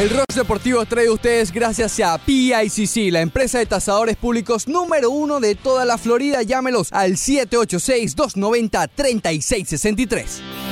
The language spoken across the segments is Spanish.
El Rush Deportivo trae a ustedes gracias a PICC, la empresa de tasadores públicos número 1 de toda la Florida. Llámelos al 786-290-3663.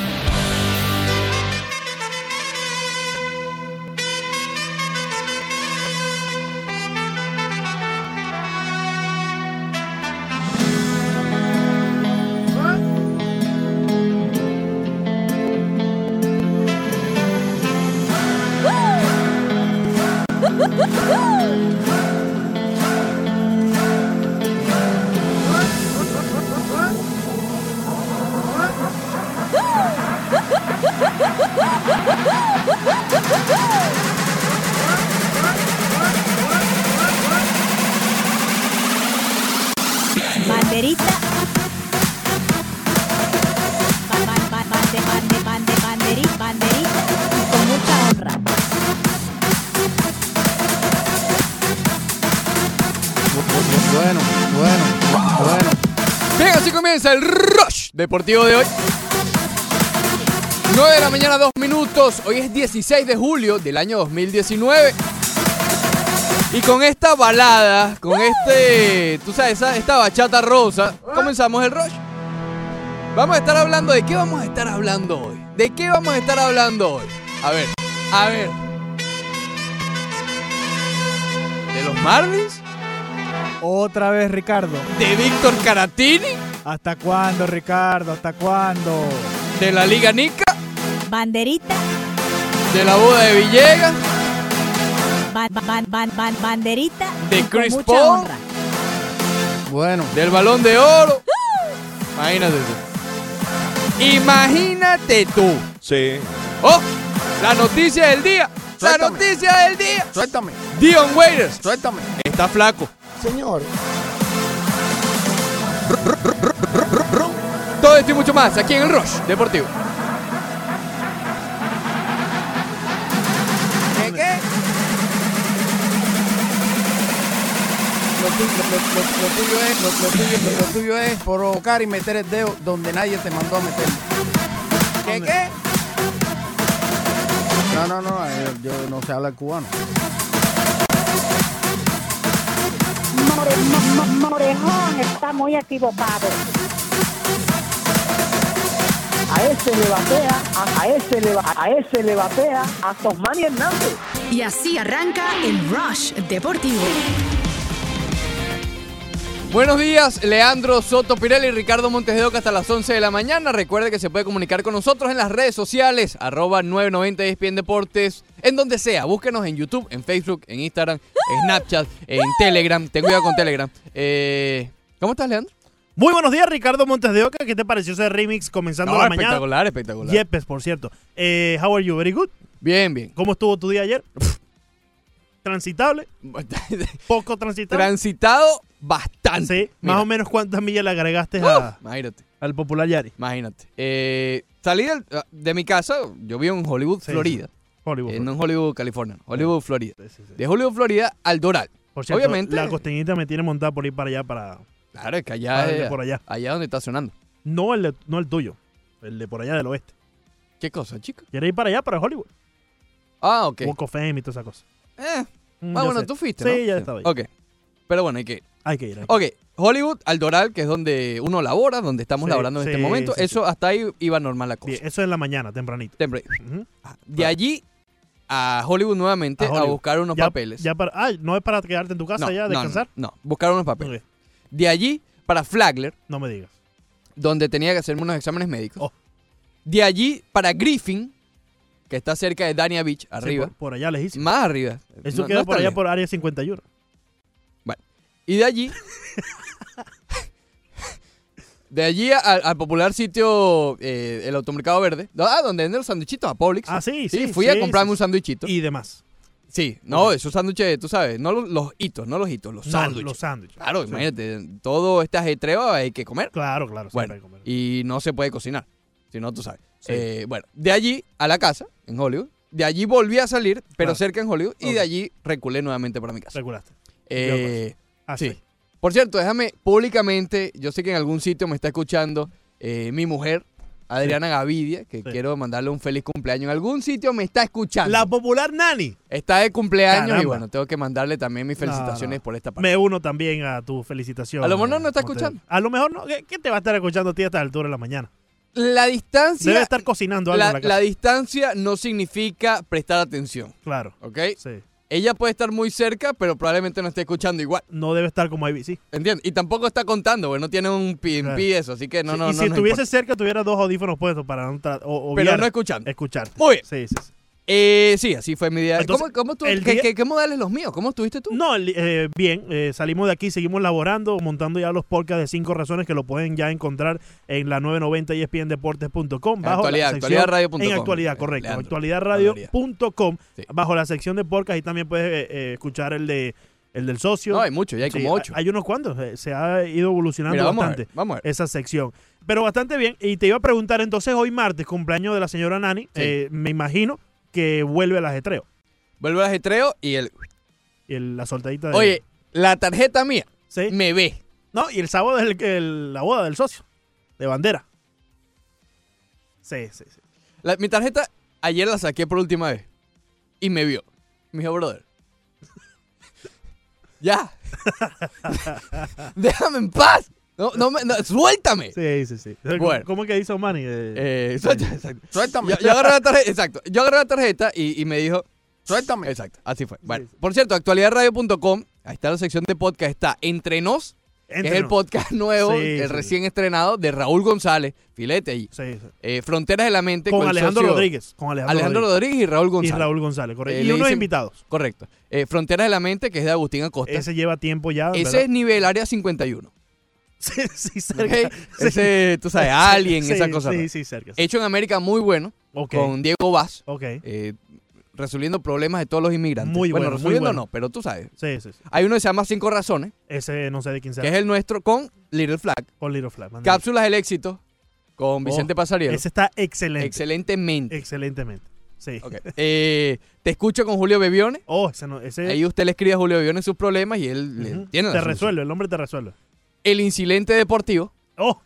Banderita. Banderita. Con mucha honra. Bueno. Bien, así comienza el Rush Deportivo de hoy. 9 de la mañana, 2 minutos. Hoy es 16 de julio del año 2019. Y con esta balada, con tú sabes, esta bachata rosa, comenzamos el Rush. Vamos a estar hablando de qué vamos a estar hablando hoy. ¿De qué vamos a estar hablando hoy? A ver. ¿De los Marlins? Otra vez, Ricardo. ¿De Víctor Caratini? ¿Hasta cuándo, Ricardo? ¿Hasta cuándo? ¿De la Liga Nica? Banderita. ¿De la boda de Villegas? Banderita. ¿De con Chris mucha Paul? honra. Bueno. ¿Del Balón de Oro? Imagínate tú. Sí. ¡Oh! La noticia del día. Suéltame. La noticia del día. Suéltame. Dion Waiters Suéltame. está flaco. Señor. Todo esto y mucho más aquí en el Rush Deportivo. ¿Qué? Lo tuyo es provocar y meter el dedo donde nadie te mandó a meterlo. ¿Qué? No, yo no sé hablar cubano. Morejón está muy equivocado. A ese le batea a Tosmani Hernández. Y así arranca el Rush Deportivo. Buenos días, Leandro Soto Pirelli y Ricardo Montes de Oca hasta las 11 de la mañana. Recuerde que se puede comunicar con nosotros en las redes sociales, @990 ESPN Deportes, en donde sea. Búsquenos en YouTube, en Facebook, en Instagram, en Snapchat, en Telegram. Ten cuidado con Telegram. ¿Cómo estás, Leandro? Muy buenos días, Ricardo Montes de Oca. ¿Qué te pareció ese remix comenzando la mañana? Espectacular. Yepes, por cierto. How are you? Very good. Bien. ¿Cómo estuvo tu día ayer? Transitable. Poco transitable. Transitado bastante. Sí. Más o menos cuántas millas le agregaste Imagínate. al popular Yari. Imagínate. Salí de mi casa, yo vivo en Hollywood, Florida. Hollywood. No en Hollywood, California. Hollywood, Florida. Sí. De Hollywood, Florida al Doral. Por cierto, obviamente. la costeñita me tiene montada por ir para allá para... Claro, es que allá el de por allá. Allá donde está sonando. No el tuyo. El de por allá del oeste. ¿Qué cosa, chico? ¿Quieres ir para allá, para Hollywood? Ah, ok. Walk of Fame y toda esa cosa. Bueno, tú fuiste, sí, ¿no? ya estaba ahí. Ok. Pero bueno, hay que ir. Hay que ir. Ok, Hollywood al Doral, que es donde uno labora, donde estamos laborando en este momento. Eso hasta ahí iba normal la cosa. Bien, eso es en la mañana, tempranito. Uh-huh. De allí a Hollywood nuevamente a buscar unos papeles. ¿No es para quedarte en tu casa ya, descansar? No, buscar unos papeles. Okay. De allí para Flagler. No me digas. Donde tenía que hacerme unos exámenes médicos. Oh. De allí para Griffin, que está cerca de Dania Beach, arriba. Sí, por allá lejísimo. Más arriba. Eso queda por allá lejos. por área 51. Bueno. Y de allí... de allí al popular sitio, el automercado verde. Donde venden los sanduichitos, a Publix. Sí. Fui a comprarme un sanduichito. Y demás. Sí, no, esos sándwiches, tú sabes, no los hitos, los sándwiches. Los sándwiches. Claro, sí. Imagínate, todo este ajetreo hay que comer. Claro, bueno, hay que comer. Y no se puede cocinar, si no, tú sabes. Sí. Bueno, de allí a la casa, en Hollywood. De allí volví a salir, pero cerca en Hollywood. Y de allí reculé nuevamente para mi casa. Reculaste. Sí. Por cierto, déjame públicamente, yo sé que en algún sitio me está escuchando mi mujer, Adriana Gavidia, que quiero mandarle un feliz cumpleaños. En algún sitio me está escuchando. La popular Nani. Está de cumpleaños y Caramba. bueno, tengo que mandarle también mis felicitaciones No. por esta parte. Me uno también a tu felicitación. A lo mejor no está Monte. escuchando. A lo mejor no. ¿Qué te va a estar escuchando a ti a esta altura de la mañana? La distancia... Debe estar cocinando algo en la casa. La distancia no significa prestar atención, Claro. ¿ok? Sí. Ella puede estar muy cerca, pero probablemente no esté escuchando igual. No debe estar como ABC. ¿Entiendes? Y tampoco está contando, porque no tiene un PNP Claro. eso, así que no, Sí, no, y no. si no estuviese importa. cerca, tuviera 2 audífonos puestos para no Pero obviar no escuchando. escucharte. Muy bien. Sí, sí, sí. Sí, así fue mi día. Entonces, ¿Cómo tú, el qué, día- qué- qué modales los míos? ¿Cómo estuviste tú? No, bien, salimos de aquí, seguimos laborando, montando ya los podcasts de 5 razones que lo pueden ya encontrar en la 990 ESPNdeportes.com. bajo la sección- actualidadradio.com. En actualidad, correcto. Leandro. Actualidadradio.com, Sí. bajo la sección de podcast y también puedes escuchar el del socio. No, hay muchos, ya hay Sí, como 8. Hay unos cuantos, se ha ido evolucionando Mira, vamos a bastante ver, vamos a ver. esa sección. Pero bastante bien. Y te iba a preguntar entonces, hoy martes, cumpleaños de la señora Nani, Sí. me imagino que vuelve al ajetreo. Vuelvo al ajetreo y el... Y la soltadita de... Oye, la tarjeta mía ¿sí? me ve. No, y el sábado es la boda del socio, de bandera. Sí, sí, sí. Mi tarjeta ayer la saqué por última vez y me vio. Me dijo, brother, ya. Déjame en paz. No, suéltame. Sí, sí, sí. Bueno. ¿Cómo es que dice Omani? Exacto. Suéltame. Yo agarré la tarjeta, exacto. Yo agarré la tarjeta y me dijo, Suéltame. exacto, así fue. Bueno, sí. por cierto, actualidadradio.com, ahí está la sección de podcast, está Entre Nos, que es el podcast nuevo, Sí, el sí. recién estrenado de Raúl González, filete ahí. Sí, sí. Fronteras de la Mente Con el Alejandro socio Rodríguez. Con Alejandro Rodríguez y Raúl Y González. Raúl González, correcto. y le unos dicen- invitados. Correcto. Fronteras de la Mente, que es de Agustín Acosta. Ese lleva tiempo ya. Ese ¿verdad? es nivel área 51. Sí, sí, ¿ok? cerca. Ese, tú sabes, Alien, Sí, esa cosa. Sí, rara. sí, cerca. sí. Hecho en América muy bueno, Ok, con Diego Vaz, ok. resolviendo problemas de todos los inmigrantes. Muy bueno, bueno, muy resolviendo bueno. no, pero tú sabes. Sí, sí, sí. Hay uno que se llama 5 Razones, Ese no sé de quién que será. es el nuestro, con Little Flag. Con Little Flag. mándale. Cápsulas del Éxito, con Vicente Pasarielo. Ese está excelente. Excelentemente. Excelentemente. Sí. Ok. Te escucho con Julio Bebione. Oh, ese no. Ese. Ahí usted le escribe a Julio Bebione sus problemas y él le Ujú. tiene la Te solución. resuelve, el hombre te resuelve. El Incidente Deportivo. Oh.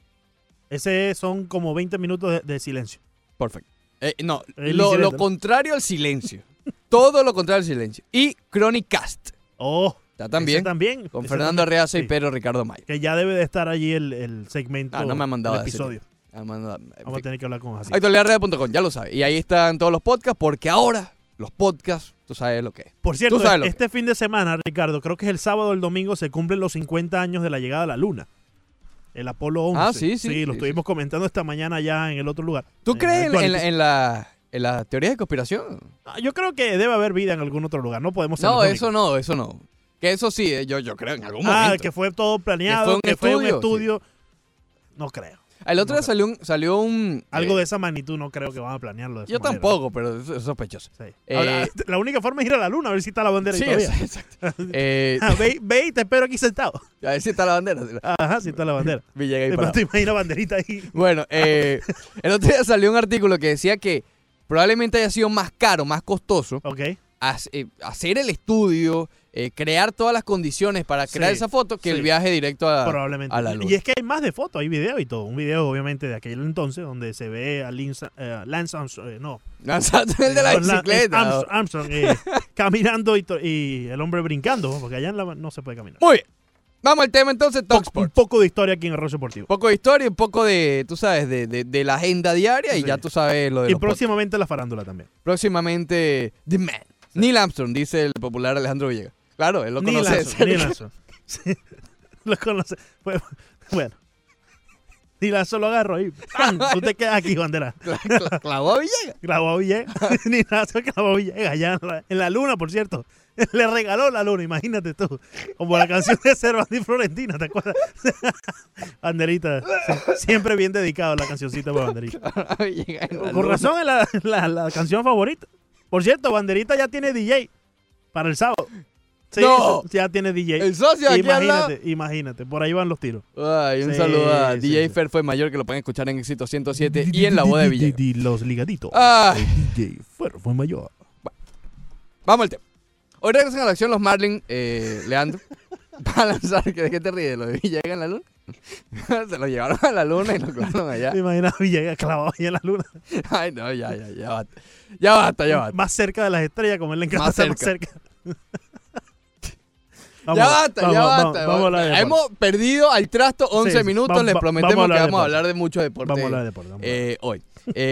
Ese son como 20 minutos de silencio. Perfecto. No, El lo incidente, ¿no? contrario al silencio. Todo lo contrario al silencio. Y Chronicast. Oh. Está también. Ese también. Con Ese Fernando también. Arreaza y Sí. Pedro Ricardo Mayo. Que ya debe de estar allí el segmento. Ah, no me ha mandado el a decir. episodio. En Vamos a fin. tener que hablar con así. Actualidadradio.com, ya lo sabe. Y ahí están todos los podcasts, porque ahora los podcasts, tú sabes lo que es. Por cierto, Tú sabes lo este fin de semana, Ricardo, creo que es el sábado o el domingo, se cumplen los 50 años de la llegada a la Luna. El Apolo 11. Ah, sí, sí, Sí, lo sí, estuvimos comentando esta mañana ya en el otro lugar. ¿Tú crees en Actuality. la teoría de conspiración? Yo creo que debe haber vida en algún otro lugar. No podemos ser No, los únicos. eso no. Que eso sí, yo creo en algún Ah, momento. que fue todo planeado, Que fue un estudio, No creo. El otro día salió un... Algo de esa magnitud no creo que van a planearlo de esa Yo manera. tampoco, pero es sospechoso. Sí. Eh, Ahora, la única forma es ir a la luna a ver si está la bandera Sí, ahí todavía. exacto. Ah, ve y te espero aquí sentado. A ver si está la bandera. Ajá, sí está la bandera. Villegas ahí Pero parado. te imaginas banderita ahí. Bueno, el otro día salió un artículo que decía que probablemente haya sido más caro, más costoso Ok. hacer el estudio, crear todas las condiciones para crear Sí, esa foto que sí. el viaje directo Probablemente. a la luna. Y es que hay más de fotos, hay video y todo. Un video, obviamente, de aquel entonces donde se ve a Lance Armstrong. No. El de la bicicleta. Armstrong caminando y el hombre brincando, porque allá no se puede caminar. Muy bien. Vamos al tema entonces, Un Talksport. poco de historia aquí en Arroyo Deportivo. Un poco de historia, un poco de, tú sabes, de la agenda diaria y Sí. ya tú sabes lo de Y los próximamente la farándula también. podcasts. Próximamente, The Man. Neil Armstrong, dice el popular Alejandro Villegas. Claro, él lo Neil conoce. Armstrong, Neil Armstrong. Sí, lo conoce. Bueno. Neil Armstrong lo agarro ahí. ¡Pam! Tú te quedas aquí, bandera. Clavó a Villegas. Clavó a Villegas. Neil Armstrong clavó a Villegas allá en la luna, por cierto. Le regaló la luna, imagínate tú. Como la canción de Cervantes y Florentina, ¿te acuerdas? Banderita. Siempre bien dedicado a la cancioncita para Banderita. Villegas en la Con luna. razón es la canción favorita. Por cierto, Banderita ya tiene DJ para el sábado. Sí, No. ya tiene DJ. El socio aquí al lado. Imagínate, por ahí van los tiros. Ay, un Sí, saludo a sí, DJ sí. Fer Fue Mayor, que lo pueden escuchar en Éxito 107 y en la voz de Villegas. Los ligaditos. Ay. DJ fue mayor. Vamos al tema. Hoy regresan a la acción los Marlins, Leandro. Para lanzar, ¿de qué te ríes? ¿Lo de Villegas en la luna? Se lo llevaron a la luna y lo clavaron allá. ¿Te imaginas Villegas clavado ahí en la luna? Ay, no, ya basta. Ya basta. Más cerca de las estrellas, como él le encanta Más estar más cerca. Ya basta. Vamos a hablar de deporte. Hemos perdido al trasto 11 Sí, minutos. Les prometemos vamos a que hablar de vamos a deporte. hablar de mucho deporte. Vamos a hablar de deporte. vamos a hablar. Hoy.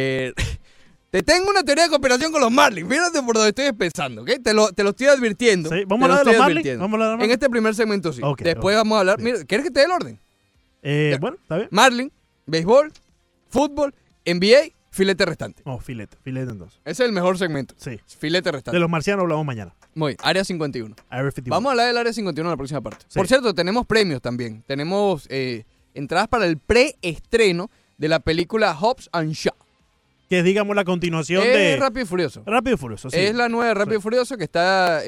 Te tengo una teoría de conspiración con los Marlins. Fíjate por donde estoy pensando, ¿ok? Te lo estoy advirtiendo. Sí, ¿vamos a hablar de los Marlins? ¿Vamos a hablar de los En Marlins? este primer segmento sí. Ok, Después ok. vamos a hablar. Sí. Mira, ¿quieres que te dé el orden? Bueno, está bien. Marlin, béisbol, fútbol, NBA, filete restante. Oh, filete entonces. Ese es el mejor segmento. Sí. Filete restante. De los marcianos hablamos mañana. Muy bien. Área 51. Area 51. Vamos a hablar del área 51 en la próxima parte. Sí. Por cierto, tenemos premios también. Tenemos entradas para el preestreno de la película Hobbs and Shaw. Que es, digamos, la continuación Es de Rápido y Furioso. Rápido y Furioso. Sí. Es la nueva de Rápido Sí. y Furioso que está.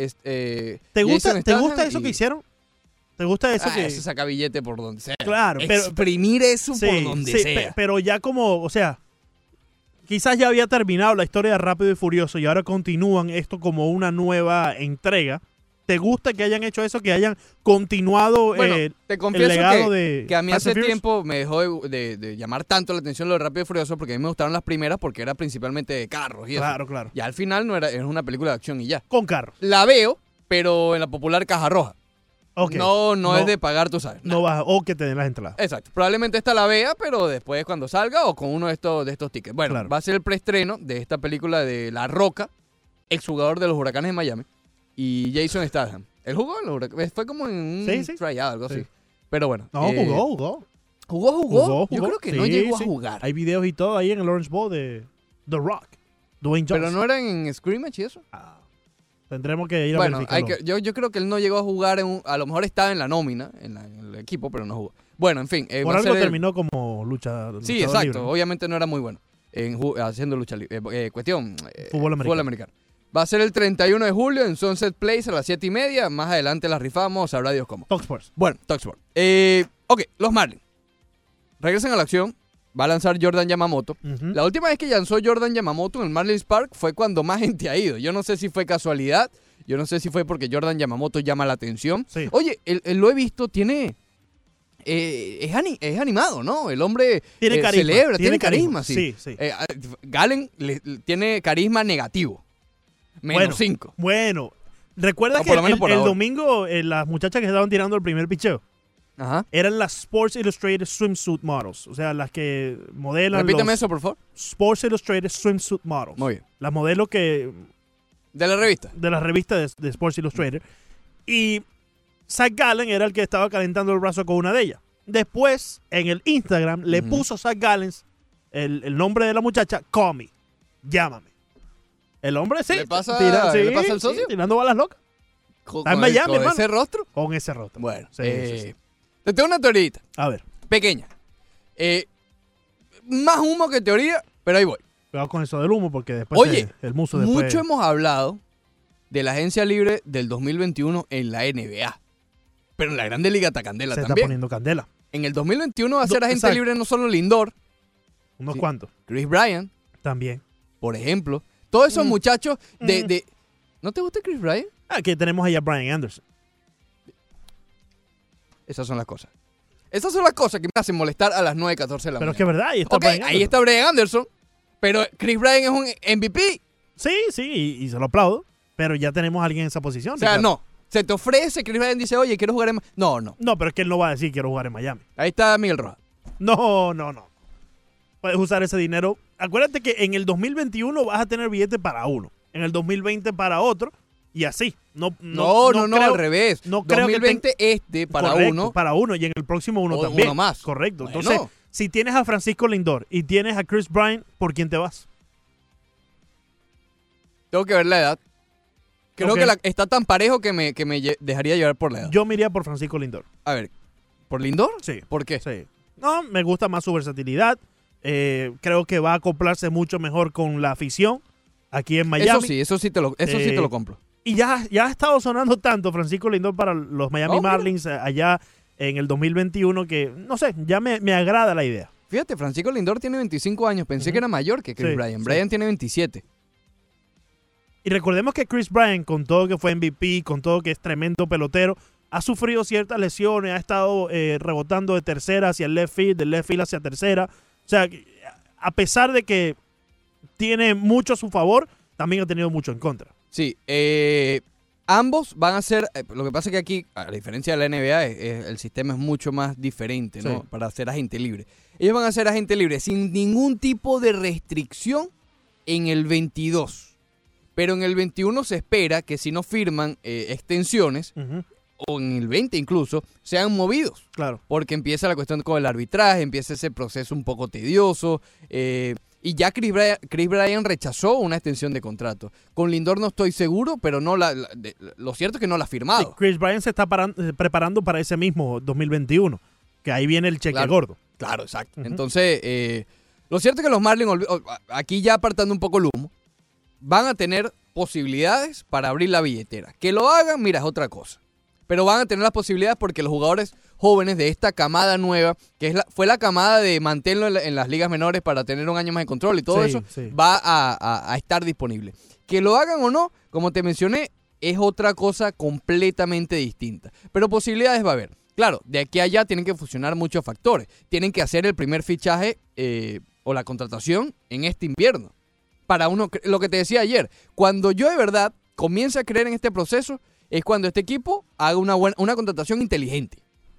¿Te gusta Jason Statham eso y- que hicieron? ¿Te gusta eso que...? Eso saca billete por donde sea. Claro, pero... Exprimir eso Sí, por donde sí, sea. pero ya como, o sea, quizás ya había terminado la historia de Rápido y Furioso y ahora continúan esto como una nueva entrega. ¿Te gusta que hayan hecho eso, que hayan continuado Bueno, te el confieso legado de que a mí Fast hace and Furious? tiempo me dejó de llamar tanto la atención lo de Rápido y Furioso porque a mí me gustaron las primeras porque era principalmente de carros y eso. Claro, claro. Ya al final no era una película de acción y ya. Con carros. La veo, pero en la popular caja roja. Ok. No es de pagar, tú sabes. No vas, o que te den las entradas. Exacto. Probablemente esta la vea, pero después cuando salga o con uno de estos tickets. Bueno, Claro. va a ser el preestreno de esta película de La Roca, exjugador de los Huracanes de Miami, y Jason Statham. Él jugó en los Huracanes. Fue como en un Sí. tryout, algo Sí. así. Pero bueno. No, jugó. ¿Jugó? Yo creo que no Sí, llegó sí. a jugar. Hay videos y todo ahí en el Orange Bowl de The Rock, Dwayne Johnson. Pero no eran en scrimmage y eso. Tendremos que ir a Bueno, verificarlo. yo creo que él no llegó a jugar, a lo mejor estaba en la nómina, en el equipo, pero no jugó. Bueno, en fin. Por va a algo ser el- terminó como luchador Sí, exacto. libre, ¿no? Obviamente no era muy bueno haciendo lucha libre. Fútbol americano. americano. Va a ser el 31 de julio en Sunset Place a las 7:30. Más adelante la rifamos, sabrá Dios cómo. Fox Sports. Bueno, Talksport. Ok, los Marlins. Regresan a la acción. Va a lanzar Jordan Yamamoto. Ujú. La última vez que lanzó Jordan Yamamoto en el Marlins Park fue cuando más gente ha ido. Yo no sé si fue casualidad. Yo no sé si fue porque Jordan Yamamoto llama la atención. Sí. Oye, él lo he visto, tiene... es animado, ¿no? El hombre Tiene carisma. celebra, tiene carisma, sí. Sí, sí. Gallen tiene carisma negativo. Bueno, -5. Bueno, ¿recuerdas O que por lo menos el por ahora. domingo las muchachas que estaban tirando el primer picheo Ajá. eran las Sports Illustrated Swimsuit Models? O sea, las que modelan Repíteme los eso, por favor. Sports Illustrated Swimsuit Models. Muy bien. Las modelos que De la revista. de la revista de Sports Illustrated. Y Zach Gallen era el que estaba calentando el brazo con una de ellas. Después, en el Instagram, le Ujú. puso Zach Gallen el nombre de la muchacha, Call Me, llámame. El hombre sí. ¿Le pasa al socio? Tirando balas locas. Está en Miami, con hermano. ese rostro. Con ese rostro. Bueno, Sí, sí, sí. te tengo una teoría A ver, pequeña. Más humo que teoría, pero ahí voy. cuidado con eso del humo porque después Oye, el muso después... Mucho hemos hablado de la agencia libre del 2021 en la NBA. Pero en la Grande Liga está candela se está también. poniendo candela. En el 2021 va a ser agente exacto. libre no solo Lindor, Unos Sí. cuantos Chris Bryant, también. por ejemplo. Todos esos muchachos Mm. de... ¿No te gusta Chris Bryant? Aquí tenemos ahí a Brian Anderson. Esas son las cosas. Esas son las cosas que me hacen molestar a las 9:14 de la Pero mañana. es que es verdad, ahí está Ok, Brian ahí Anderson. está Brian Anderson, pero Chris Bryant es un MVP. Sí, sí, y se lo aplaudo. Pero ya tenemos a alguien en esa posición. O sea, Ricardo. no. Se te ofrece, Chris Bryant dice, oye, quiero jugar en... No. No, pero es que él no va a decir quiero jugar en Miami. Ahí está Miguel Rojas. No. Puedes usar ese dinero. Acuérdate que en el 2021 vas a tener billete para uno. En el 2020 para otro. Y así. No, No, creo- al revés. no creo que 2020 para correcto, uno. para uno y en el próximo uno O también. uno más. Correcto. Bueno. Entonces, si tienes a Francisco Lindor y tienes a Chris Bryant, ¿por quién te vas? Tengo que ver la edad. Creo Ok. que está tan parejo que me dejaría llevar por la edad. Yo me iría por Francisco Lindor. A ver, ¿por Lindor? Sí. ¿Por qué? Sí. No, me gusta más su versatilidad. Creo que va a acoplarse mucho mejor con la afición aquí en Miami. Eso sí te lo compro. Y ya ha estado sonando tanto Francisco Lindor para los Miami Obvio. Marlins allá en el 2021 que, no sé, ya me agrada la idea. Fíjate, Francisco Lindor tiene 25 años. Pensé Ujú. que era mayor que Chris Sí, Bryant. sí. Bryant tiene 27. Y recordemos que Chris Bryant, con todo que fue MVP, con todo que es tremendo pelotero, ha sufrido ciertas lesiones, ha estado rebotando de tercera hacia el left field, del left field hacia tercera. O sea, a pesar de que tiene mucho a su favor, también ha tenido mucho en contra. Sí, ambos van a ser, lo que pasa es que aquí, a diferencia de la NBA, el sistema es mucho más diferente, ¿no? Sí. Para ser agente libre. Ellos van a ser agente libre sin ningún tipo de restricción en el 22. Pero en el 21 se espera que si no firman extensiones, o en el 20 incluso, sean movidos. Claro. Porque empieza la cuestión con el arbitraje, empieza ese proceso un poco tedioso. Y ya Chris Bryant rechazó una extensión de contrato. Con Lindor no estoy seguro, pero no lo cierto es que no la ha firmado. Sí, Chris Bryant se está preparando para ese mismo 2021, que ahí viene el cheque gordo. Claro, exacto. Entonces, lo cierto es que los Marlins, aquí ya apartando un poco el humo, van a tener posibilidades para abrir la billetera. Que lo hagan, mira, es otra cosa. Pero van a tener las posibilidades porque los jugadores jóvenes de esta camada nueva, que fue la camada de mantenerlo en las ligas menores para tener un año más de control y todo eso, va a estar disponible. Que lo hagan o no, como te mencioné, es otra cosa completamente distinta. Pero posibilidades va a haber. Claro, de aquí a allá tienen que funcionar muchos factores. Tienen que hacer el primer fichaje o la contratación en este invierno. Para uno, lo que te decía ayer, cuando yo de verdad comience a creer en este proceso, es cuando este equipo haga una contratación inteligente.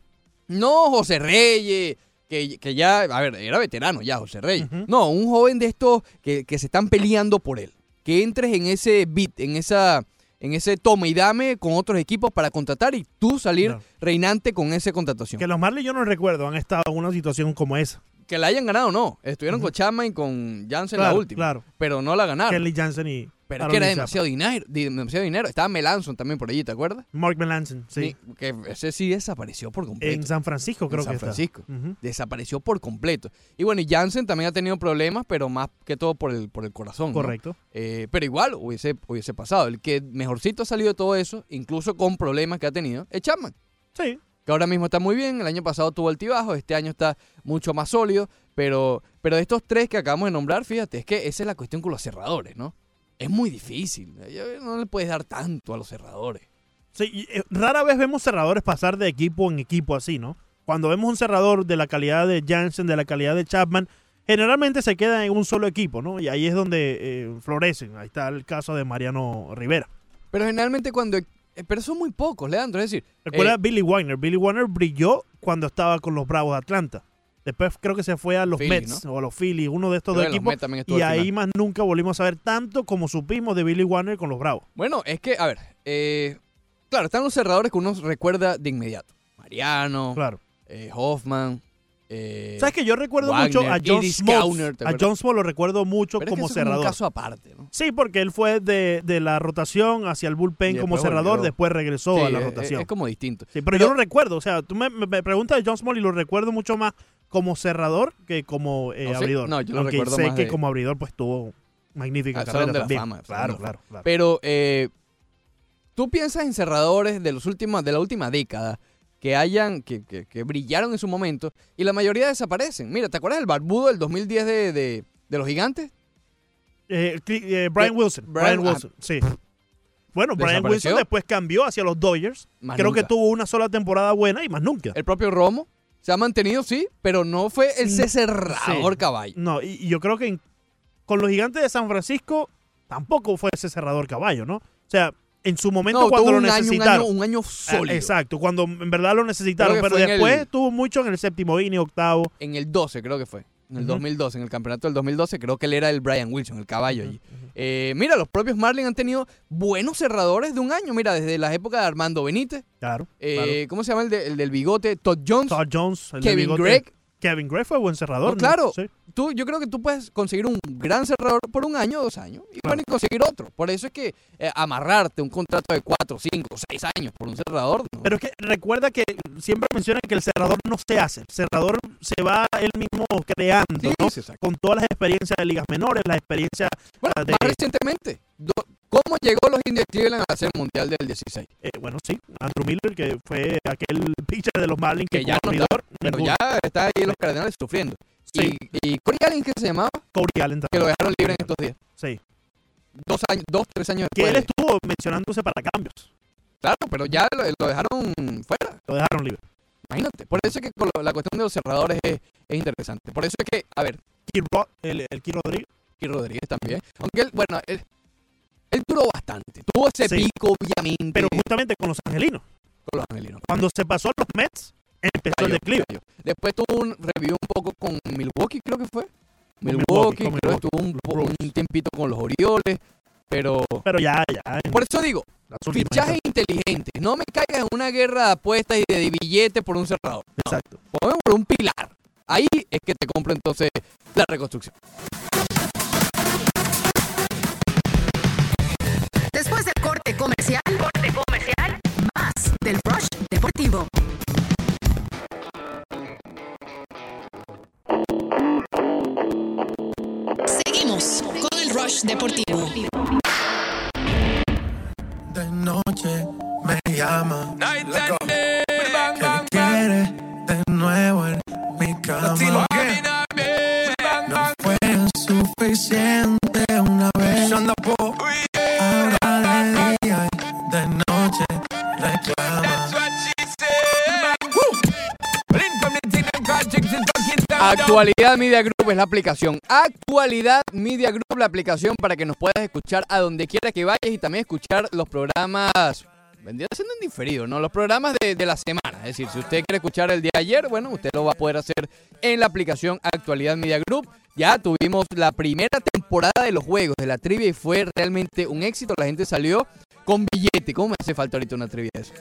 No José Reyes, que ya, a ver, era veterano ya José Reyes. No, un joven de estos que se están peleando por él. Que entres en ese beat, en ese toma y dame con otros equipos para contratar y tú salir reinante con esa contratación. Que los Marlins, yo no recuerdo, han estado en una situación como esa. Que la hayan ganado, no. Estuvieron con Chapman y con Jansen la última. Pero no la ganaron. Kelly Jansen y... Pero es que era demasiado dinero. Estaba Melanson también por allí, ¿te acuerdas? Mark Melanson, sí. Que ese sí desapareció por completo. En San Francisco creo que está. En San Francisco. Desapareció por completo. Y bueno, y Jansen también ha tenido problemas, pero más que todo por el corazón. Correcto. ¿No? Pero igual hubiese pasado. El que mejorcito ha salido de todo eso, incluso con problemas que ha tenido, es Chapman. Sí. Que ahora mismo está muy bien. El año pasado tuvo altibajo. Este año está mucho más sólido. Pero de estos tres que acabamos de nombrar, fíjate, es que esa es la cuestión con los cerradores, ¿no? Es muy difícil. No le puedes dar tanto a los cerradores. Sí, rara vez vemos cerradores pasar de equipo en equipo así, ¿no? Cuando vemos un cerrador de la calidad de Jansen, de la calidad de Chapman, generalmente se queda en un solo equipo, ¿no? Y ahí es donde florecen. Ahí está el caso de Mariano Rivera. Pero generalmente pero son muy pocos, Leandro. Es decir, recuerda Billy Wagner. Billy Wagner brilló cuando estaba con los Bravos de Atlanta. Después creo que se fue a los Phillies, Mets, ¿no? O a los Phillies, uno de estos dos equipos. Y ahí más nunca volvimos a ver tanto como supimos de Billy Wagner con los Bravos. Bueno, es que, a ver, claro, están los cerradores que uno recuerda de inmediato. Mariano, claro. Hoffman. ¿Sabes que yo recuerdo Wagner, mucho a John Smoltz? A John Smoltz lo recuerdo mucho pero como es que cerrador. Es un caso aparte, ¿no? Sí, porque él fue de la rotación hacia el bullpen como cerrador, después regresó a la rotación. Es como distinto. Sí, pero yo lo recuerdo. O sea, tú me preguntas de John Smoltz y lo recuerdo mucho más como cerrador que como abridor. No, yo lo aunque recuerdo sé más que como abridor pues tuvo magnífica carrera también. Fama, claro. Pero tú piensas en cerradores de la última década que brillaron en su momento y la mayoría desaparecen. Mira, ¿te acuerdas del barbudo del 2010 de los Gigantes? Brian Wilson. Brian Wilson, sí. Bueno, Brian Wilson después cambió hacia los Dodgers. Creo que tuvo una sola temporada buena y más nunca. El propio Romo se ha mantenido, sí, pero no fue ese cerrador caballo. No, y yo creo que con los Gigantes de San Francisco tampoco fue ese cerrador caballo, ¿no? O sea, en su momento cuando lo necesitaron. Un año sólido. Exacto, cuando en verdad lo necesitaron. Pero después tuvo mucho en el séptimo inning, octavo. En el 12 creo que fue. En el 2012, en el campeonato del 2012, creo que él era el Brian Wilson, el caballo allí. Mira, los propios Marlins han tenido buenos cerradores de un año. Mira, desde las épocas de Armando Benítez. Claro. ¿Cómo se llama el del bigote? Todd Jones. Kevin Gregg. Kevin Gregg fue buen cerrador. No, claro. Sí. Yo creo que tú puedes conseguir un gran cerrador por un año o 2 años y bueno, y conseguir otro. Por eso es que amarrarte un contrato de 4, 5, 6 años por un cerrador. ¿No? Pero es que recuerda que siempre mencionan que el cerrador no se hace. El cerrador se va él mismo creando, sí, ¿no? Sí, con todas las experiencias de ligas menores, las experiencias bueno, más recientemente. ¿Cómo llegó los Indios de Cleveland a la Serie Mundial del 16? Bueno, sí. Andrew Miller, que fue aquel pitcher de los Marlins que ya no está, pero ya está ahí en los Cardenales sufriendo. Sí. Y Corey Allen, ¿qué se llamaba? Corey Allen también. Que lo dejaron libre en estos días. Sí. 2, 3 años que después. él estuvo mencionándose para cambios. Claro, pero ya lo dejaron fuera. Lo dejaron libre. Imagínate. Por eso es que con la cuestión de los cerradores es interesante. Por eso es que, a ver, El Kid Rodríguez. y Rodríguez también. Aunque él duró bastante. Tuvo ese Sí. pico, obviamente, Pero justamente con los angelinos. con los angelinos. Cuando se pasó a los Mets, empezó el Cayó, declive. cayó. Después tuvo un review un poco con Milwaukee, creo que fue. Milwaukee, con creo que Milwaukee, tuvo los Brewers. un tiempito con los Orioles. Pero Pero ya. por eso digo, las últimas fichajes etapas. inteligentes. No me caigas en una guerra de apuestas y de billetes por un cerrador. No, Exacto. ponme por un pilar. Ahí es que te compro entonces la reconstrucción. Después del corte comercial, más del Rush Deportivo. Seguimos con el Rush Deportivo. De noche me llama. Que quiere de nuevo en mi cama. No fue suficiente una vez. Ahora de día y de noche reclama. Actualidad Media Group es la aplicación. Actualidad Media Group, la aplicación para que nos puedas escuchar a donde quiera que vayas y también escuchar los programas. Vendría siendo en diferido, ¿no? Los programas de la semana. Es decir, si usted quiere escuchar el día de ayer, bueno, usted lo va a poder hacer en la aplicación Actualidad Media Group. Ya tuvimos la primera temporada de los juegos de la trivia y fue realmente un éxito. La gente salió con billete. ¿Cómo me hace falta ahorita una trivia de eso?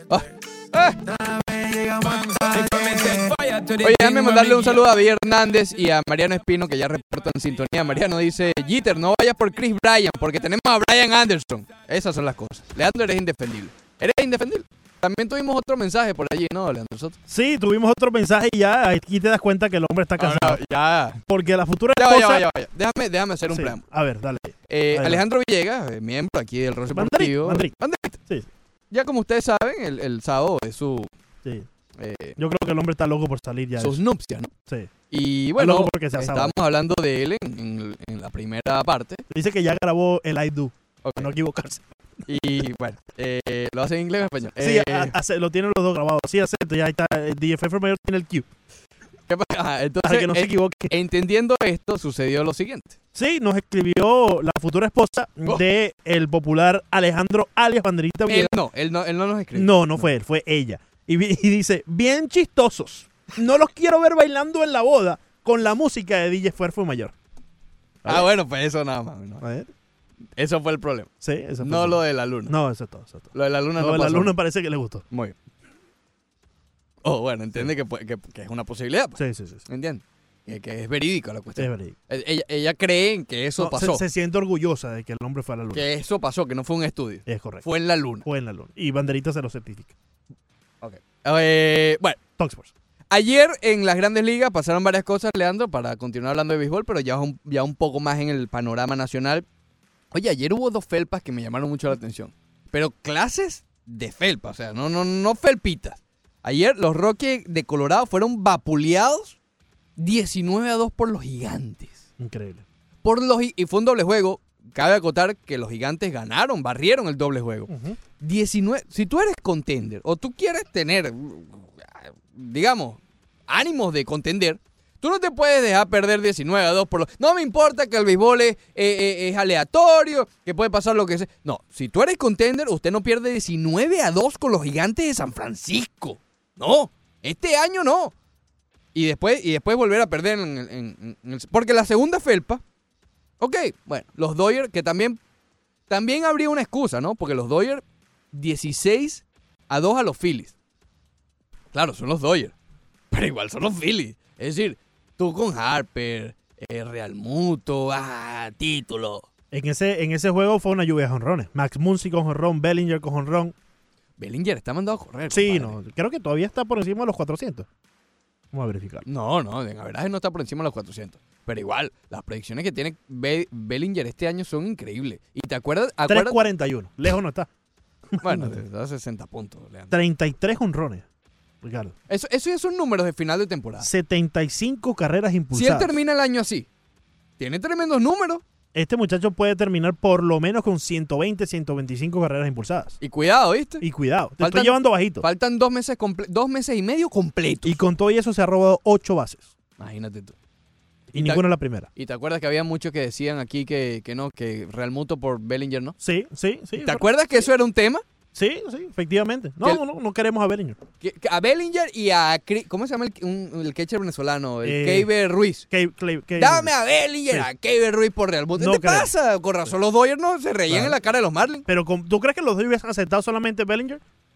Oye, déjame mandarle un saludo a David Hernández y a Mariano Espino, que ya reportan sintonía. Mariano dice: Jeter, no vayas por Chris Bryant, porque tenemos a Brian Anderson. Esas son las cosas. Leandro, eres indefendible. Eres indefendible. También tuvimos otro mensaje por allí, ¿no, Leandro Soto? Sí, tuvimos otro mensaje y ya aquí te das cuenta que el hombre está casado. Ya. Porque la futura Ya esposa... vaya. Déjame hacer un Sí, plan. a ver, dale. Adelante. Alejandro Villegas, miembro aquí del Ross Deportivo. Madrid. Banderita. Sí, Ya como ustedes saben, el sábado es su, sí. Yo creo que el hombre está loco por salir ya. de sus eso. nupcias, ¿no? Sí. Y bueno, loco porque se asaba. estábamos hablando de él en la primera parte. Dice que ya grabó el I Do, Ok. para no equivocarse. Y bueno, ¿lo hace en inglés o en español? Sí, lo tienen los dos grabados. Sí, acepto. Ya está. El DFF mayor tiene el Q. Entonces, Para que no se equivoque. entendiendo esto, sucedió lo siguiente. Sí, nos escribió la futura esposa Oh. de el popular Alejandro alias Banderita Villegas. Él no nos escribió. No fue él, fue ella. Y dice, bien chistosos. No los quiero ver bailando en la boda con la música de DJ Fuerfo Mayor. Bueno, pues eso nada más. ¿no? A ver. Eso fue el problema. Sí, eso fue No todo. lo de la luna. No, eso es todo. Lo de la luna Lo no de la pasó. luna parece que le gustó. Muy bien. Bueno, entiende que es una posibilidad. Pues. Sí. ¿Entiendes? Que es verídica la Es cuestión. verídico. Ella cree en que eso No, pasó. se siente orgullosa de que el hombre fue a la luna. Que eso pasó, que no fue un estudio. Es correcto. Fue en la luna. Fue en la luna. Y Banderita se lo certifica. Bueno, Talk Sports. ayer en las Grandes Ligas pasaron varias cosas, Leandro, para continuar hablando de béisbol, pero ya un poco más en el panorama nacional. Oye, ayer hubo dos felpas que me llamaron mucho la atención. Pero clases de felpa, o sea, no felpitas. Ayer los Rockies de Colorado fueron vapuleados 19-2 por los Gigantes. Increíble. Y fue un doble juego. Cabe acotar que los Gigantes ganaron, barrieron el doble juego. 19. Si tú eres contender o tú quieres tener, digamos, ánimos de contender, tú no te puedes dejar perder 19-2 por los... No me importa que el béisbol es aleatorio, que puede pasar lo que sea. No, si tú eres contender, usted no pierde 19-2 con los Gigantes de San Francisco. No, este año no. Y después volver a perder porque la segunda felpa, ok, bueno, los Dodgers, que también habría una excusa, ¿no? Porque los Dodgers 16-2 a los Phillies. Claro, son los Dodgers, pero igual son los Phillies. Es decir, tú con Harper, Real Muto, título. En ese juego fue una lluvia de jonrones. Max Muncy con jonrón, Bellinger con jonrón. Bellinger está mandado a correr. Sí, compadre. no. Creo que todavía está por encima de los 400. Vamos a verificar. No, en averaje no está por encima de los 400. Pero igual, las predicciones que tiene Bellinger este año son increíbles. ¿Y te acuerdas? 3.41. Lejos no está. Bueno, te da 60 puntos, Leandro. 33 jonrones. Ricardo. Eso ya son números de final de temporada. 75 carreras Si él impulsadas. termina el año así, tiene tremendos números. este muchacho puede terminar por lo menos con 120, 125 carreras impulsadas. Y cuidado, ¿viste? Y cuidado, te Faltan- estoy llevando bajito. Faltan 2 meses y medio completos. Y con todo y eso se ha robado 8 bases. Imagínate tú. Y Y ninguna es la primera. ¿Y te acuerdas que había muchos que decían aquí que no, que Real Muto por Bellinger no? Sí. ¿Te acuerdas que eso era un tema? Sí, efectivamente. Que- No queremos a Bellinger. Que a Bellinger y a... ¿Cómo se llama el catcher venezolano? El Eh, Keiber Ruiz. Dame a Bellinger, Sí. a Keiber Ruiz por Real Muto. No ¿Qué te creo. pasa? Con razón los Dodgers no se reían Claro. en la cara de los Marlins. Pero ¿tú crees que los dos hubiesen aceptado solamente Bellinger?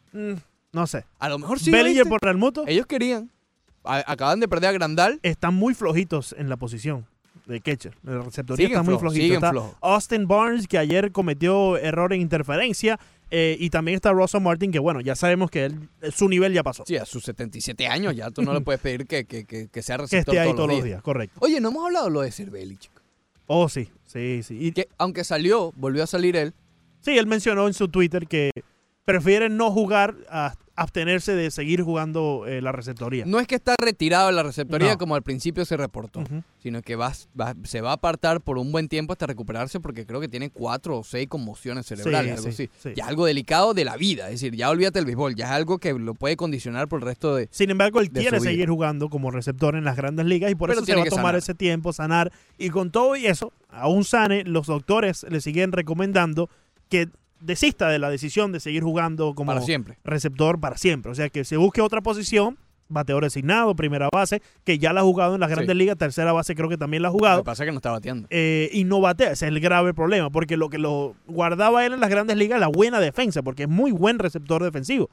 No sé. A lo mejor sí, Bellinger ¿viste? por Real Muto Ellos querían. Acaban de perder a Grandal. están muy flojitos en la posición de catcher. La receptoría Siguen está muy flojos, flojito. siguen Está flojos. Austin Barnes, que ayer cometió error en interferencia. Y también está Russell Martin, que bueno, ya sabemos que su nivel ya pasó. Sí, a sus 77 años ya tú no le puedes pedir que sea Que receptor esté ahí todos los días, correcto. Oye, no hemos hablado de lo de Cervelli, chico. Oh, sí. Y, Que aunque volvió a salir él. sí, él mencionó en su Twitter que prefiere no jugar a abstenerse de seguir jugando la receptoría. No es que está retirado de la receptoría No. como al principio se reportó, Ujú. sino que se va a apartar por un buen tiempo hasta recuperarse porque creo que tiene 4 o 6 conmociones cerebrales, algo así. sí. Ya algo delicado de la vida, es decir, ya olvídate del béisbol, ya es algo que lo puede condicionar por el resto de... Sin embargo, él de quiere su vida. seguir jugando como receptor en las grandes ligas y por Pero eso se tiene va a que tomar sanar. ese tiempo, sanar. Y con todo y eso, aún sane, los doctores le siguen recomendando que desista de la decisión de seguir jugando como Para siempre. receptor para siempre. O sea, que se busque otra posición, bateador designado, primera base, que ya la ha jugado en las grandes Sí. ligas, tercera base creo que también la ha Lo jugado. que pasa es que no está bateando. Y no batea, ese es el grave problema, porque lo que lo guardaba él en las grandes ligas es la buena defensa, porque es muy buen receptor defensivo.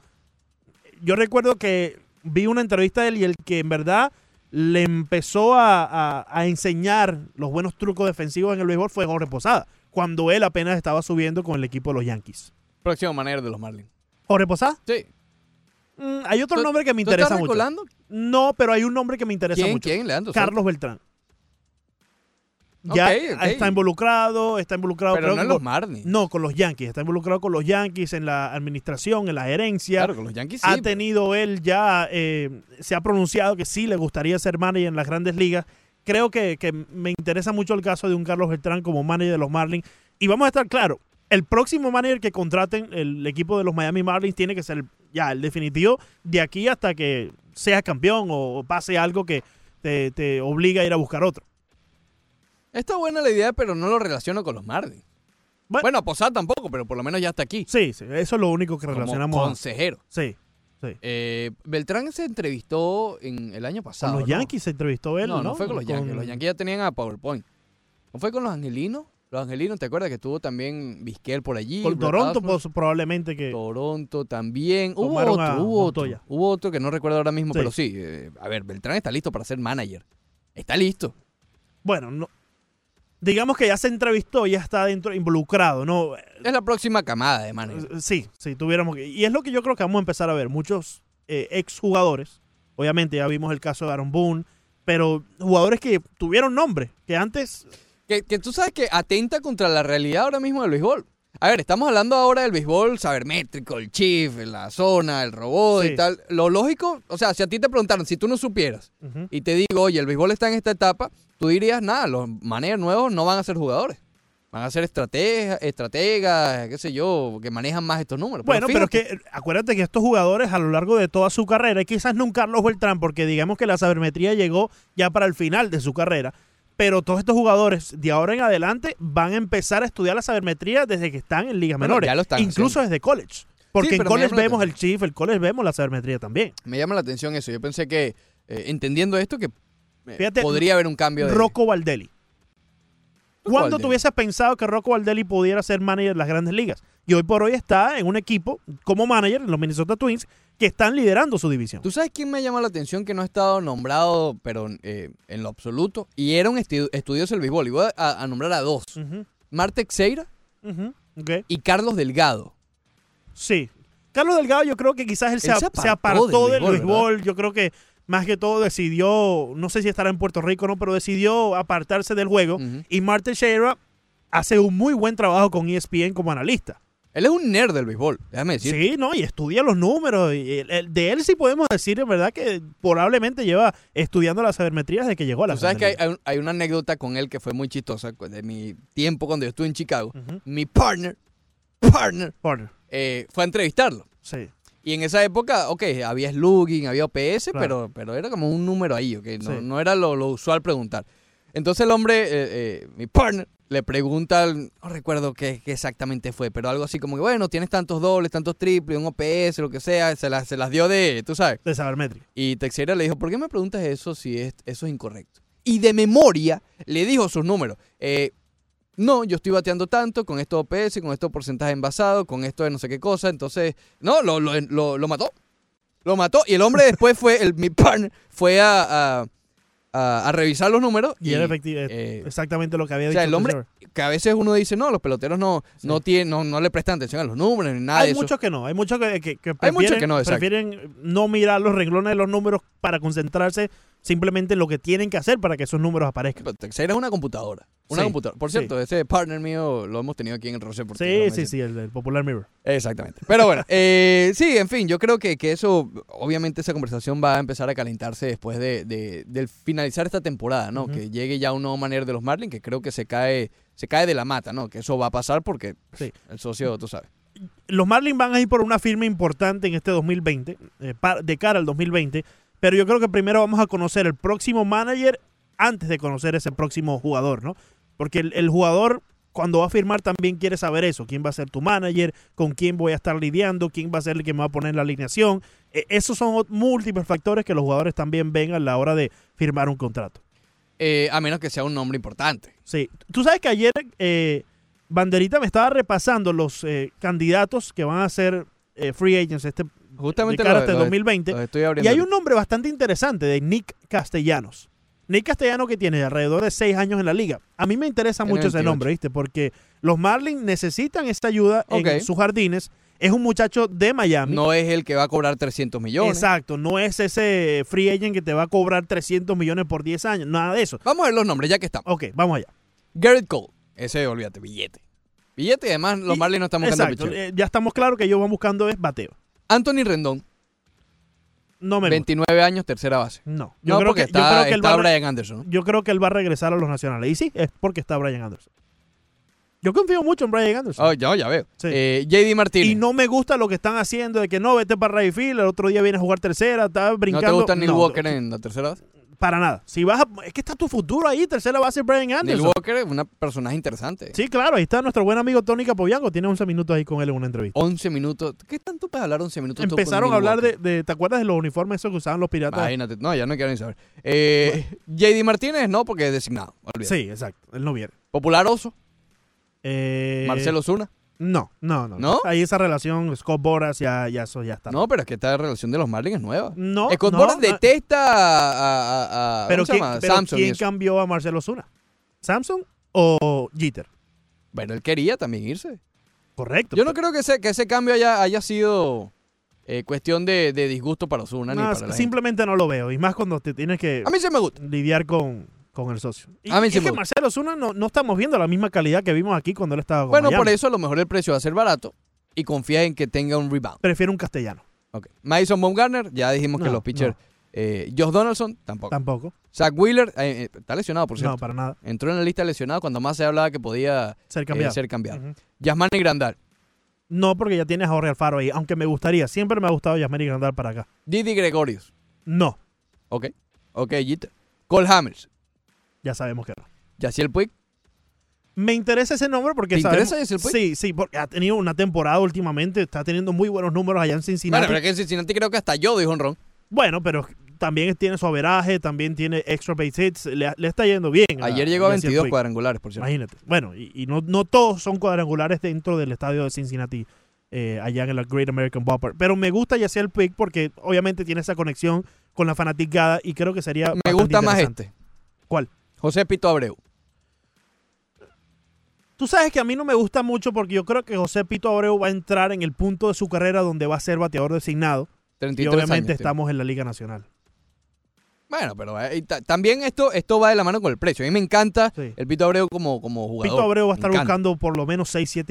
Yo recuerdo que vi una entrevista de él y el que en verdad le empezó a enseñar los buenos trucos defensivos en el béisbol fue Jorge Posada, cuando él apenas estaba subiendo con el equipo de los Yankees. Próximo manager de los Marlins. ¿Jorge Posada? Sí. Hay otro ¿Tú- nombre que me ¿Tú interesa estás mucho. recolando? No, pero hay un nombre que me interesa ¿Quién? mucho. ¿Quién? Leandro. Carlos Beltrán. Ya Ok. está involucrado Pero creo no que en los Marlins. No, con los Yankees. Está involucrado con los Yankees en la administración, en la gerencia. Claro, con los Yankees sí. Ha tenido él ya, se ha pronunciado que sí le gustaría ser manager en las grandes ligas. Creo que me interesa mucho el caso de un Carlos Beltrán como manager de los Marlins. Y vamos a estar claros, el próximo manager que contraten el equipo de los Miami Marlins tiene que ser ya el definitivo de aquí hasta que seas campeón o pase algo que te obliga a ir a buscar otro. Está buena la idea, pero no lo relaciono con los Marlins. Bueno, a Posada tampoco, pero por lo menos ya está aquí. Sí, eso es lo único que Como relacionamos. consejero. Sí. Beltrán se entrevistó en el año pasado. Con los ¿no? Yankees se entrevistó él, ¿no? No fue con los Yankees. Los Yankees ya tenían a PowerPoint. ¿No fue con los Angelinos? Los Angelinos, ¿te acuerdas que estuvo también Vizquel por allí? Con Brett Toronto Osmond? probablemente que... Toronto también. Tomaron a Montoya. Hubo otro que no recuerdo ahora mismo, Sí. pero sí. A ver, Beltrán está listo para ser manager. Está listo. Bueno, no, digamos que ya se entrevistó, ya está dentro, involucrado, ¿no? Es la próxima camada de manager. Sí, tuviéramos que... Y es lo que yo creo que vamos a empezar a ver. Muchos exjugadores, obviamente ya vimos el caso de Aaron Boone, pero jugadores que tuvieron nombre, que antes... Que tú sabes que atenta contra la realidad ahora mismo del béisbol. A ver, estamos hablando ahora del béisbol sabermétrico, el chief, la zona, el robot Sí. y tal. Lo lógico, o sea, si a ti te preguntaron, si tú no supieras Ujú. y te digo, oye, el béisbol está en esta etapa, tú dirías, nada, los managers nuevos no van a ser jugadores. Van a ser estrategas, qué sé yo, que manejan más estos números. Bueno, pero es fíjate, que acuérdate que estos jugadores a lo largo de toda su carrera, y quizás no un Carlos Beltrán, porque digamos que la sabermetría llegó ya para el final de su carrera, pero todos estos jugadores de ahora en adelante van a empezar a estudiar la sabermetría desde que están en ligas Bueno, menores, ya lo están incluso haciendo. desde college. Porque Sí, en pero me college llama la vemos el atención. chief, el college vemos la sabermetría también. me llama la atención eso. Yo pensé que, entendiendo esto, que Fíjate, podría haber un cambio de... Rocco Baldelli. ¿Cuándo Valdelli. tú hubieses pensado que Rocco Baldelli pudiera ser manager de las grandes ligas? Y hoy por hoy está en un equipo como manager, en los Minnesota Twins, que están liderando su división. ¿Tú sabes quién me llama la atención que no ha estado nombrado, pero en lo absoluto? Y era un estudioso del béisbol. Y voy a nombrar a dos. Ujú, Marte Teixeira ujú, ok. y Carlos Delgado. Sí. Carlos Delgado, yo creo que quizás él se se apartó apartó del del béisbol, béisbol. Yo creo que más que todo decidió, no sé si estará en Puerto Rico o no, pero decidió apartarse del juego. Ujú. Y Marte Teixeira hace un muy buen trabajo con ESPN como analista. Él es un nerd del béisbol, déjame decir. Sí, no, y estudia los números. Y de él sí podemos decir, en verdad, que probablemente lleva estudiando las sabermetrías desde que llegó a la Tú sabes que Grandes hay una anécdota con él que fue muy chistosa de mi tiempo cuando yo estuve en Chicago. Ujú. Mi partner, Partner. fue a entrevistarlo. Sí. Y en esa época, había slugging, había OPS, Claro. pero era como un número ahí, no, Sí. no era lo usual preguntar. Entonces el hombre, mi partner, le pregunta, no recuerdo qué exactamente fue, pero algo así como que, bueno, tienes tantos dobles, tantos triples, un OPS, lo que sea, se las dio de, tú sabes. De sabermétrica. Y Teixeira le dijo, ¿por qué me preguntas eso si eso es incorrecto? Y de memoria le dijo sus números. No, yo estoy bateando tanto, con esto OPS, con esto porcentaje envasado, con esto de no sé qué cosa. Entonces, no, lo mató. Lo mató. Y el hombre después mi partner, fue a revisar los números. Y era exactamente lo que había dicho. el hombre, Teixeira. que a veces uno dice, no, los peloteros no le prestan atención a los números ni nada de Hay eso. muchos que no, hay muchos que Hay muchos que no, exacto. prefieren no mirar los renglones de los números para concentrarse simplemente en lo que tienen que hacer para que esos números aparezcan. Pero Teixeira es una computadora. Sí, Por sí. cierto, ese partner mío lo hemos tenido aquí en el Roce Deportivo. Sí, el Popular Mirror. Exactamente. Pero bueno, sí, en fin, yo creo que eso, obviamente esa conversación va a empezar a calentarse después de finalizar esta temporada, ¿no? Ujú. Que llegue ya un nuevo manager de los Marlins, que creo que se cae de la mata, ¿no? Que eso va a pasar porque Sí. el socio, tú sabes. Los Marlins van a ir por una firma importante en este 2020, de cara al 2020, pero yo creo que primero vamos a conocer el próximo manager antes de conocer ese próximo jugador, ¿no? Porque el jugador, cuando va a firmar, también quiere saber eso. ¿Quién va a ser tu manager? ¿Con quién voy a estar lidiando? ¿Quién va a ser el que me va a poner en la alineación? Esos son múltiples factores que los jugadores también ven a la hora de firmar un contrato. A menos que sea un nombre importante. Sí. Tú sabes que ayer Banderita me estaba repasando los candidatos que van a ser free agents Justamente de cara hasta el 2020. los estoy abriendo. Y hay un nombre bastante interesante de Nick Castellanos. Nick Castellanos, que tiene alrededor de 6 años en la liga. A mí me interesa Tiene mucho ese 28. nombre, ¿viste? Porque los Marlins necesitan esta ayuda Ok. en sus jardines. Es un muchacho de Miami. No es el que va a cobrar 300 millones. Exacto. No es ese free agent que te va a cobrar 300 millones por 10 años. Nada de eso. Vamos a ver los nombres, ya que estamos. Ok, vamos allá. Garrett Cole. Ese, olvídate, billete. Billete y además los Y- Marlins no están buscando Exacto. pitcher. Ya estamos claros que ellos van buscando es bateo. Anthony Rendón, No me gusta. 29 años, tercera base. No. No, porque está Brian Anderson, ¿no? Yo creo que él va a regresar a los nacionales. Y sí, es porque está Brian Anderson. Yo confío mucho en Brian Anderson. Oh, ya veo. Sí. JD Martínez. Y no me gusta lo que están haciendo de que no, vete para right field, el otro día vienes a jugar tercera, estás ¿No brincando. te gusta Neil No, Walker en la tercera base? Para nada. Si vas es que está tu futuro ahí, tercera base Brian Neil Anderson. Walker es un personaje interesante. Sí, claro, ahí está nuestro buen amigo Tony Capobianco, tiene 11 minutos ahí con él en una entrevista. 11 minutos. ¿Qué tanto puedes hablar 11 minutos? tú con Empezaron a Neil hablar Walker? ¿te acuerdas de los uniformes esos que usaban los piratas? Imagínate. No, ya no quiero ni saber. JD Martínez no, porque es designado. Olvídate. Sí, exacto, él no viene. Popular Oso. Eh, Marcelo Zuna. No. ¿No? Ahí esa relación Scott Boras ya eso ya está. No, pero es que esta relación de los Marlins es nueva. No, Scott no, Boras no. detesta a Pero ¿cómo se llama? pero Samson. y ¿quién eso. cambió a Marcelo Zuna? ¿Samson o Jeter? Bueno, él quería también irse. Correcto. Yo no creo que ese cambio haya sido cuestión de disgusto para Ozuna ni No, para la gente. simplemente no lo veo. Y más cuando te tienes que A mí sí me gusta. lidiar con el socio. Y, A mí y sí es me que gusta. Marcelo Zuna no estamos viendo la misma calidad que vimos aquí cuando él estaba con Bueno, Miami. por eso a lo mejor el precio va a ser barato y confía en que tenga un rebound. Prefiero un castellano. Okay. Madison Bumgarner, ya dijimos que No, los pitchers. Josh Donaldson, tampoco. Tampoco. Zach Wheeler, está lesionado, por cierto. No, para nada. Entró en la lista de lesionados cuando más se hablaba que podía Ser cambiado. ser cambiado. Ujú. Yasmani Grandal, No, porque ya tienes a Jorge Alfaro ahí. Aunque me gustaría. Siempre me ha gustado Yasmani Grandal para acá. Didi Gregorius. No. Ok, Jeter. Cole Hamels, Ya sabemos que no. Yasiel Puig. Me interesa ese nombre porque ¿Te sabemos... interesa Yasiel Puig? Sí, porque ha tenido una temporada últimamente. Está teniendo muy buenos números allá en Cincinnati. Bueno, pero es que en Cincinnati creo que hasta yo dijo honrón. Bueno, pero también tiene su averaje, también tiene extra base hits, le está yendo bien. Ayer llegó a Yasiel 22 Puig. cuadrangulares, por cierto. Imagínate. Bueno, y no todos son cuadrangulares dentro del estadio de Cincinnati, allá en la Great American Ballpark. Pero me gusta Yasiel Puig porque obviamente tiene esa conexión con la fanaticada y creo que sería Me bastante gusta más interesante. este. ¿Cuál? José Pito Abreu. Tú sabes que a mí no me gusta mucho porque yo creo que José Pito Abreu va a entrar en el punto de su carrera donde va a ser bateador designado. 33 Y obviamente años, tío. estamos en la Liga Nacional. Bueno, pero también esto va de la mano con el precio. A mí me encanta Sí. el Pito Abreu como jugador. Pito Abreu va a estar Me encanta. buscando por lo menos 6-7 años.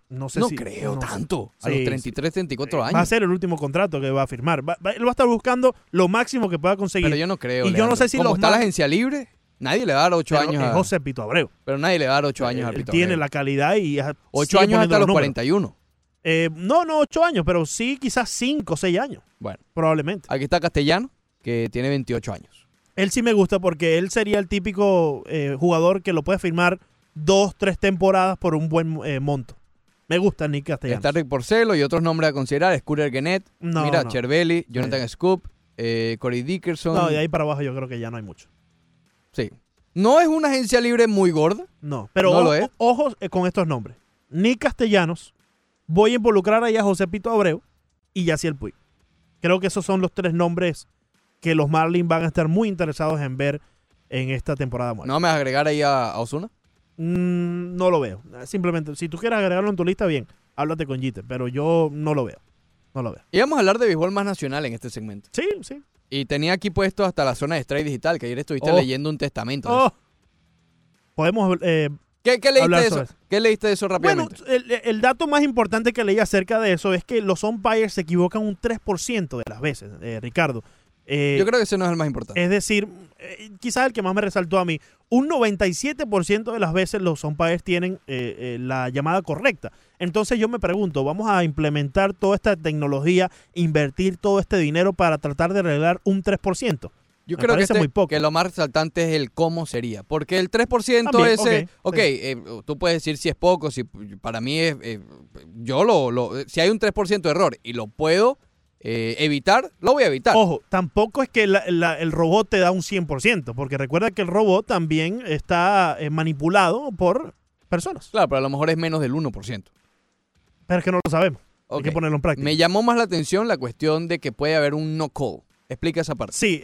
No sé No si... creo no sé. tanto. A Sí, los 33, 34 Va a años. ser el último contrato que va a firmar. Él va a estar buscando lo máximo que pueda conseguir. Pero yo no creo. Y yo no Leandro. sé si Como los está la Mar- agencia libre, nadie le va a dar 8 Pero años es a... José Pito Abreu. Pero nadie le va a dar 8 años a Él Pito tiene Abreu. la calidad y... 8 años hasta los 41. No 8 años, pero sí quizás 5 o 6 años, Bueno, probablemente. aquí está Castellano, que tiene 28 años. Él sí me gusta porque él sería el típico jugador que lo puede firmar 2, 3 temporadas por un buen monto. Me gusta Nick Castellanos. Está Rick Porcello y otros nombres a considerar. Scooter Gennett, No, mira, no. Cervelli, Jonathan Scoop, Corey Dickerson. No, de ahí para abajo yo creo que ya no hay mucho. Sí. No es una agencia libre muy gorda. No, pero No lo es. ojos con estos nombres. Nick Castellanos, voy a involucrar ahí a José Pito Abreu y Yaciel Puig. Creo que esos son los 3 nombres que los Marlins van a estar muy interesados en ver en esta temporada muerta. ¿No me vas a agregar ahí a Ozuna? No lo veo. Simplemente, si tú quieres agregarlo en tu lista, bien, háblate con Jeter, pero yo no lo veo. No lo veo. Íbamos a hablar de béisbol más nacional en este segmento. Sí, sí. Y tenía aquí puesto hasta la zona de strike digital, que ayer estuviste Oh. leyendo un testamento. de Oh. eso. Podemos... ¿Qué leíste hablar de eso? sobre eso. ¿Qué leíste de eso bueno, rápidamente? el dato más importante que leí acerca de eso es que los umpires se equivocan un 3% de las veces, Ricardo. Yo creo que ese no es el más importante. Es decir, quizás el que más me resaltó a mí, un 97% de las veces los umpires tienen la llamada correcta. Entonces yo me pregunto, ¿vamos a implementar toda esta tecnología, invertir todo este dinero para tratar de arreglar un 3%? Yo me creo parece muy poco. que lo más resaltante es el cómo sería. Porque el 3% También, ese... ok, tú puedes decir si es poco, si para mí es... si hay un 3% de error y lo puedo evitar, lo voy a evitar. Ojo, tampoco es que el robot te da un 100%, porque recuerda que el robot también está manipulado por personas. Claro, pero a lo mejor es menos del 1%. Pero es que no lo sabemos. Hay Ok. que ponerlo en práctica. Me llamó más la atención la cuestión de que puede haber un no call. Explica esa parte. Sí,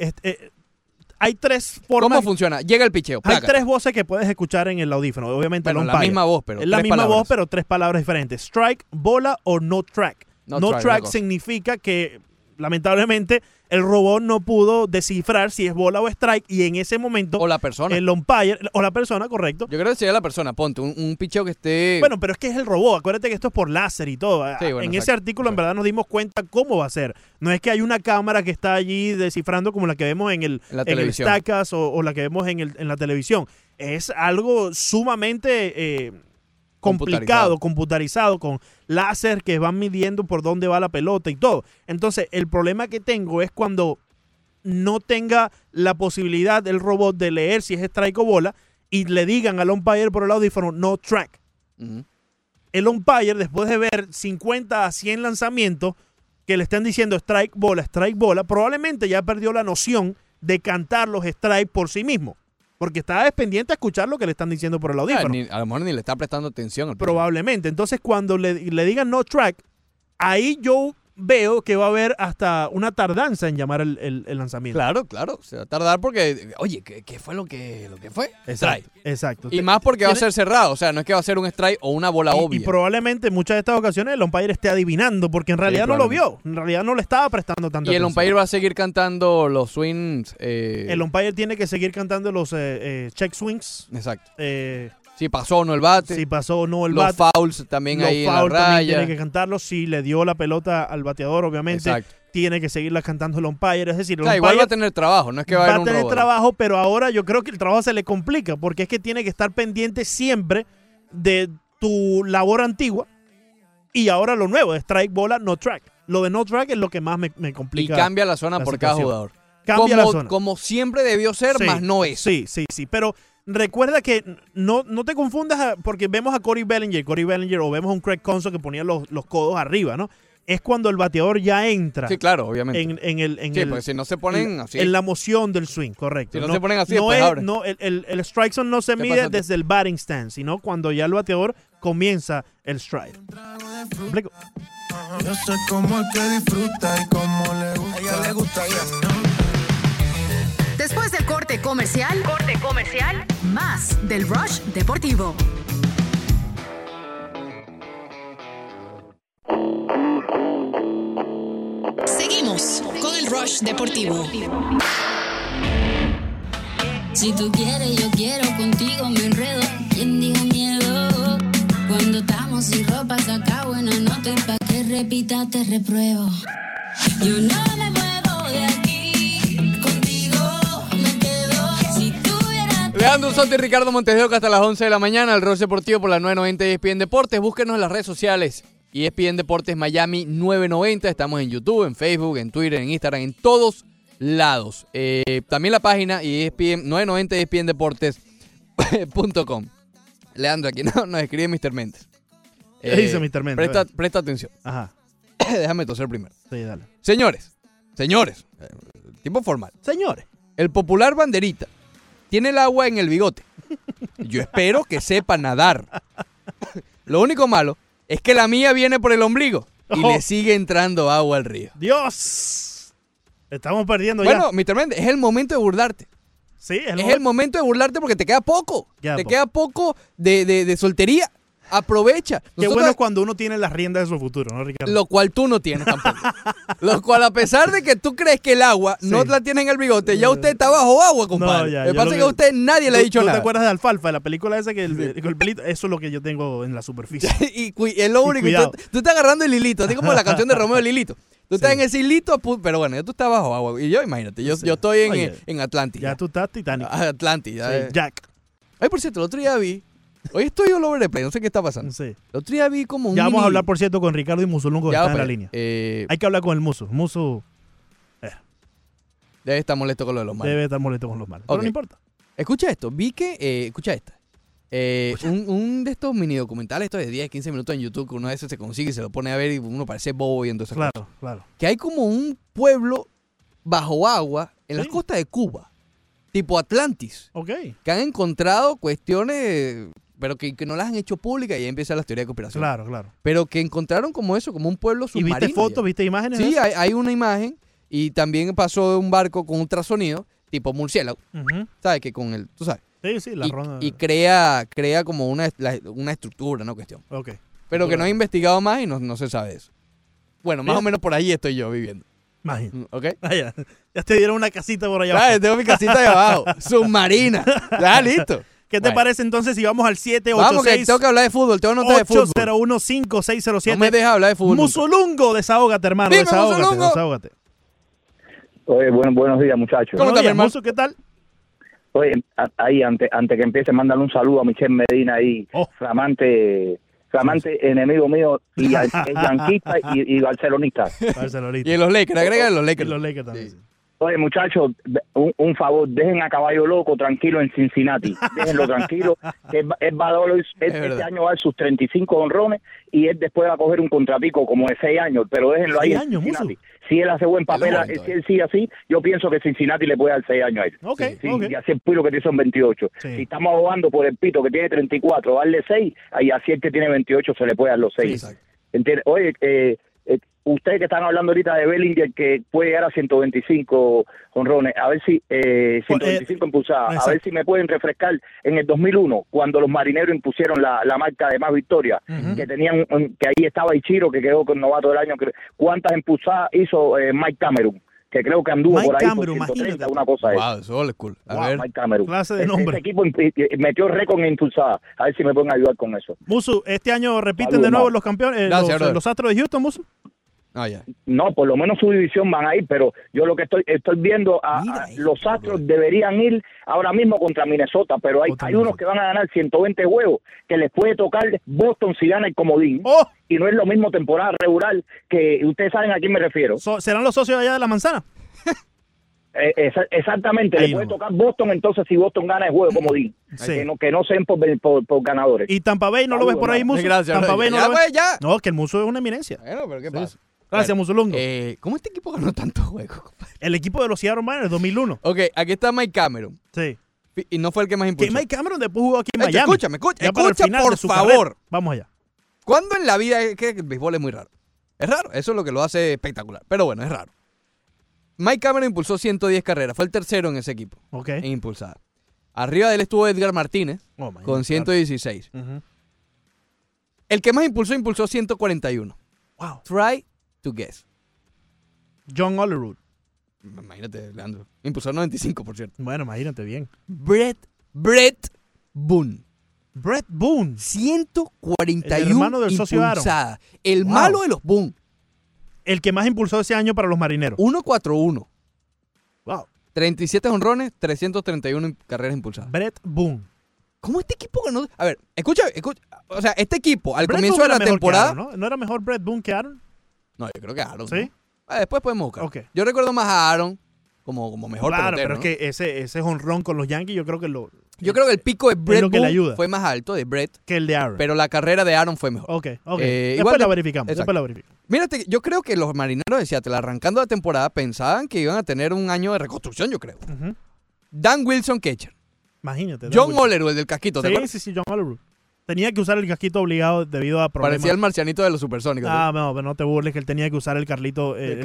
hay 3 formas. ¿Cómo funciona? Llega el picheo. Hay placa. 3 voces que puedes escuchar en el audífono. Obviamente Bueno, el la umpire. misma voz, pero es la tres misma palabras. voz, pero 3 palabras diferentes. Strike, bola o no track. No No track, track una cosa. significa que, lamentablemente, el robot no pudo descifrar si es bola o strike y en ese momento O la persona. el umpire, o la persona, correcto. Yo creo que sería la persona. Ponte un picheo que esté... Bueno, pero es que es el robot. Acuérdate que esto es por láser y todo. Sí, bueno, en ese exacto, artículo, en exacto. verdad, nos dimos cuenta cómo va a ser. No es que hay una cámara que está allí descifrando como la que vemos en el la televisión. Stacas o la que vemos en la televisión. Es algo sumamente complicado, computarizado, con láser que van midiendo por dónde va la pelota y todo. Entonces, el problema que tengo es cuando no tenga la posibilidad del robot de leer si es strike o bola y le digan al umpire por el audífono no track. Ujú. El umpire, después de ver 50 a 100 lanzamientos que le están diciendo strike, bola, probablemente ya perdió la noción de cantar los strikes por sí mismo. Porque está pendiente a escuchar lo que le están diciendo por el audífono. A lo mejor ni le está prestando atención al picheo. Probablemente. Entonces, cuando le digan no track, ahí yo veo que va a haber hasta una tardanza en llamar el lanzamiento. Claro. Se va a tardar porque... Oye, ¿qué fue lo que fue? Exacto. Exacto. Y más porque va a Tiene- ser cerrado. O sea, no es que va a ser un strike o una bola Y obvia. probablemente en muchas de estas ocasiones el umpire esté adivinando porque en realidad no lo vio. probablemente. En realidad no le estaba prestando tanta Y el atención. umpire va a seguir cantando los swings. El umpire tiene que seguir cantando los check swings. Exacto. eh, Si pasó o no el bate. si pasó o no el los bate. fouls también Los ahí en la foul también raya. tiene que cantarlos. Si le dio la pelota al bateador, obviamente, Exacto. tiene que seguirla cantando el umpire. Es decir, el O sea, igual va umpire a tener trabajo. No es que va a va haber a un tener robot. trabajo, pero ahora yo creo que el trabajo se le complica porque es que tiene que estar pendiente siempre de tu labor antigua y ahora lo nuevo, de strike, bola, no track. Lo de no track es lo que más me Y complica. cambia la zona la por cada situación. jugador. Cambia como, la zona. Como siempre debió ser, Sí, más no es. Sí. Pero recuerda que no te confundas porque vemos a Corey Bellinger o vemos a un Craig Counsell que ponía los codos arriba, ¿no? Es cuando el bateador ya entra Sí, claro, obviamente. en Porque si no se ponen así. en la moción del swing, correcto. Si no se ponen así, no después es, abre. no, el strike zone no se ¿Qué mide pasa? desde el batting stand, sino cuando ya el bateador comienza el strike. ¿Me explico? Yo sé cómo el que disfruta y cómo le gusta. A ella le gusta Después del corte comercial, más del Rush Deportivo. Seguimos con el Rush Deportivo. Si tú quieres, yo quiero, contigo me enredo. ¿Quién dijo miedo? Cuando estamos sin ropa, repitas te repruebo. Yo no me muevo de aquí, contigo me quedo. Si tuviera... Leandro Soto y Ricardo Montes de Oca hasta las 11 de la mañana, el Rush Deportivo por la 990 de ESPN Deportes. Búsquenos en las redes sociales. ESPN Deportes Miami 990. Estamos en YouTube, en Facebook, en Twitter, en Instagram, en todos lados. También la página ESPN 990 de ESPN Deportes.com. Leandro, aquí nos escribe Mr. Mentes. ¿Qué dice Mr. Mentes? Presta atención. Ajá. Déjame toser primero. Sí, dale. Señores, tipo formal. Señores. El popular Banderita tiene el agua en el bigote. Yo espero que sepa nadar. Lo único malo es que la mía viene por el ombligo y le sigue entrando agua al río. ¡Dios! Estamos perdiendo Bueno, Mr. Méndez, es el momento de burlarte. Sí, es el momento de burlarte porque te queda poco. Queda poco de soltería. Aprovecha. Qué bueno es cuando uno tiene las riendas de su futuro, ¿no, Ricardo? Lo cual tú no tienes tampoco. Lo cual, a pesar de que tú crees que el agua no la tiene en el bigote, ya usted está bajo agua, compadre. No, lo que pasa es que a usted nadie le ha dicho ¿Tú nada. te acuerdas de Alfalfa, de la película esa que el pelito? Eso es lo que yo tengo en la superficie. y es lo único. Tú estás agarrando el hilito, así como la canción de Romeo el hilito. Tú estás en ese hilito, pero bueno, ya tú estás bajo agua. Y yo, imagínate, yo estoy en Atlantis. Ya tú estás Titanic. Atlantis. Jack. Ay, por cierto, el otro día vi... Hoy estoy all over the place, no sé qué está pasando. Sí. El otro día vi como un Ya vamos a hablar, por cierto, con Ricardo y Musulungo, que está en la línea. Hay que hablar con el Musu. Musu... Debe estar molesto con lo de los malos. Debe estar molesto con los malos. Pero no importa. Escucha esto. Vi que... escucha esta. Un de estos mini documentales, estos de 10, 15 minutos en YouTube, que uno de esos se consigue y se lo pone a ver y uno parece bobo viendo esas cosas. Claro. Que hay como un pueblo bajo agua en las costas de Cuba, tipo Atlantis. Ok. Que han encontrado cuestiones, pero que no las han hecho públicas y ahí empiezan las teorías de conspiración. Claro. Pero que encontraron como eso, como un pueblo submarino. ¿Y viste fotos, viste imágenes? Sí, hay una imagen y también pasó de un barco con ultrasonido, tipo murciélago. ¿Sabes? Que con el, tú sabes. Sí, la ronda. Y crea como una estructura, ¿no? Cuestión. Ok. Pero que no he investigado más y no se sabe eso. Bueno, más o menos por ahí estoy yo viviendo. Imagínate. ¿Ok? Ya te dieron una casita por allá abajo. Tengo mi casita de abajo. Submarina. Ya, listo. ¿Qué te parece entonces si vamos al 786? Vamos, que tengo que hablar de fútbol. Tengo notas de fútbol. 801-5607. No me dejas hablar de fútbol. Musulungo, desahógate, hermano. Dime, Musulungo. Desahógate. Oye, buenos días, muchachos. ¿Cómo estás, hermano? ¿Qué tal? Oye, ahí, antes que empiece, mándale un saludo a Michelle Medina ahí, flamante enemigo mío, y yanquista y barcelonista. Y en los Lakers, agrega los Lakers. Los Lakers también. Sí. Oye, muchachos, un favor, dejen a Caballo Loco tranquilo en Cincinnati. Déjenlo tranquilo. Que él va a dar, este año va a dar sus 35 honrones y él después va a coger un contratico como de 6 años, pero déjenlo ahí en Cincinnati. Si él hace buen papel, si él sigue así, yo pienso que Cincinnati le puede dar 6 años a él. Y así el Pilo que tiene son 28. Sí. Si estamos abogando por el Pito que tiene 34, darle 6, y así el que tiene 28 se le puede dar los 6. Sí, ¿entiendes? Oye, ustedes que están hablando ahorita de Bellinger que puede llegar a 125 jonrones, a ver si 125 impulsadas, a ver si me pueden refrescar en el 2001 cuando los Marineros impusieron la marca de más victorias, que tenían, que ahí estaba Ichiro que quedó con novato del año, cuántas impulsadas hizo Mike Cameron, que creo que anduvo por ahí Cameron, por 130, una cosa wow, eso es cool. A ver. Mike Cameron. Clase de nombre. Este equipo metió récord en impulsadas, a ver si me pueden ayudar con eso. Musu, este año repiten de nuevo los campeones, los Astros de Houston, Musu. No, por lo menos su división van a ir, pero yo lo que estoy viendo los Astros deberían ir ahora mismo contra Minnesota, pero hay unos que van a ganar 120 juegos que les puede tocar Boston si gana el comodín, y no es lo mismo temporada regular, que ustedes saben a quién me refiero. ¿Serán los socios allá de la manzana? Exactamente, le puede tocar Boston entonces si Boston gana el juego comodín, que no sean por ganadores. ¿Y Tampa Bay no lo ves por ahí, Musu? Gracias, Tampa Bay ya. No, que el Musu es una eminencia. Bueno, pero ¿qué pasa? Gracias, Musulungo. ¿Cómo este equipo ganó tantos juegos, compadre? El equipo de los Seattle Mariners, 2001. Ok, aquí está Mike Cameron. Sí. Y no fue el que más impulsó. Que Mike Cameron después jugó aquí en Miami. Escucha, por favor. Carrera. Vamos allá. ¿Cuándo en la vida es que el béisbol es muy raro? Es raro, eso es lo que lo hace espectacular. Pero bueno, es raro. Mike Cameron impulsó 110 carreras. Fue el tercero en ese equipo. En impulsada. Arriba de él estuvo Edgar Martínez con 116. El que más impulsó 141. Wow. Try to guess. John Olerud. Imagínate, Leandro. Impulsó 95, por cierto. Bueno, imagínate bien. Brett Boone. Brett Boone. 141 el hermano del socio impulsadas. El malo de los Boone. El que más impulsó ese año para los marineros. 1-4-1. Wow. 37 honrones, 331 carreras impulsadas. Brett Boone. ¿Cómo este equipo ganó? A ver, escucha. O sea, este equipo al Brett comienzo Boone de la era mejor que temporada. Aaron, ¿no? ¿No era mejor Brett Boone que Aaron? No, yo creo que Aaron. ¿Sí? ¿No? Después podemos buscar. Ok. Yo recuerdo más a Aaron como mejor Claro, pelotero, pero ¿no? es que ese jonrón con los Yankees yo creo que Yo creo que el pico de Brett lo que le Boone ayuda. fue más alto de Brett, que el de Aaron. pero la carrera de Aaron fue mejor. Ok. igual Después la verificamos. exacto. Después la verificamos. Mírate, yo creo que los marineros de Seattle, arrancando la temporada, pensaban que iban a tener un año de reconstrucción, yo creo. Ujú. Dan Wilson Catcher. Imagínate. John Olerud, el del casquito, ¿te acuerdas? Sí, John Olerud. Tenía que usar el casquito obligado debido a problemas. Parecía el marcianito de los supersónicos. No, pero no te burles que él tenía que usar el Carlito. El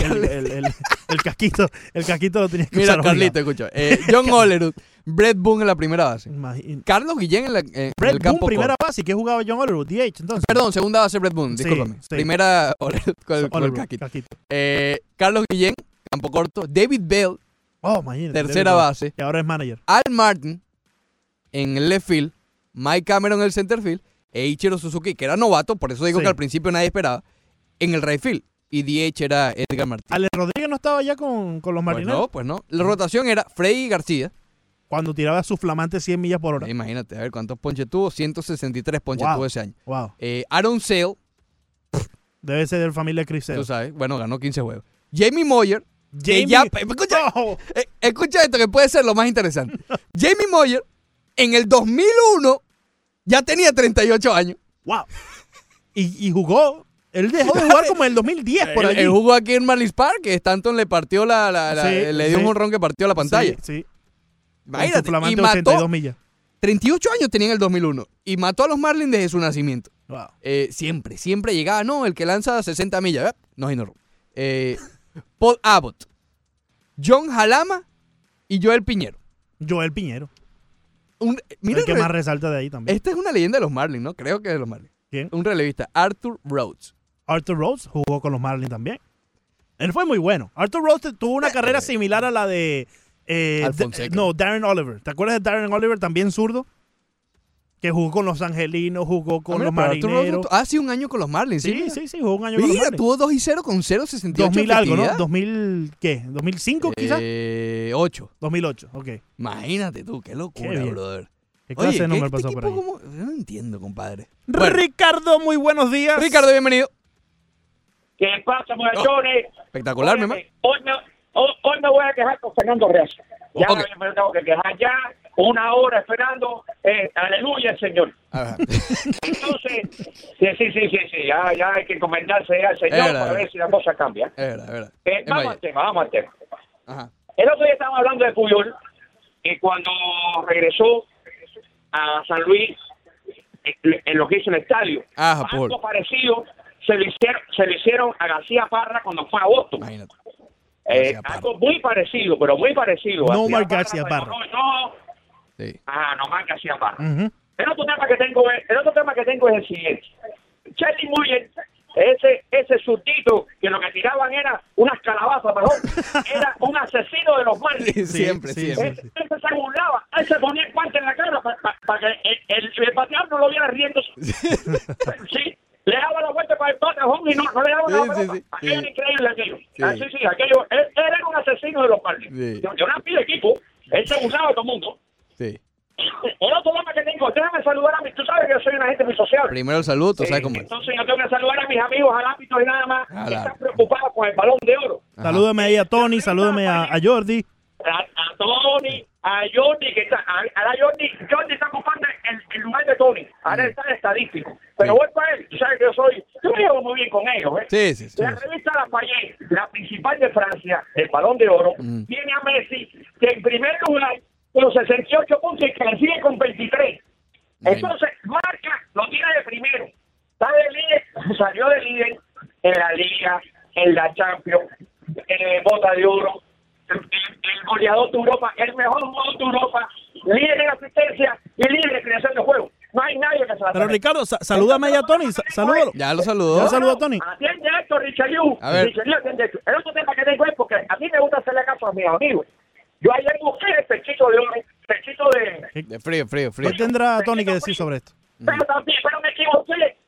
casquito. El casquito lo tenía que Mira, usar. Carlito, escucha. John Olerud, Brett Boone en la primera base. obligado. Carlos Guillén en el Brett campo Boone, primera corto. base. ¿Qué jugaba John Olerud? DH, entonces. Perdón, segunda base Brett Boone, Sí, discúlpame. sí. Primera Olerud con el Olerud, casquito. Carlos Guillén, campo corto. David Bell, Oh, imagínate. tercera David Bell. base. Y ahora es manager. Al Martin en el left field. Mike Cameron en el center field. E Ichiro Suzuki, que era novato, por eso digo Sí. que al principio nadie esperaba, en el right field. Y DH era Edgar Martínez. Ale Rodríguez no estaba ya con los marineros. Pues no. La rotación era Freddy García. Cuando tiraba sus flamantes 100 millas por hora. Imagínate, a ver cuántos ponches tuvo. 163 ponches Wow. tuvo ese año. Wow. Aaron Sale, Debe ser de familia de Chris Sale. tú sabes, bueno, ganó 15 juegos. Jamie Moyer. que Jamie- ya- escucha, Oh. escucha esto que puede ser lo más interesante. Jamie Moyer, en el 2001, ya tenía 38 años. Wow. Y jugó. Él dejó de jugar como en el 2010 por allí. Él jugó aquí en Marlins Park, que Stanton le partió Sí, le dio sí. un jonrón que partió la pantalla. Sí, sí. Imagínate, Con su flamante y mató, 82 millas. 38 años tenía en el 2001, y mató a los Marlins desde su nacimiento. Wow. Siempre llegaba, no, el que lanza 60 millas, no ignoró. Paul Abbott, John Jalama y Joel Piñero. Joel Piñero. Mira, El que más resalta de ahí también. esta es una leyenda de los Marlins, ¿no? Creo que es de los Marlins. ¿Quién? Un relevista, Arthur Rhodes. Arthur Rhodes jugó con los Marlins también. Él fue muy bueno. Arthur Rhodes tuvo una carrera similar a la de... Alfonseca. Darren Oliver. ¿Te acuerdas de Darren Oliver, también zurdo? Que jugó con los Angelinos, jugó con los Pero Arthur Marineros. Rhodes hace un año con los Marlins. Sí, jugó un año con los Mira, Marlins. tuvo 2-0 con 0.68 2000 algo, ¿no? efectividad. 2000, ¿qué? ¿2005 quizás? 8. 2008, ok. Imagínate tú, qué locura, Qué bien. brother. ¿Qué clase de nombre este pasó por equipo ahí? Yo no entiendo, compadre. Bueno, Ricardo, muy buenos días. Ricardo, bienvenido. ¿Qué pasa, muchachones? Espectacular, mi hermano. Hoy me voy a quejar con Fernando Reacio. Ya Ok. me tengo que quejar ya. 1 hora esperando. Aleluya, Señor. Ajá. Entonces, sí. Ya hay que encomendarse al Señor verdad, para es ver si la cosa cambia. Es verdad. Vamos al tema. Ajá. El otro día estábamos hablando de Puyol, y cuando regresó a San Luis, en lo que hizo el estadio, Ajá, Paul. algo parecido se le hicieron a García Parra cuando fue a Boston. Imagínate. García Parra. Algo muy parecido, pero muy parecido. No más García Parra. No, Sí. no más García Parra. Ujú. El otro tema que tengo es el siguiente. Charlie Muller, ese surdito que lo que tiraban era unas calabazas, mejor, era un asesino de los Marlins. Siempre. Él se burlaba, él se ponía el guante en la cara para que el bateador no lo viera riendo. Sí, le daba la vuelta para el batejón y no le daba la vuelta. Sí. Aquello era increíble, aquello. Sí. Aquello, él era un asesino de los Marlins. Sí. Yo no pido equipo, él se burlaba de todo el mundo. Sí. El otro tema que tengo, déjame saludar a tú sabes que yo soy una gente muy social. Primero el saludo, tú sabes cómo es. Entonces yo tengo que saludar a mis amigos al ámbito y nada más Claro. que están preocupados con el Balón de Oro. Ajá. Salúdame ahí a Tony, salúdame a Jordi. A Tony, a Jordi, que está, a Jordi está ocupando el lugar de Tony. Ahora está el estadístico. Pero Sí. voy para él, tú sabes que yo me llevo muy bien con ellos, ¿eh? Sí. La revista Lafayette, la principal de Francia, el Balón de Oro, tiene a Messi, que en primer lugar, con 68 puntos y que le sigue con 23. Entonces, marca, lo tiene de primero. Está de líder, salió de líder en la Liga, en la Champions, Bota de Oro, el goleador de Europa, el mejor jugador de Europa, líder en asistencia y líder en creación de juego. No hay nadie que se la Pero saque. Ricardo, salúdame ahí a Tony, salúdalo. Ya lo saludó. Ya saludo a Tony. Atiende esto, Richelieu. A ver. Richelieu, atiende esto. El otro tema que tengo es porque a mí me gusta hacerle caso a mis amigos. Yo ayer busqué el pechito de oro, pechito de... De frío. ¿Qué tendrá Tony que decir sobre esto? Pero también, pero me equivoqué.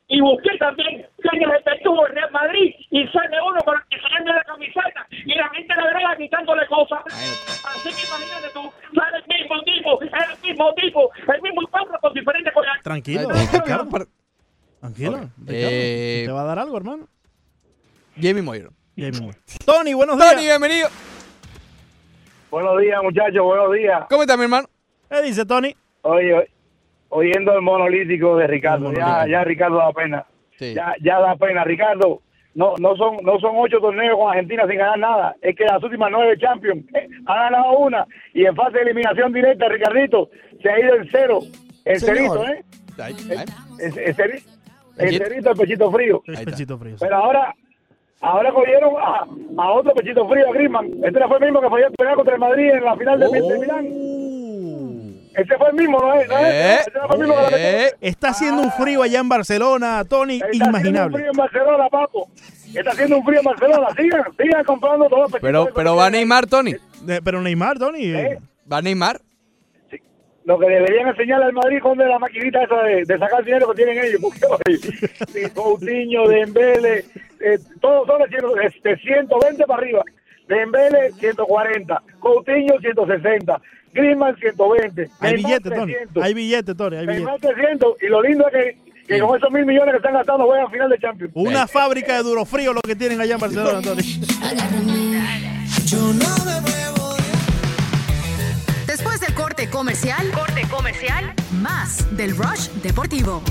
y busqué también que en el efectivo del Real Madrid y sale uno con que sale la camiseta y la gente le agrega quitándole cosas. Así que imagínate tú, sale el mismo tipo, el mismo perro con diferentes colores. Tranquilo, Ricardo. Tranquilo. ¿Te va a dar algo, hermano? Jamie Moyer. Tony, buenos días. Tony, bienvenido. Buenos días, muchachos, buenos días. ¿Cómo está, mi hermano? ¿Qué dice Tony? Oye, oyendo el monolítico de Ricardo, ya Ricardo da pena. Sí. Ya da pena, Ricardo. No son 8 torneos con Argentina sin ganar nada. Es que las últimas 9 Champions ha ganado una y en fase de eliminación directa, Ricardito, se ha ido en cero. El cerito, ¿eh? El cerito, el pechito frío. Pero ahora cogieron a otro pechito frío, a Griezmann. Este fue el mismo que falló el penal contra el Madrid en la final de Milán. Ese fue el mismo, ¿no es? Ese fue el mismo que la metió. Está haciendo un frío allá en Barcelona, Tony, inimaginable. Está haciendo un frío en Barcelona, papo. Está haciendo un frío en Barcelona. Sigan comprando todo. Pero va Neymar, Tony. Pero Neymar, Tony. ¿Va Neymar? Sí. Lo que deberían enseñarle al Madrid con la maquinita esa de sacar el dinero que tienen ellos. Porque Coutinho, Dembélé, todos son de 120 para arriba. Dembélé, 140. Coutinho, 160. Griezmann 120. Hay billetes, Tony. Hay billetes, Tony. Hay billetes. Neymar 300. Y lo lindo es que con esos 1.000 millones que están gastando juegan a final de Champions. Una fábrica de durofrío lo que tienen allá en Barcelona, Tony. Yo no me muevo. Después del corte comercial, más del Rush Deportivo.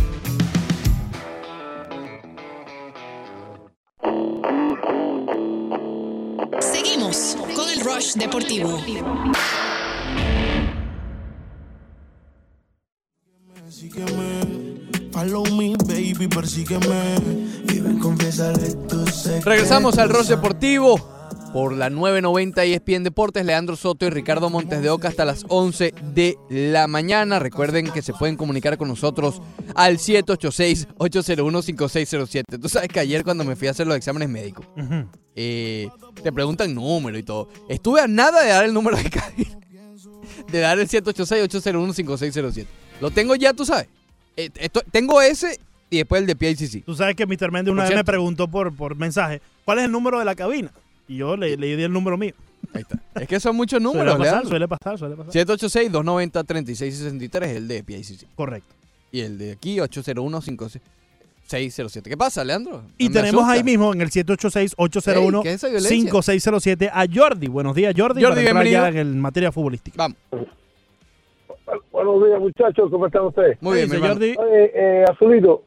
Seguimos con el Rush Deportivo. Sígueme, follow me, baby, persígueme y ven, confiésale tu secreto. Regresamos al Rush Deportivo por la 990 ESPN Deportes. Leandro Soto y Ricardo Montes de Oca hasta las 11 de la mañana. Recuerden que se pueden comunicar con nosotros al 786-801-5607. Tú sabes que ayer cuando me fui a hacer los exámenes médicos, te preguntan número y todo. Estuve a nada de dar el número de cabina, de dar el 786-801-5607. Lo tengo ya, tú sabes. Tengo ese y después el de PICC. Tú sabes que Mr. Méndez una vez me preguntó por mensaje, ¿cuál es el número de la cabina? Y yo le di el número mío. Ahí está. Es que son muchos números, suele pasar. 786-290-3663 es el de PICC. Correcto. Y el de aquí, 801-5607. ¿Qué pasa, Leandro? Y tenemos ahí mismo en el 786-801-5607 a Jordi. Buenos días, Jordi. Jordi, bienvenido. Ya en materia futbolística. Vamos. Buenos días, muchachos. ¿Cómo están ustedes? Muy bien, mi hermano. Jordi. Azulito.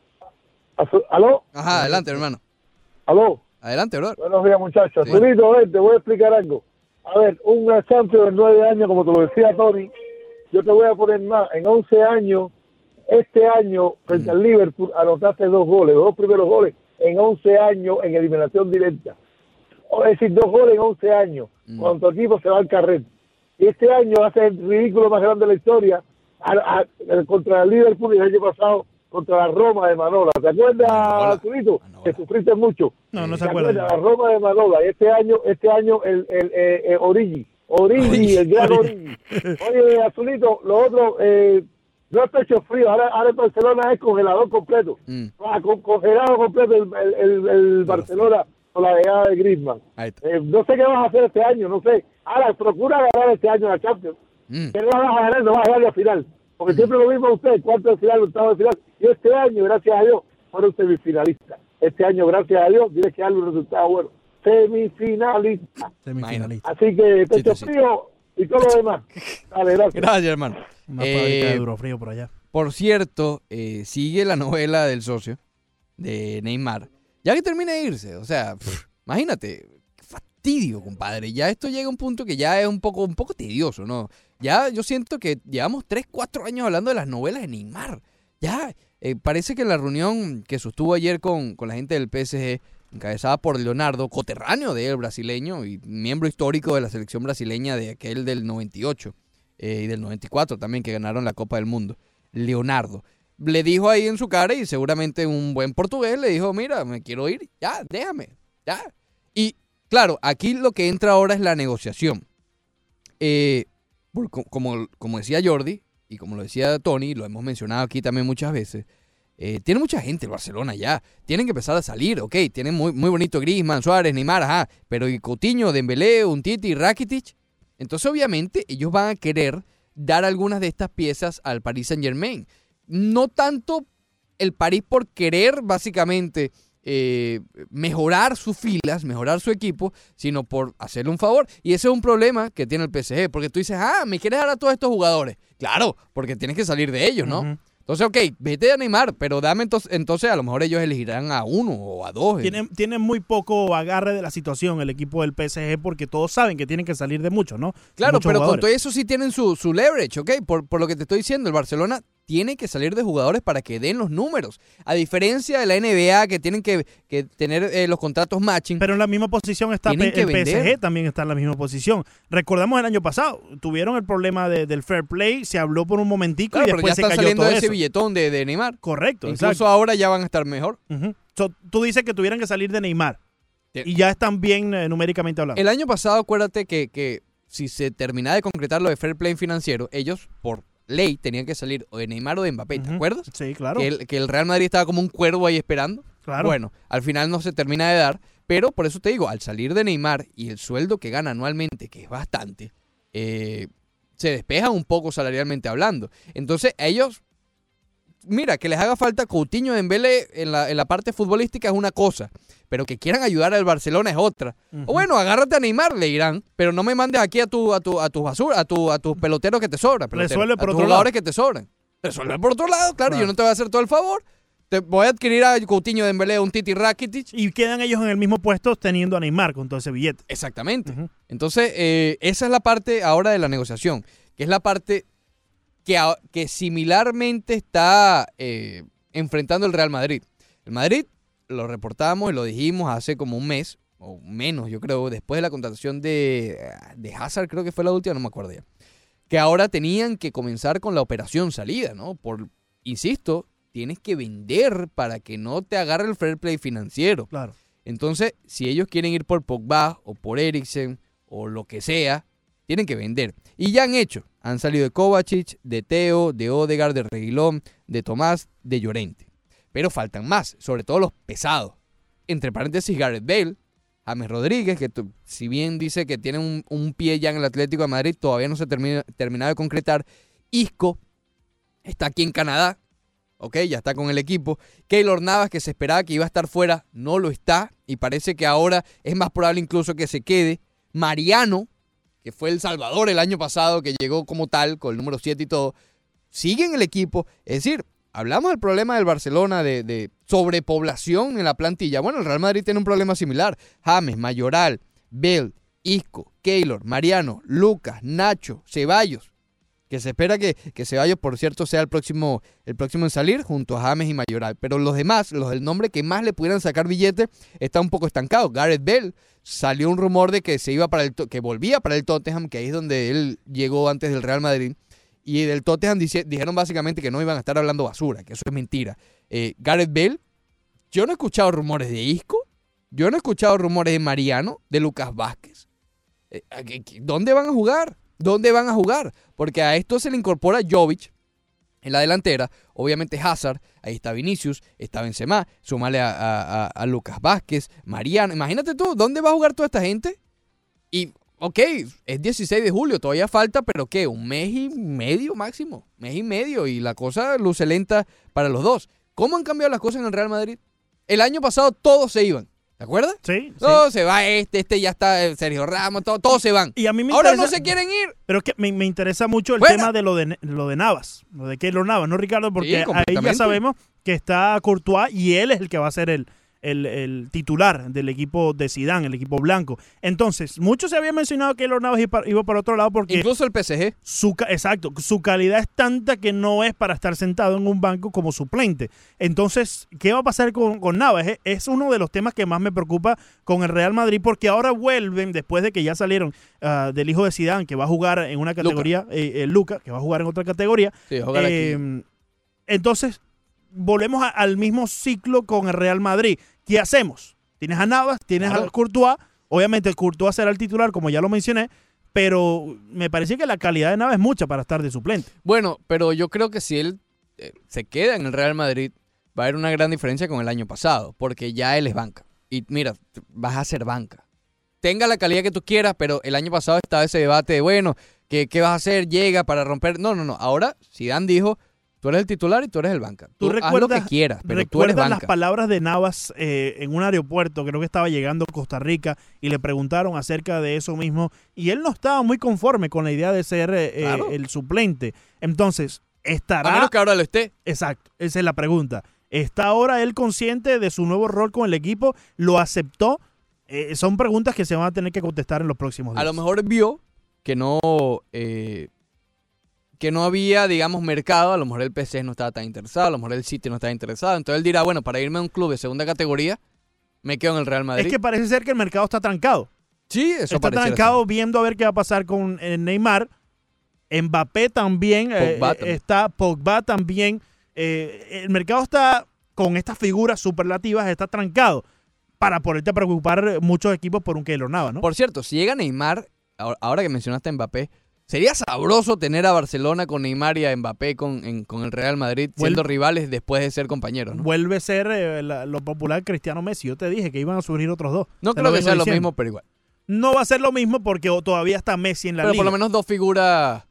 ¿Aló? Ajá, adelante, hermano. ¿Aló? Adelante, bro. Buenos días, muchachos. Sí. Azulito, te voy a explicar algo. A ver, un Champions en 9 años, como te lo decía Tony, yo te voy a poner más. En 11 años, este año, frente al Liverpool, anotaste 2 goles, los 2 primeros goles en 11 años en eliminación directa. Es decir, 2 goles en 11 años, cuando tu equipo se va al carril. Y este año hace el ridículo más grande de la historia contra el Liverpool y el año pasado contra la Roma de Manola. ¿Te acuerdas, Arturito? Que sufriste mucho. No se acuerda. La Roma de Manola. Y este año el Origi, el gran Origi. Oye, Azulito, lo otro, no es pecho frío. Ahora el Barcelona es congelador completo. Congelado completo el Barcelona con la llegada de Griezmann. No sé qué vas a hacer este año, no sé. Ahora, procura ganar este año la Champions. Que no vas a ganar, no vas a ganar la final. Porque siempre lo mismo a usted, cuarto de final, octavo de final. Y este año, gracias a Dios, fueron semifinalistas. Este año, gracias a Dios, tienes que darle un resultado bueno. Semifinalista. Así que pecho frío y todo lo demás. Dale, gracias. Gracias, hermano. Una fábrica de durofrío por allá. Por cierto, sigue la novela del socio de Neymar. Ya que termina de irse, o sea, imagínate, qué fastidio, compadre. Ya esto llega a un punto que ya es un poco tedioso, ¿no? Ya yo siento que llevamos 3-4 años hablando de las novelas de Neymar. Ya, parece que la reunión que sostuvo ayer con la gente del PSG, encabezada por Leonardo, coterráneo de él, brasileño, y miembro histórico de la selección brasileña de aquel del 98 y del 94 también, que ganaron la Copa del Mundo, Leonardo. Le dijo ahí en su cara, y seguramente un buen portugués le dijo, mira, me quiero ir, ya, déjame, ya. Y claro, aquí lo que entra ahora es la negociación. Como decía Jordi, y como lo decía Tony, lo hemos mencionado aquí también muchas veces, Tiene mucha gente el Barcelona ya. Tienen que empezar a salir, ok. Tienen muy, muy bonito Griezmann, Suárez, Neymar, ajá. Pero y Coutinho, Dembélé, Umtiti, Rakitic. Entonces, obviamente, ellos van a querer dar algunas de estas piezas al Paris Saint-Germain. No tanto el París por querer, básicamente, mejorar sus filas, mejorar su equipo, sino por hacerle un favor. Y ese es un problema que tiene el PSG. Porque tú dices, me quieres dar a todos estos jugadores. Claro, porque tienes que salir de ellos, ¿no? Entonces, ok, vete a Neymar, pero dame entonces a lo mejor ellos elegirán a uno o a dos. Tienen muy poco agarre de la situación el equipo del PSG porque todos saben que tienen que salir de muchos, ¿no? Claro, Muchos pero jugadores. con todo eso sí tienen su leverage, ok. Por lo que te estoy diciendo, el Barcelona tiene que salir de jugadores para que den los números. A diferencia de la NBA que tienen que tener los contratos matching. Pero en la misma posición está el PSG, también está en la misma posición. Recordamos el año pasado, tuvieron el problema del fair play, se habló por un momentico y después se cayó todo eso. Pero ya están saliendo de ese billetón de Neymar. Correcto, incluso exacto. ahora ya van a estar mejor. Tú dices que tuvieran que salir de Neymar y ya están bien numéricamente hablando. El año pasado, acuérdate que si se terminaba de concretar lo de fair play financiero, ellos por ley tenían que salir o de Neymar o de Mbappé, ¿te acuerdas? Sí, claro. Que el Real Madrid estaba como un cuervo ahí esperando. Claro. Bueno, al final no se termina de dar, pero por eso te digo, al salir de Neymar y el sueldo que gana anualmente, que es bastante, se despejan un poco salarialmente hablando. Entonces, a ellos, mira, que les haga falta Coutinho, Dembélé en la parte futbolística es una cosa, pero que quieran ayudar al Barcelona es otra. O bueno, agárrate a Neymar, le dirán, pero no me mandes aquí a tus basura, a tus peloteros que te sobran. Resuelve por a tus otro jugadores lado. que te sobran. Resuelve por otro lado, claro, yo no te voy a hacer todo el favor. Te voy a adquirir a Coutinho, Dembélé, Umtiti, Rakitic. Y quedan ellos en el mismo puesto teniendo a Neymar con todo ese billete. Exactamente. Entonces, esa es la parte ahora de la negociación, que es la parte que similarmente está enfrentando el Real Madrid. El Madrid, lo reportábamos y lo dijimos hace como un mes, o menos yo creo, después de la contratación de Hazard, creo que fue la última, no me acuerdo ya, que ahora tenían que comenzar con la operación salida, ¿no? Insisto, tienes que vender para que no te agarre el fair play financiero. Claro. Entonces, si ellos quieren ir por Pogba o por Eriksen o lo que sea, tienen que vender. Y ya han hecho. Han salido de Kovacic, de Theo, de Odegaard, de Reguilón, de Tomás, de Llorente. Pero faltan más, sobre todo los pesados. Entre paréntesis, Gareth Bale, James Rodríguez, que si bien dice que tiene un pie ya en el Atlético de Madrid, todavía no se terminado de concretar. Isco está aquí en Canadá, ok, ya está con el equipo. Keylor Navas, que se esperaba que iba a estar fuera, no lo está. Y parece que ahora es más probable incluso que se quede. Mariano, que fue el salvador el año pasado, que llegó como tal, con el número 7 y todo, sigue en el equipo. Es decir, hablamos del problema del Barcelona de sobrepoblación en la plantilla. Bueno, el Real Madrid tiene un problema similar. James, Mayoral, Bale, Isco, Keylor, Mariano, Lucas, Nacho, Ceballos, que se espera que Ceballos, por cierto, sea el próximo en salir junto a James y Mayoral. Pero los demás, los del nombre que más le pudieran sacar billete, está un poco estancado. Gareth Bale, salió un rumor de que que volvía para el Tottenham, que ahí es donde él llegó antes del Real Madrid. Y del Tottenham dijeron básicamente que no iban a estar hablando basura, que eso es mentira. Gareth Bale, yo no he escuchado rumores de Isco, yo no he escuchado rumores de Mariano, de Lucas Vázquez. ¿Dónde van a jugar? ¿Dónde van a jugar? Porque a esto se le incorpora Jovic en la delantera. Obviamente Hazard, ahí está Vinicius, está Benzema, súmale a Lucas Vázquez, Mariano. Imagínate tú, ¿dónde va a jugar toda esta gente? Y, ok, es 16 de julio, todavía falta, pero ¿qué? Un mes y medio máximo. Mes y medio y la cosa luce lenta para los dos. ¿Cómo han cambiado las cosas en el Real Madrid? El año pasado todos se iban. ¿Te acuerdas? Sí. No, se va ya está Sergio Ramos, todos se van. Y a mí me ahora interesa, no se quieren ir. Pero es que me interesa mucho el tema de lo de Navas, lo de Keylor Navas, ¿no, Ricardo? Porque ahí ya sabemos que está Courtois y él es el que va a ser el titular del equipo de Zidane, el equipo blanco. Entonces, mucho se había mencionado que Keylor Navas iba para otro lado porque... Incluso el PSG. Exacto. Su calidad es tanta que no es para estar sentado en un banco como suplente. Entonces, ¿qué va a pasar con Navas? Es uno de los temas que más me preocupa con el Real Madrid porque ahora vuelven, después de que ya salieron del hijo de Zidane, que va a jugar en una categoría, Luka, que va a jugar en otra categoría. Sí, va a jugar aquí. Entonces, volvemos al mismo ciclo con el Real Madrid. ¿Qué hacemos? Tienes a Navas, tienes a Courtois. Obviamente Courtois será el titular, como ya lo mencioné, pero me parece que la calidad de Navas es mucha para estar de suplente. Bueno, pero yo creo que si él se queda en el Real Madrid, va a haber una gran diferencia con el año pasado, porque ya él es banca. Y mira, vas a ser banca. Tenga la calidad que tú quieras, pero el año pasado estaba ese debate de, bueno, ¿qué vas a hacer? Llega para romper. No. Ahora, Zidane dijo, tú eres el titular y tú eres el banca. Tú haz lo que quieras, pero tú eres banca. ¿Recuerdas las palabras de Navas en un aeropuerto? Creo que estaba llegando a Costa Rica y le preguntaron acerca de eso mismo. Y él no estaba muy conforme con la idea de ser el suplente. Entonces, estará... A menos que ahora lo esté. Exacto, esa es la pregunta. ¿Está ahora él consciente de su nuevo rol con el equipo? ¿Lo aceptó? Son preguntas que se van a tener que contestar en los próximos días. A lo mejor vio que no había, digamos, mercado. A lo mejor el PSG no estaba tan interesado, a lo mejor el City no estaba interesado. Entonces él dirá, bueno, para irme a un club de segunda categoría, me quedo en el Real Madrid. Es que parece ser que el mercado está trancado. Sí, eso está trancado, viendo a ver qué va a pasar con Neymar. Mbappé también. Pogba también. El mercado está con estas figuras superlativas, está trancado para poderte preocupar muchos equipos por un Keylor Navas, ¿no? Por cierto, si llega Neymar, ahora que mencionaste a Mbappé, sería sabroso tener a Barcelona con Neymar y a Mbappé con el Real Madrid siendo rivales después de ser compañeros, ¿no? Vuelve a ser lo popular Cristiano Messi. Yo te dije que iban a surgir otros dos. No creo que sea lo mismo, pero igual. No va a ser lo mismo porque todavía está Messi en la liga. Pero por lo menos dos figuras,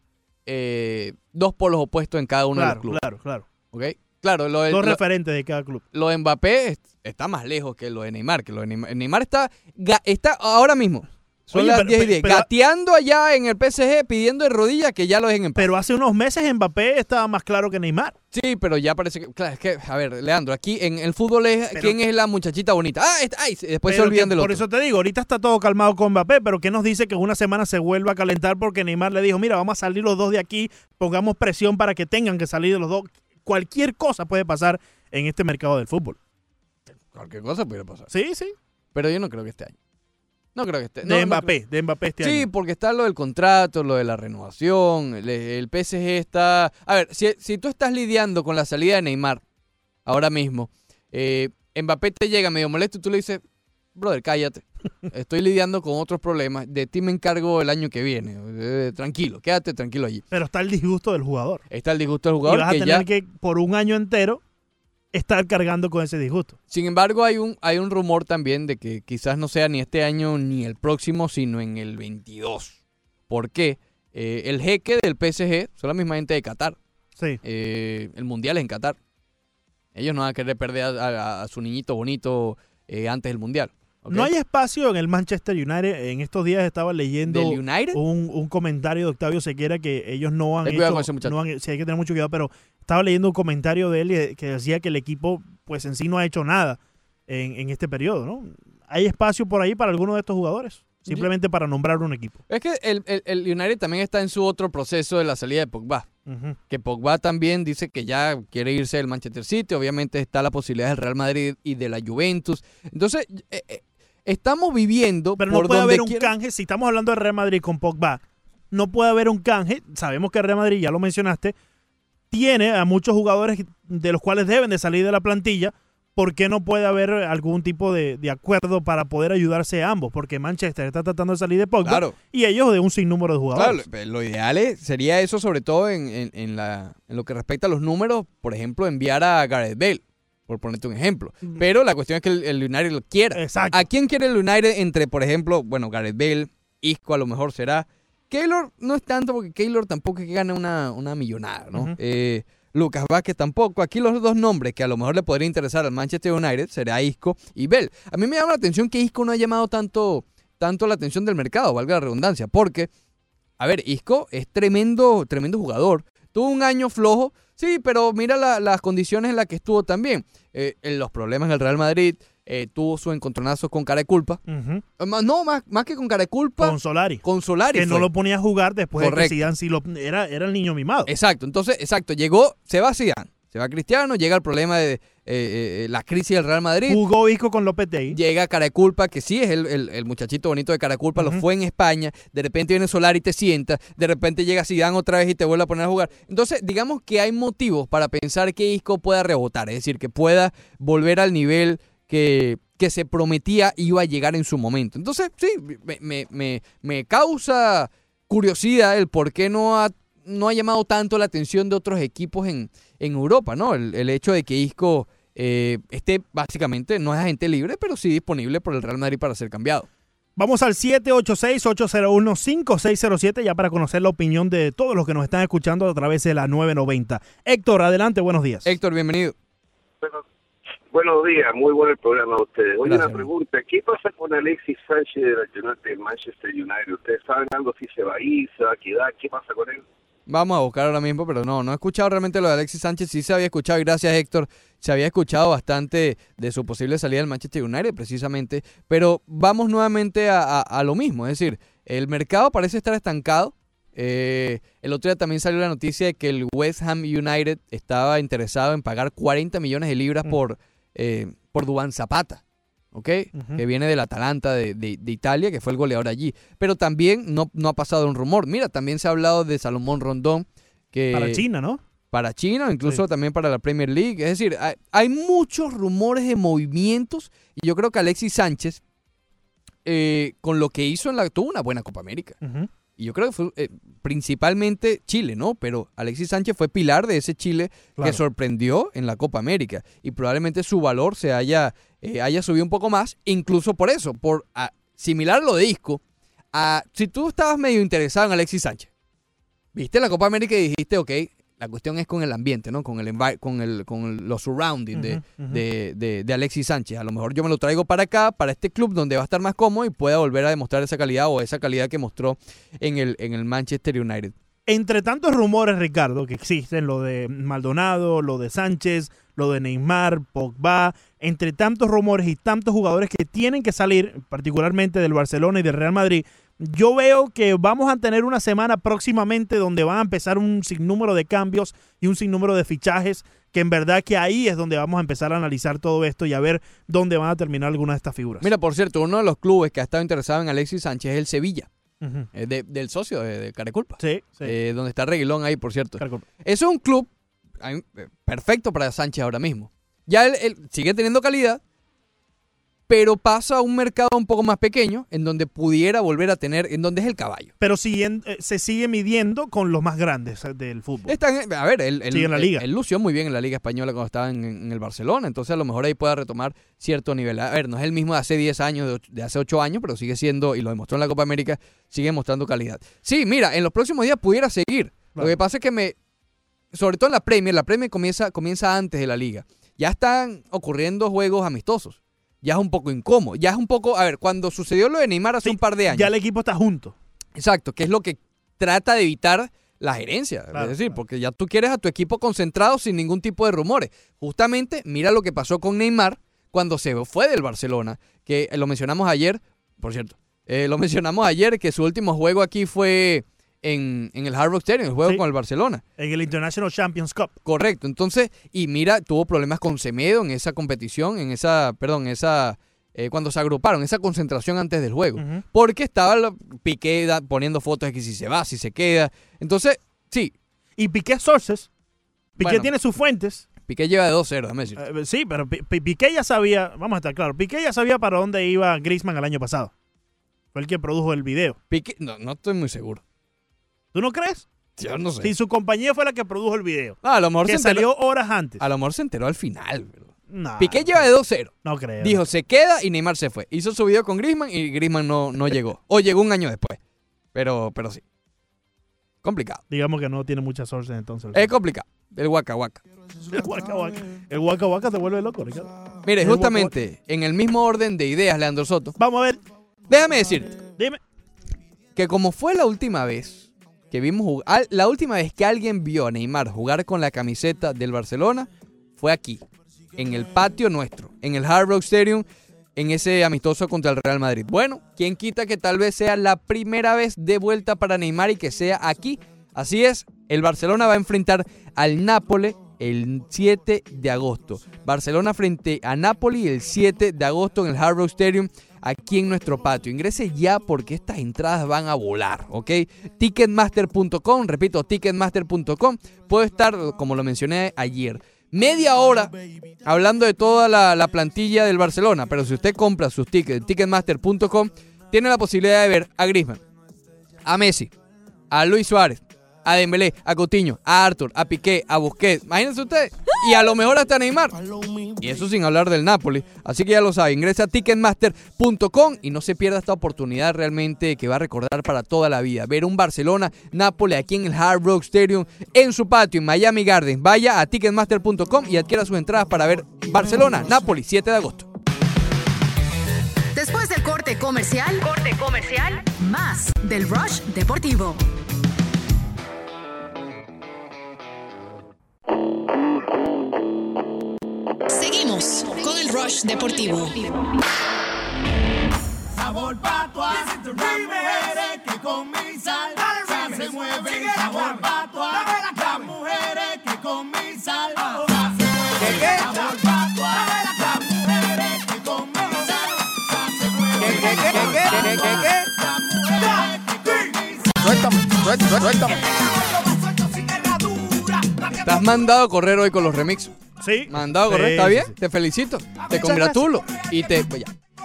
dos polos opuestos en cada uno de los clubes. Claro. ¿Ok? Claro, dos referentes de cada club. Lo de Mbappé está más lejos que lo de Neymar. Neymar está ahora mismo. Son las 10 y 10. Gateando allá en el PSG, pidiendo de rodillas que ya lo dejen en paz. Pero hace unos meses Mbappé estaba más claro que Neymar. Sí, pero ya parece que... Claro, es que, a ver, Leandro, aquí en el fútbol ¿quién es la muchachita bonita? Después se olvidan del otro. Por eso te digo, ahorita está todo calmado con Mbappé, pero ¿qué nos dice que una semana se vuelva a calentar porque Neymar le dijo, mira, vamos a salir los dos de aquí, pongamos presión para que tengan que salir los dos? Cualquier cosa puede pasar en este mercado del fútbol. Cualquier cosa puede pasar. Sí. Pero yo no creo que este año. No creo que esté. De Mbappé este año. Sí, porque está lo del contrato, lo de la renovación. El PSG está... A ver, si tú estás lidiando con la salida de Neymar ahora mismo, Mbappé te llega medio molesto y tú le dices, brother, cállate. Estoy lidiando con otros problemas. De ti me encargo el año que viene. Tranquilo, quédate tranquilo allí. Pero está el disgusto del jugador. Está el disgusto del jugador. Y vas a tener que, por un año entero, estar cargando con ese disgusto. Sin embargo, hay un rumor también de que quizás no sea ni este año ni el próximo, sino en el 22. ¿Por qué? El jeque del PSG son la misma gente de Qatar. Sí. El Mundial es en Qatar. Ellos no van a querer perder a su niñito bonito antes del Mundial. ¿Okay? No hay espacio en el Manchester United. En estos días estaba leyendo un comentario de Octavio Sequeira que ellos no han hecho. Sí, hay que tener mucho cuidado, pero estaba leyendo un comentario de él que decía que el equipo pues en sí no ha hecho nada en este periodo, ¿no? ¿Hay espacio por ahí para alguno de estos jugadores? Simplemente para nombrar un equipo. Es que el United también está en su otro proceso de la salida de Pogba. Uh-huh. Que Pogba también dice que ya quiere irse del Manchester City. Obviamente está la posibilidad del Real Madrid y de la Juventus. Entonces, estamos viviendo... Pero no puede haber un canje. Si estamos hablando de Real Madrid con Pogba, no puede haber un canje. Sabemos que el Real Madrid, ya lo mencionaste, tiene a muchos jugadores de los cuales deben de salir de la plantilla. ¿Por qué no puede haber algún tipo de acuerdo para poder ayudarse a ambos? Porque Manchester está tratando de salir de Pogba y ellos de un sinnúmero de jugadores. Claro, lo ideal sería eso, sobre todo en lo que respecta a los números. Por ejemplo, enviar a Gareth Bale, por ponerte un ejemplo. Pero la cuestión es que el United lo quiera. Exacto. ¿A quién quiere el United entre, por ejemplo, Gareth Bale, Isco a lo mejor será? Keylor no es tanto, porque Keylor tampoco es que gane una millonada, ¿no? Uh-huh. Lucas Vázquez tampoco. Aquí los dos nombres que a lo mejor le podría interesar al Manchester United será Isco y Bell. A mí me llama la atención que Isco no ha llamado tanto la atención del mercado, valga la redundancia, porque, a ver, Isco es tremendo jugador. Tuvo un año flojo, sí, pero mira las condiciones en las que estuvo también. Los problemas en el Real Madrid, tuvo su encontronazo con cara de culpa. Uh-huh. No, más que con cara de culpa. Con Solari. Que no lo ponía a jugar después. Correcto. De que Zidane era el niño mimado. Exacto. Entonces, se va Zidane, se va Cristiano, llega el problema de la crisis del Real Madrid. Jugó Isco con Lopetegui. Llega cara de culpa, que sí es el muchachito bonito de cara de culpa, uh-huh. Lo fue en España. De repente viene Solari y te sienta. De repente llega Zidane otra vez y te vuelve a poner a jugar. Entonces, digamos que hay motivos para pensar que Isco pueda rebotar. Es decir, que pueda volver al nivel que se prometía iba a llegar en su momento. Entonces, sí, me causa curiosidad el por qué no ha llamado tanto la atención de otros equipos en Europa, ¿no? El hecho de que Isco básicamente no es agente libre, pero sí disponible por el Real Madrid para ser cambiado. Vamos al 786-801-5607 ya para conocer la opinión de todos los que nos están escuchando a través de la 990. Héctor, adelante, buenos días. Héctor, bienvenido. Buenos días, muy bueno el programa de ustedes. Oye, Gracias. una pregunta, ¿qué pasa con Alexis Sánchez del Manchester United? ¿Ustedes saben algo si se va a ir, se va a quedar? ¿Qué pasa con él? Vamos a buscar ahora mismo, pero no he escuchado realmente lo de Alexis Sánchez. Sí se había escuchado, y gracias Héctor, se había escuchado bastante de su posible salida del Manchester United precisamente, pero vamos nuevamente a lo mismo, es decir, el mercado parece estar estancado. El otro día también salió la noticia de que el West Ham United estaba interesado en pagar 40 millones de libras por Duván Zapata, ¿ok? Que viene del Atalanta de Italia, que fue el goleador allí. Pero también no ha pasado un rumor. Mira, también se ha hablado de Salomón Rondón. Que Para China, ¿no? Para China, incluso también para la Premier League. Es decir, hay muchos rumores de movimientos y yo creo que Alexis Sánchez, con lo que hizo tuvo una buena Copa América. Y yo creo que fue principalmente Chile, ¿no? Pero Alexis Sánchez fue pilar de ese Chile que sorprendió en la Copa América. Y probablemente su valor se haya subido un poco más, incluso por eso, similar a lo de Isco. Si tú estabas medio interesado en Alexis Sánchez, viste la Copa América y dijiste, ok, la cuestión es con el ambiente, ¿no? Con los surroundings de Alexis Sánchez. A lo mejor yo me lo traigo para acá, para este club donde va a estar más cómodo y pueda volver a demostrar esa calidad o esa calidad que mostró en el Manchester United. Entre tantos rumores, Ricardo, que existen, lo de Maldonado, lo de Sánchez, lo de Neymar, Pogba, entre tantos rumores y tantos jugadores que tienen que salir, particularmente del Barcelona y del Real Madrid, yo veo que vamos a tener una semana próximamente donde van a empezar un sinnúmero de cambios y un sinnúmero de fichajes, que en verdad que ahí es donde vamos a empezar a analizar todo esto y a ver dónde van a terminar algunas de estas figuras. Mira, por cierto, uno de los clubes que ha estado interesado en Alexis Sánchez es el Sevilla. Del socio de Careculpa. Sí. Donde está Reguilón ahí, por cierto. Eso es un club perfecto para Sánchez ahora mismo. Ya él sigue teniendo calidad, pero pasa a un mercado un poco más pequeño, en donde pudiera volver a tener, en donde es el caballo. Pero se sigue midiendo con los más grandes del fútbol. A ver, sigue en la liga. Él lució muy bien en la Liga Española cuando estaba en el Barcelona, entonces a lo mejor ahí pueda retomar cierto nivel. A ver, no es el mismo de hace 10 años, de hace 8 años, pero sigue siendo, y lo demostró en la Copa América, sigue mostrando calidad. Sí, mira, en los próximos días pudiera seguir. Lo que pasa es que sobre todo en la Premier comienza antes de la Liga. Ya están ocurriendo juegos amistosos. Ya es un poco incómodo. Ya es un poco... A ver, cuando sucedió lo de Neymar hace un par de años... Ya el equipo está junto. Exacto, que es lo que trata de evitar la gerencia. Es decir, porque ya tú quieres a tu equipo concentrado sin ningún tipo de rumores. Justamente, mira lo que pasó con Neymar cuando se fue del Barcelona, que lo mencionamos ayer, por cierto. Lo mencionamos ayer, que su último juego aquí fue en el Hard Rock Stadium, el juego con el Barcelona. En el International Champions Cup. Correcto. Entonces, y mira, tuvo problemas con Semedo en esa competición, cuando se agruparon, esa concentración antes del juego. Porque estaba Piqué poniendo fotos de que si se va, si se queda. Entonces, sí. Y Piqué sources. Piqué tiene sus fuentes. Piqué lleva de 2-0, déjame decir. Sí, pero Piqué ya sabía, vamos a estar claros, Piqué ya sabía para dónde iba Griezmann el año pasado. Fue el que produjo el video. Piqué, no estoy muy seguro. ¿Tú no crees? Yo no sé. Si su compañía fue la que produjo el video. A lo mejor que salió horas antes. A lo mejor se enteró al final. No, Piqué lleva de 2-0. No creo. Dijo, se queda y Neymar se fue. Hizo su video con Griezmann y Griezmann no llegó. O llegó un año después. Pero sí. Complicado. Digamos que no tiene muchas sources entonces. Es complicado. El Waka Waka. El Waka Waka te vuelve loco, Ricardo. Mire, justamente en el mismo orden de ideas, Leandro Soto. Vamos a ver. Déjame decirte. Dime. Que como fue la última vez que vimos jugar, la última vez que alguien vio a Neymar jugar con la camiseta del Barcelona fue aquí, en el patio nuestro, en el Hard Rock Stadium, en ese amistoso contra el Real Madrid. Bueno, ¿quién quita que tal vez sea la primera vez de vuelta para Neymar y que sea aquí? Así es, el Barcelona va a enfrentar al Nápoles el 7 de agosto. Barcelona frente a Napoli el 7 de agosto en el Hard Rock Stadium, aquí en nuestro patio. Ingrese ya porque estas entradas van a volar, ¿ok? Ticketmaster.com, repito, Ticketmaster.com. Puedo estar, como lo mencioné ayer, media hora hablando de toda la plantilla del Barcelona, pero si usted compra sus tickets en Ticketmaster.com, tiene la posibilidad de ver a Griezmann, a Messi, a Luis Suárez, a Dembélé, a Coutinho, a Arthur, a Piqué, a Busquets. Imagínense ustedes. Y a lo mejor hasta Neymar. Y eso sin hablar del Napoli. Así que ya lo sabe, ingresa a Ticketmaster.com y no se pierda esta oportunidad realmente que va a recordar para toda la vida. Ver un Barcelona-Napoli aquí en el Hard Rock Stadium, en su patio, en Miami Gardens. Vaya a Ticketmaster.com y adquiera sus entradas para ver Barcelona-Napoli, 7 de agosto. Después del corte comercial, más del Rush Deportivo. Seguimos con el Rush Deportivo. Sabor patuá, las mujeres que con mi sal se mueven. Sabor patuá, las mujeres que con mi sal se mueven. Sabor patuá, las mujeres que con mi sal se mueven. Suéltame. Estás mandado a correr hoy con los remixes. Sí. Mandado a correr, Sí, ¿está bien? sí. Te felicito, te congratulo y te... Ya.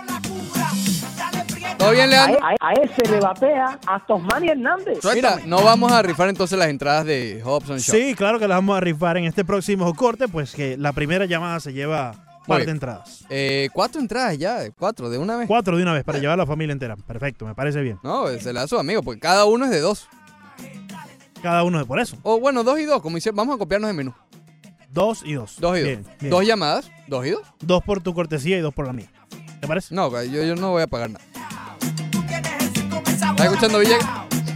¿Todo bien, Leandro? A ese le batea a Tosmani Hernández. Mira, no vamos a rifar entonces las entradas de Hobson Show. Sí, claro que las vamos a rifar en este próximo corte, pues que la primera llamada se lleva par de entradas. 4 entradas ya, 4 de una vez. 4 de una vez para llevar a la familia entera. Perfecto, me parece bien. No, se le da a sus amigos, porque cada uno es de 2. Cada uno es por eso. O bueno, 2 y 2, como dice, vamos a copiarnos el menú. 2 y 2. 2 y 2. Bien, bien. 2 llamadas, 2 y 2. 2 por tu cortesía y 2 por la mía. ¿Te parece? No, yo no voy a pagar nada. ¿Estás escuchando, Villegas?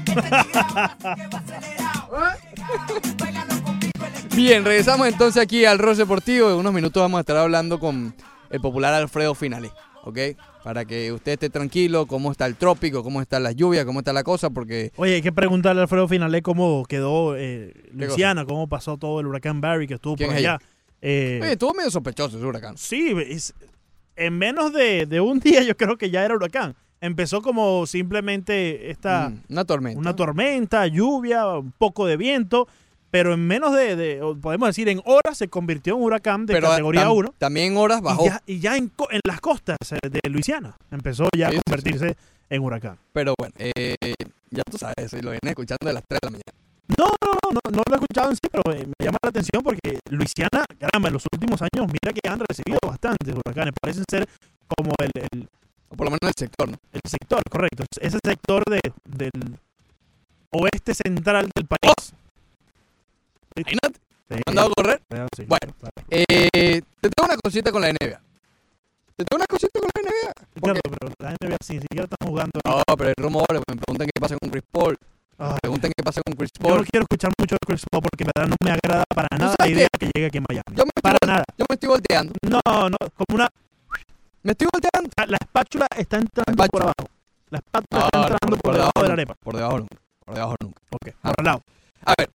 Bien, regresamos entonces aquí al Rush Deportivo. En unos minutos vamos a estar hablando con el popular Alfredo Finale, ¿ok? Para que usted esté tranquilo, cómo está el trópico, cómo están las lluvias, cómo está la cosa, porque... Oye, hay que preguntarle a Alfredo Finale cómo quedó Luisiana, cómo pasó todo el huracán Barry que estuvo por ¿Quién es allá. Oye, estuvo medio sospechoso ese huracán. Sí, en menos de un día yo creo que ya era huracán. Empezó como simplemente una tormenta. Una tormenta, lluvia, un poco de viento, pero en menos podemos decir, en horas se convirtió en un huracán de categoría 1. También en horas bajó. Y ya en las costas de Luisiana empezó ya a convertirse en huracán. Pero bueno, ya tú sabes, eso, y lo vienes escuchando de las 3 de la mañana. No lo he escuchado en sí, pero me llama la atención porque Luisiana, caramba, en los últimos años, mira que han recibido bastantes huracanes. Parecen ser como o por lo menos el sector, ¿no? El sector, correcto. Ese sector del oeste central del país. Imagínate. Sí. ¿Mandado a correr? Sí. Bueno, te tengo una cosita con la NBA. Claro, pero la NBA ni siquiera está jugando. No, pero hay rumores. Me preguntan qué pasa con Chris Paul. Yo no quiero escuchar mucho de Chris Paul porque no me agrada para nada la idea que llegue aquí en Miami. Nada. Yo me estoy volteando. No, como una... Me estoy volteando. La espátula está entrando por abajo. La espátula está entrando por debajo de la arepa. Por debajo nunca. Ok, por el lado. A ver,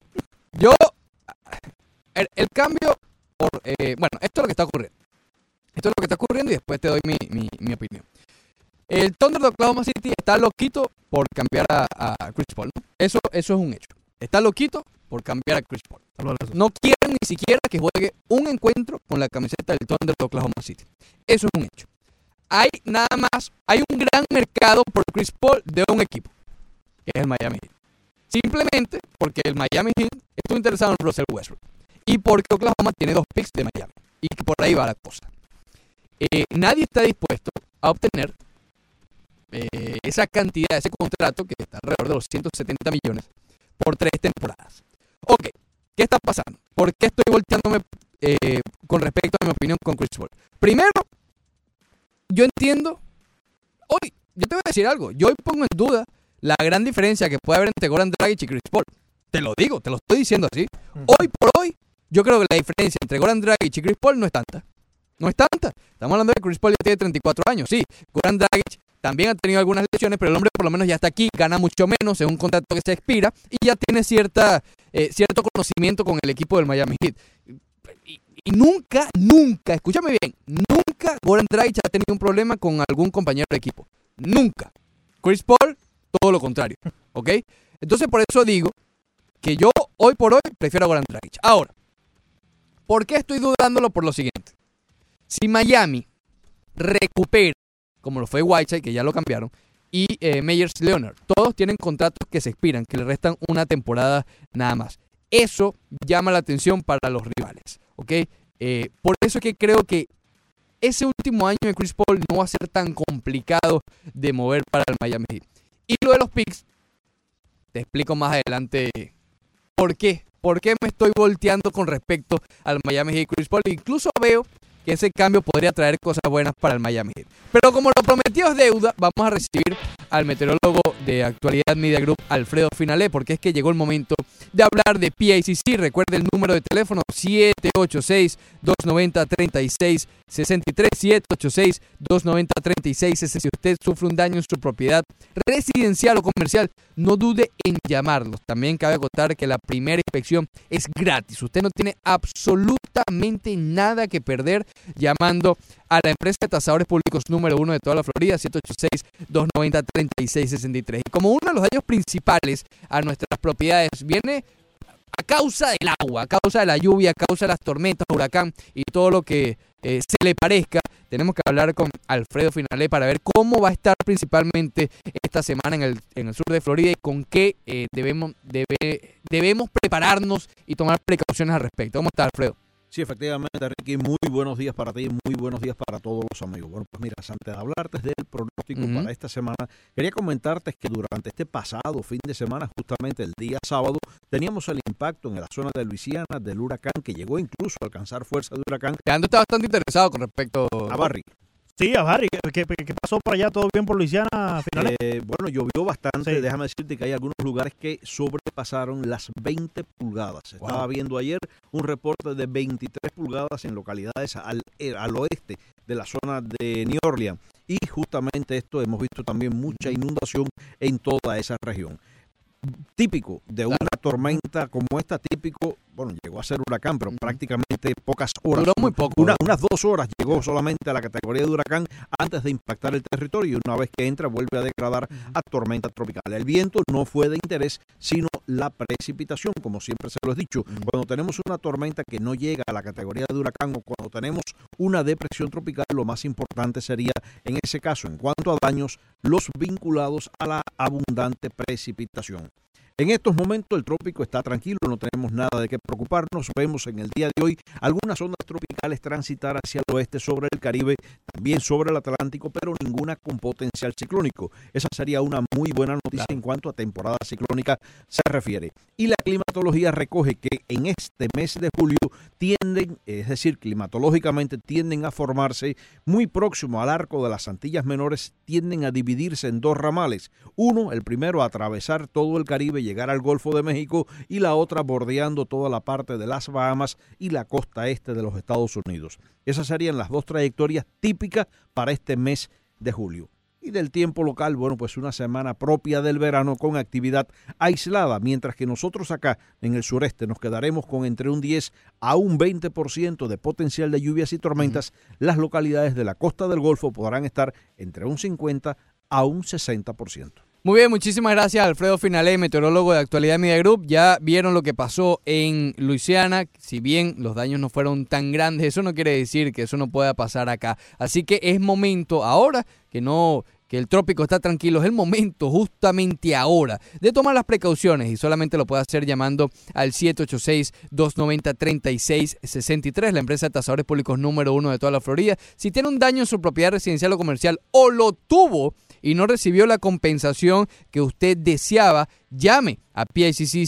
el cambio bueno, esto es lo que está ocurriendo. Y después te doy mi opinión. El Thunder de Oklahoma City está loquito por cambiar a Chris Paul, ¿no? Eso es un hecho. Está loquito por cambiar a Chris Paul. No quieren ni siquiera que juegue un encuentro con la camiseta del Thunder de Oklahoma City. Eso es un hecho. Hay un gran mercado por Chris Paul de un equipo, que es el Miami Heat. Simplemente porque el Miami Heat estuvo interesado en Russell Westbrook. Y porque Oklahoma tiene 2 picks de Miami. Y que por ahí va la cosa. Nadie está dispuesto a obtener esa cantidad, ese contrato que está alrededor de los 170 millones por 3 temporadas. Ok, ¿qué está pasando? ¿Por qué estoy volteándome con respecto a mi opinión con Chris Paul? Primero, yo entiendo, yo te voy a decir algo, yo hoy pongo en duda la gran diferencia que puede haber entre Goran Dragic y Chris Paul. Te lo digo, te lo estoy diciendo así. Hoy por hoy, yo creo que la diferencia entre Goran Dragic y Chris Paul no es tanta. No es tanta. Estamos hablando de que Chris Paul ya tiene 34 años, sí. Goran Dragic también ha tenido algunas lesiones, pero el hombre por lo menos ya está aquí, gana mucho menos, es un contrato que se expira y ya tiene cierto conocimiento con el equipo del Miami Heat. Y nunca, escúchame bien, nunca Goran Dragic ha tenido un problema con algún compañero de equipo. Nunca. Chris Paul, todo lo contrario. ¿Ok? Entonces por eso digo que yo hoy por hoy prefiero a Goran Dragic. Ahora, ¿por qué estoy dudándolo? Por lo siguiente. Si Miami recupera, como lo fue Whiteside, que ya lo cambiaron, y Meyers Leonard. Todos tienen contratos que se expiran, que le restan una temporada nada más. Eso llama la atención para los rivales, ¿ok? Por eso es que creo que ese último año de Chris Paul no va a ser tan complicado de mover para el Miami Heat. Y lo de los picks, te explico más adelante por qué. ¿Por qué me estoy volteando con respecto al Miami Heat Chris Paul? Incluso veo que ese cambio podría traer cosas buenas para el Miami Heat. Pero como lo prometido es deuda, vamos a recibir al meteorólogo de Actualidad Media Group, Alfredo Finalé, porque es que llegó el momento de hablar de PICC. Recuerde el número de teléfono 786-290-3663, 786-290-3663. Si usted sufre un daño en su propiedad residencial o comercial, no dude en llamarlos. También cabe acotar que la primera inspección es gratis. Usted no tiene absolutamente nada que perder llamando a la empresa de tasadores públicos número 1 de toda la Florida, 786-290-3663. Y como uno de los daños principales a nuestras propiedades viene a causa del agua, a causa de la lluvia, a causa de las tormentas, huracán y todo lo que se le parezca, tenemos que hablar con Alfredo Finalé para ver cómo va a estar principalmente esta semana en el sur de Florida y con qué debemos prepararnos y tomar precauciones al respecto. ¿Cómo está, Alfredo? Sí, efectivamente, Ricky, muy buenos días para ti, muy buenos días para todos los amigos. Bueno, pues mira, antes de hablarte del pronóstico para esta semana, quería comentarte que durante este pasado fin de semana, justamente el día sábado, teníamos el impacto en la zona de Luisiana del huracán, que llegó incluso a alcanzar fuerza de huracán. Leandro está bastante interesado con respecto a Barry. Sí, a Barry. ¿Qué pasó por allá? ¿Todo bien por Luisiana? Bueno, llovió bastante. Sí. Déjame decirte que hay algunos lugares que sobrepasaron las 20 pulgadas. Wow. Estaba viendo ayer un reporte de 23 pulgadas en localidades al oeste de la zona de New Orleans. Y justamente esto hemos visto también mucha inundación en toda esa región. Típico de una tormenta como esta, bueno, llegó a ser huracán, pero prácticamente pocas horas. Duró muy poco. Unas 2 horas llegó solamente a la categoría de huracán antes de impactar el territorio y una vez que entra vuelve a degradar a tormenta tropical. El viento no fue de interés, sino la precipitación, como siempre se lo he dicho. Cuando tenemos una tormenta que no llega a la categoría de huracán o cuando tenemos una depresión tropical, lo más importante sería, en ese caso, en cuanto a daños, los vinculados a la abundante precipitación. En estos momentos el trópico está tranquilo, no tenemos nada de qué preocuparnos. Vemos en el día de hoy algunas ondas tropicales transitar hacia el oeste sobre el Caribe, también sobre el Atlántico, pero ninguna con potencial ciclónico. Esa sería una muy buena noticia en cuanto a temporada ciclónica se refiere. Y la climatología recoge que en este mes de julio climatológicamente tienden a formarse muy próximo al arco de las Antillas Menores, tienden a dividirse en 2 ramales. Uno, el primero, a atravesar todo el Caribe, llegar al Golfo de México, y la otra bordeando toda la parte de las Bahamas y la costa este de los Estados Unidos. Esas serían las 2 trayectorias típicas para este mes de julio. Y del tiempo local, bueno, pues una semana propia del verano con actividad aislada, mientras que nosotros acá en el sureste nos quedaremos con entre un 10 a un 20% de potencial de lluvias y tormentas. Las localidades de la costa del Golfo podrán estar entre un 50 a un 60%. Muy bien, muchísimas gracias, Alfredo Finalé, meteorólogo de Actualidad Media Group. Ya vieron lo que pasó en Luisiana. Si bien los daños no fueron tan grandes, eso no quiere decir que eso no pueda pasar acá. Así que es momento ahora que el trópico está tranquilo, es el momento justamente ahora de tomar las precauciones y solamente lo puede hacer llamando al 786-290-3663, la empresa de tasadores públicos número 1 de toda la Florida. Si tiene un daño en su propiedad residencial o comercial o lo tuvo y no recibió la compensación que usted deseaba, llame a PICC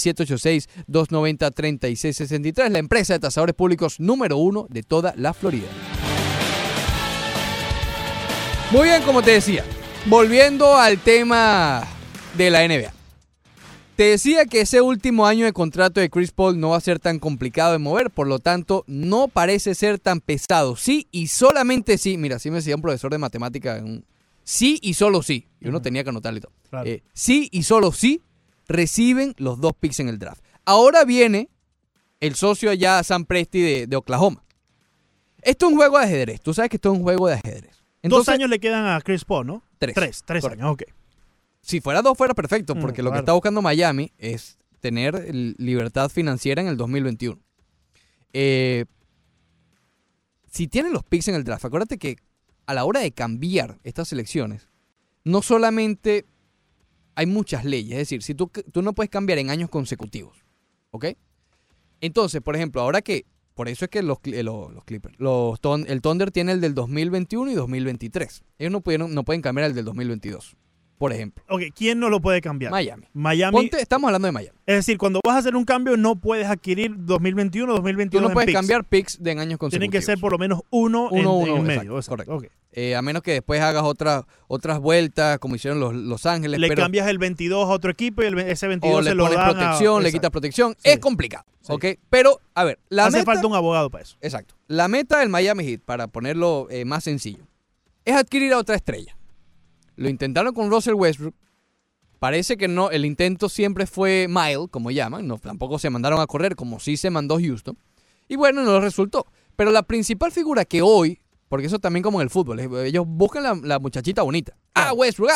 786-290-3663, la empresa de tasadores públicos número 1 de toda la Florida. Muy bien, como te decía, volviendo al tema de la NBA. Te decía que ese último año de contrato de Chris Paul no va a ser tan complicado de mover, por lo tanto, no parece ser tan pesado. Sí y solamente sí. Mira, así me decía un profesor de matemática. Sí y solo sí. Y uno tenía que anotarle todo. Claro. Sí y solo sí reciben los 2 picks en el draft. Ahora viene el socio allá, Sam Presti de Oklahoma. Esto es un juego de ajedrez. Tú sabes que esto es un juego de ajedrez. Entonces, 2 años le quedan a Chris Paul, ¿no? 3 años, ok. Si fuera 2 fuera perfecto, porque lo que está buscando Miami es tener libertad financiera en el 2021. Si tienen los picks en el draft, acuérdate que a la hora de cambiar estas selecciones, no solamente hay muchas leyes, es decir, si tú no puedes cambiar en años consecutivos, ¿ok? Entonces, por ejemplo, ahora que, por eso es que los Clippers, el Thunder tiene el del 2021 y 2023. Ellos no pueden cambiar el del 2022, por ejemplo. Ok, ¿quién no lo puede cambiar? Miami. Estamos hablando de Miami. Es decir, cuando vas a hacer un cambio no puedes adquirir 2021 o 2022 Tú no puedes picks. cambiar picks de en años consecutivos. Tienen que ser por lo menos uno en medio. Exacto, correcto. Okay. A menos que después hagas otras vueltas, como hicieron los Ángeles. Le cambias el 22 a otro equipo y ese 22 o se le lo pones dan protección, le quitas protección. Sí. Es complicado, sí. ¿Ok? Pero, a ver, hace falta un abogado para eso. Exacto. La meta del Miami Heat, para ponerlo más sencillo, es adquirir a otra estrella. Lo intentaron con Russell Westbrook. Parece que no, el intento siempre fue mild, como llaman. No, tampoco se mandaron a correr como sí se mandó Houston. Y bueno, no resultó. Pero la principal figura que hoy, porque eso también como en el fútbol, ellos buscan la muchachita bonita. Westbrook.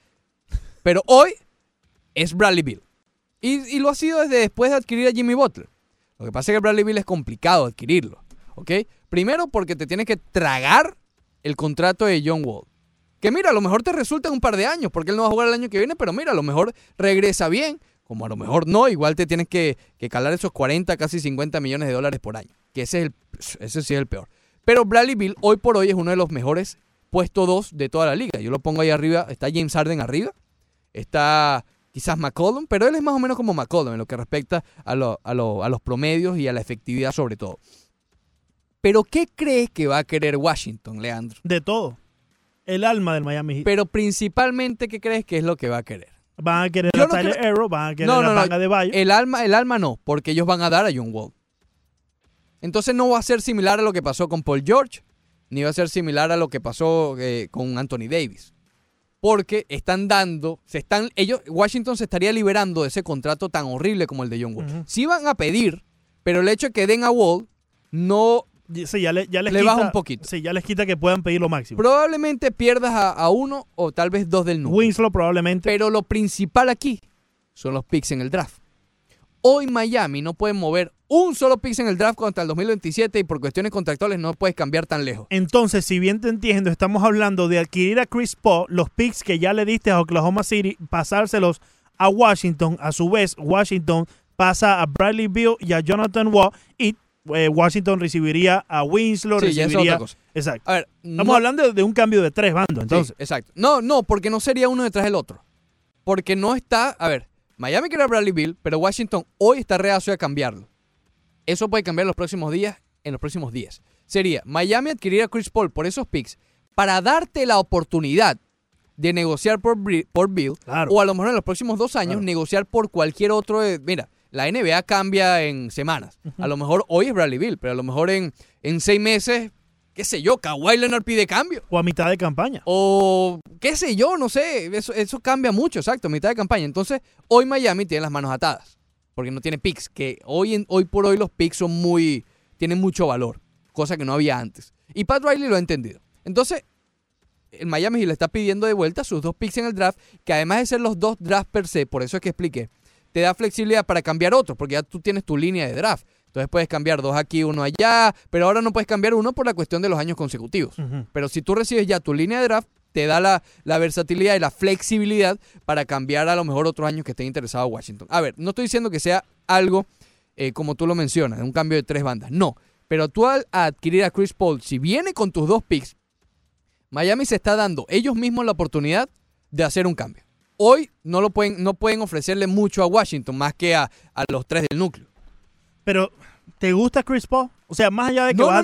Pero hoy es Bradley Beal. Y lo ha sido desde después de adquirir a Jimmy Butler. Lo que pasa es que Bradley Beal es complicado adquirirlo. ¿Ok? Primero porque te tienes que tragar el contrato de John Wall. Que mira, a lo mejor te resulta en un par de años, porque él no va a jugar el año que viene, pero mira, a lo mejor regresa bien, como a lo mejor no, igual te tienes que calar esos 40, casi 50 millones de dólares por año, que ese sí es el peor. Pero Bradley Beal hoy por hoy es uno de los mejores puesto 2 de toda la liga. Yo lo pongo ahí arriba, está James Harden arriba, está quizás McCollum, pero él es más o menos como McCollum en lo que respecta a los promedios y a la efectividad sobre todo. Pero ¿qué crees que va a querer Washington, Leandro? De todo. El alma del Miami Heat. Pero principalmente, ¿qué crees que es lo que va a querer? Van a querer a Tyler Herro, van a querer a Banga de Bayo. El alma no, porque ellos van a dar a John Wall. Entonces no va a ser similar a lo que pasó con Paul George, ni va a ser similar a lo que pasó con Anthony Davis. Porque Washington se estaría liberando de ese contrato tan horrible como el de John Wall. Uh-huh. Sí van a pedir, pero el hecho de que den a Wall no... Sí, ya les le quita, baja un poquito. Sí, ya les quita que puedan pedir lo máximo. Probablemente pierdas a uno o tal vez dos del núcleo. Winslow probablemente. Pero lo principal aquí son los picks en el draft. Hoy Miami no puede mover un solo pick en el draft hasta el 2027 y por cuestiones contractuales no puedes cambiar tan lejos. Entonces, si bien te entiendo, estamos hablando de adquirir a Chris Paul, los picks que ya le diste a Oklahoma City, pasárselos a Washington. A su vez, Washington pasa a Bradley Beal y a Jonathan Wall y Washington recibiría a Winslow, sí, recibiría... Ya es otra cosa. Exacto. A ver, estamos hablando de un cambio de 3 bandos, entonces. Sí, exacto. No, porque no sería uno detrás del otro. Porque no está... A ver, Miami quiere a Bradley Beal, pero Washington hoy está reacio a cambiarlo. Eso puede cambiar en los próximos días. Sería Miami adquirir a Chris Paul por esos picks para darte la oportunidad de negociar por Beal, claro, o a lo mejor en los próximos 2 años negociar por cualquier otro... Mira, la NBA cambia en semanas. Uh-huh. A lo mejor hoy es Bradley Beal, pero a lo mejor en 6 meses, qué sé yo, Kawhi Leonard pide cambio. O a mitad de campaña. O qué sé yo, no sé. Eso cambia mucho, exacto, a mitad de campaña. Entonces, hoy Miami tiene las manos atadas. Porque no tiene picks. Que hoy por hoy los picks tienen mucho valor. Cosa que no había antes. Y Pat Riley lo ha entendido. Entonces, el Miami le está pidiendo de vuelta sus 2 picks en el draft, que además de ser los 2 drafts per se, por eso es que expliqué, te da flexibilidad para cambiar otros, porque ya tú tienes tu línea de draft. Entonces puedes cambiar 2 aquí, 1 allá, pero ahora no puedes cambiar 1 por la cuestión de los años consecutivos. Uh-huh. Pero si tú recibes ya tu línea de draft, te da la versatilidad y la flexibilidad para cambiar a lo mejor otros años que estén interesados a Washington. A ver, no estoy diciendo que sea algo como tú lo mencionas, un cambio de 3 bandas. No, pero tú al adquirir a Chris Paul, si viene con tus 2 picks, Miami se está dando ellos mismos la oportunidad de hacer un cambio. Hoy no pueden ofrecerle mucho a Washington más que a los 3 del núcleo. Pero, ¿te gusta Chris Paul? O sea, más allá de que No.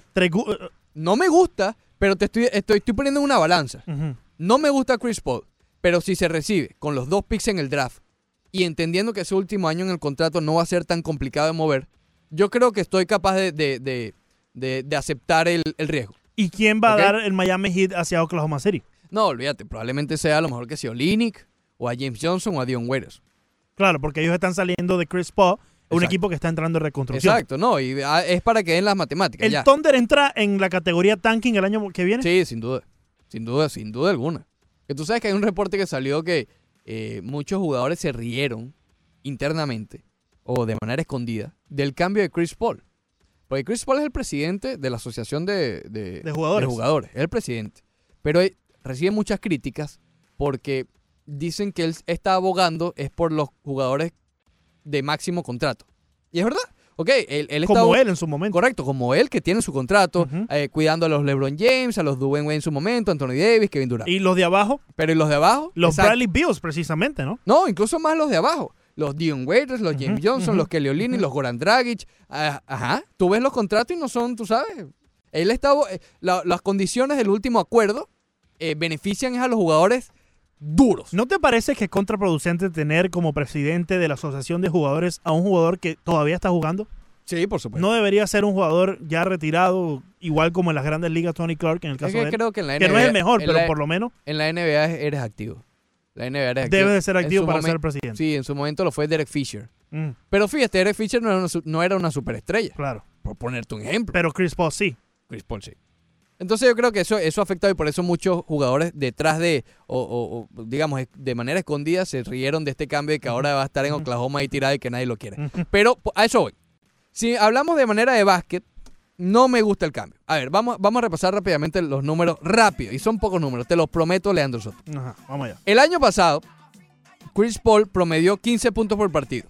No me gusta, pero te estoy poniendo en una balanza. Uh-huh. No me gusta Chris Paul, pero si se recibe con los 2 picks en el draft y entendiendo que ese último año en el contrato no va a ser tan complicado de mover, yo creo que estoy capaz de aceptar el riesgo. ¿Y quién va a dar el Miami Heat hacia Oklahoma City? No, olvídate, probablemente sea a lo mejor que sea Olynyk, o a James Johnson, o a Dion Waiters. Claro, porque ellos están saliendo de Chris Paul, un equipo que está entrando en reconstrucción. Exacto, no, y es para que den las matemáticas. ¿El Thunder entra en la categoría tanking el año que viene? Sí, sin duda alguna. Que tú sabes que hay un reporte que salió que muchos jugadores se rieron internamente, o de manera escondida, del cambio de Chris Paul. Porque Chris Paul es el presidente de la asociación de jugadores. Es el presidente. Pero recibe muchas críticas porque dicen que él está abogando es por los jugadores de máximo contrato. Y es verdad. Ok, él está... Como él en su momento. Correcto, como él que tiene su contrato, cuidando a los LeBron James, a los Dwayne Wade en su momento, Anthony Davis, Kevin Durant. ¿Y los de abajo? Pero ¿y los de abajo? Los Exacto. Bradley Beals, precisamente, ¿no? No, incluso más los de abajo. Los Dion Waiters, los James Johnson, los Kelly Olynyk, los Goran Dragic. Ajá, tú ves los contratos y no son, tú sabes. Él está... las condiciones del último acuerdo benefician a los jugadores duros. ¿No te parece que es contraproducente tener como presidente de la asociación de jugadores a un jugador que todavía está jugando? Sí, por supuesto. ¿No debería ser un jugador ya retirado, igual como en las grandes ligas Tony Clark en el caso de él? Creo que en la NBA, que no es el mejor, pero por lo menos... En la NBA eres activo. La NBA eres activo. Debe de ser activo para ser presidente. Sí, en su momento lo fue Derek Fisher. Pero fíjate, Derek Fisher no era una superestrella. Claro. Por ponerte un ejemplo. Pero Chris Paul sí. Chris Paul sí. Entonces yo creo que eso ha afectado y por eso muchos jugadores detrás de, o digamos, de manera escondida se rieron de este cambio de que ahora va a estar en Oklahoma ahí tirado y que nadie lo quiere. Pero a eso voy. Si hablamos de manera de básquet, no me gusta el cambio. A ver, vamos a repasar rápidamente los números rápido. Y son pocos números, te los prometo, Leandro Soto. Ajá, vamos allá. El año pasado, Chris Paul promedió 15 puntos por partido.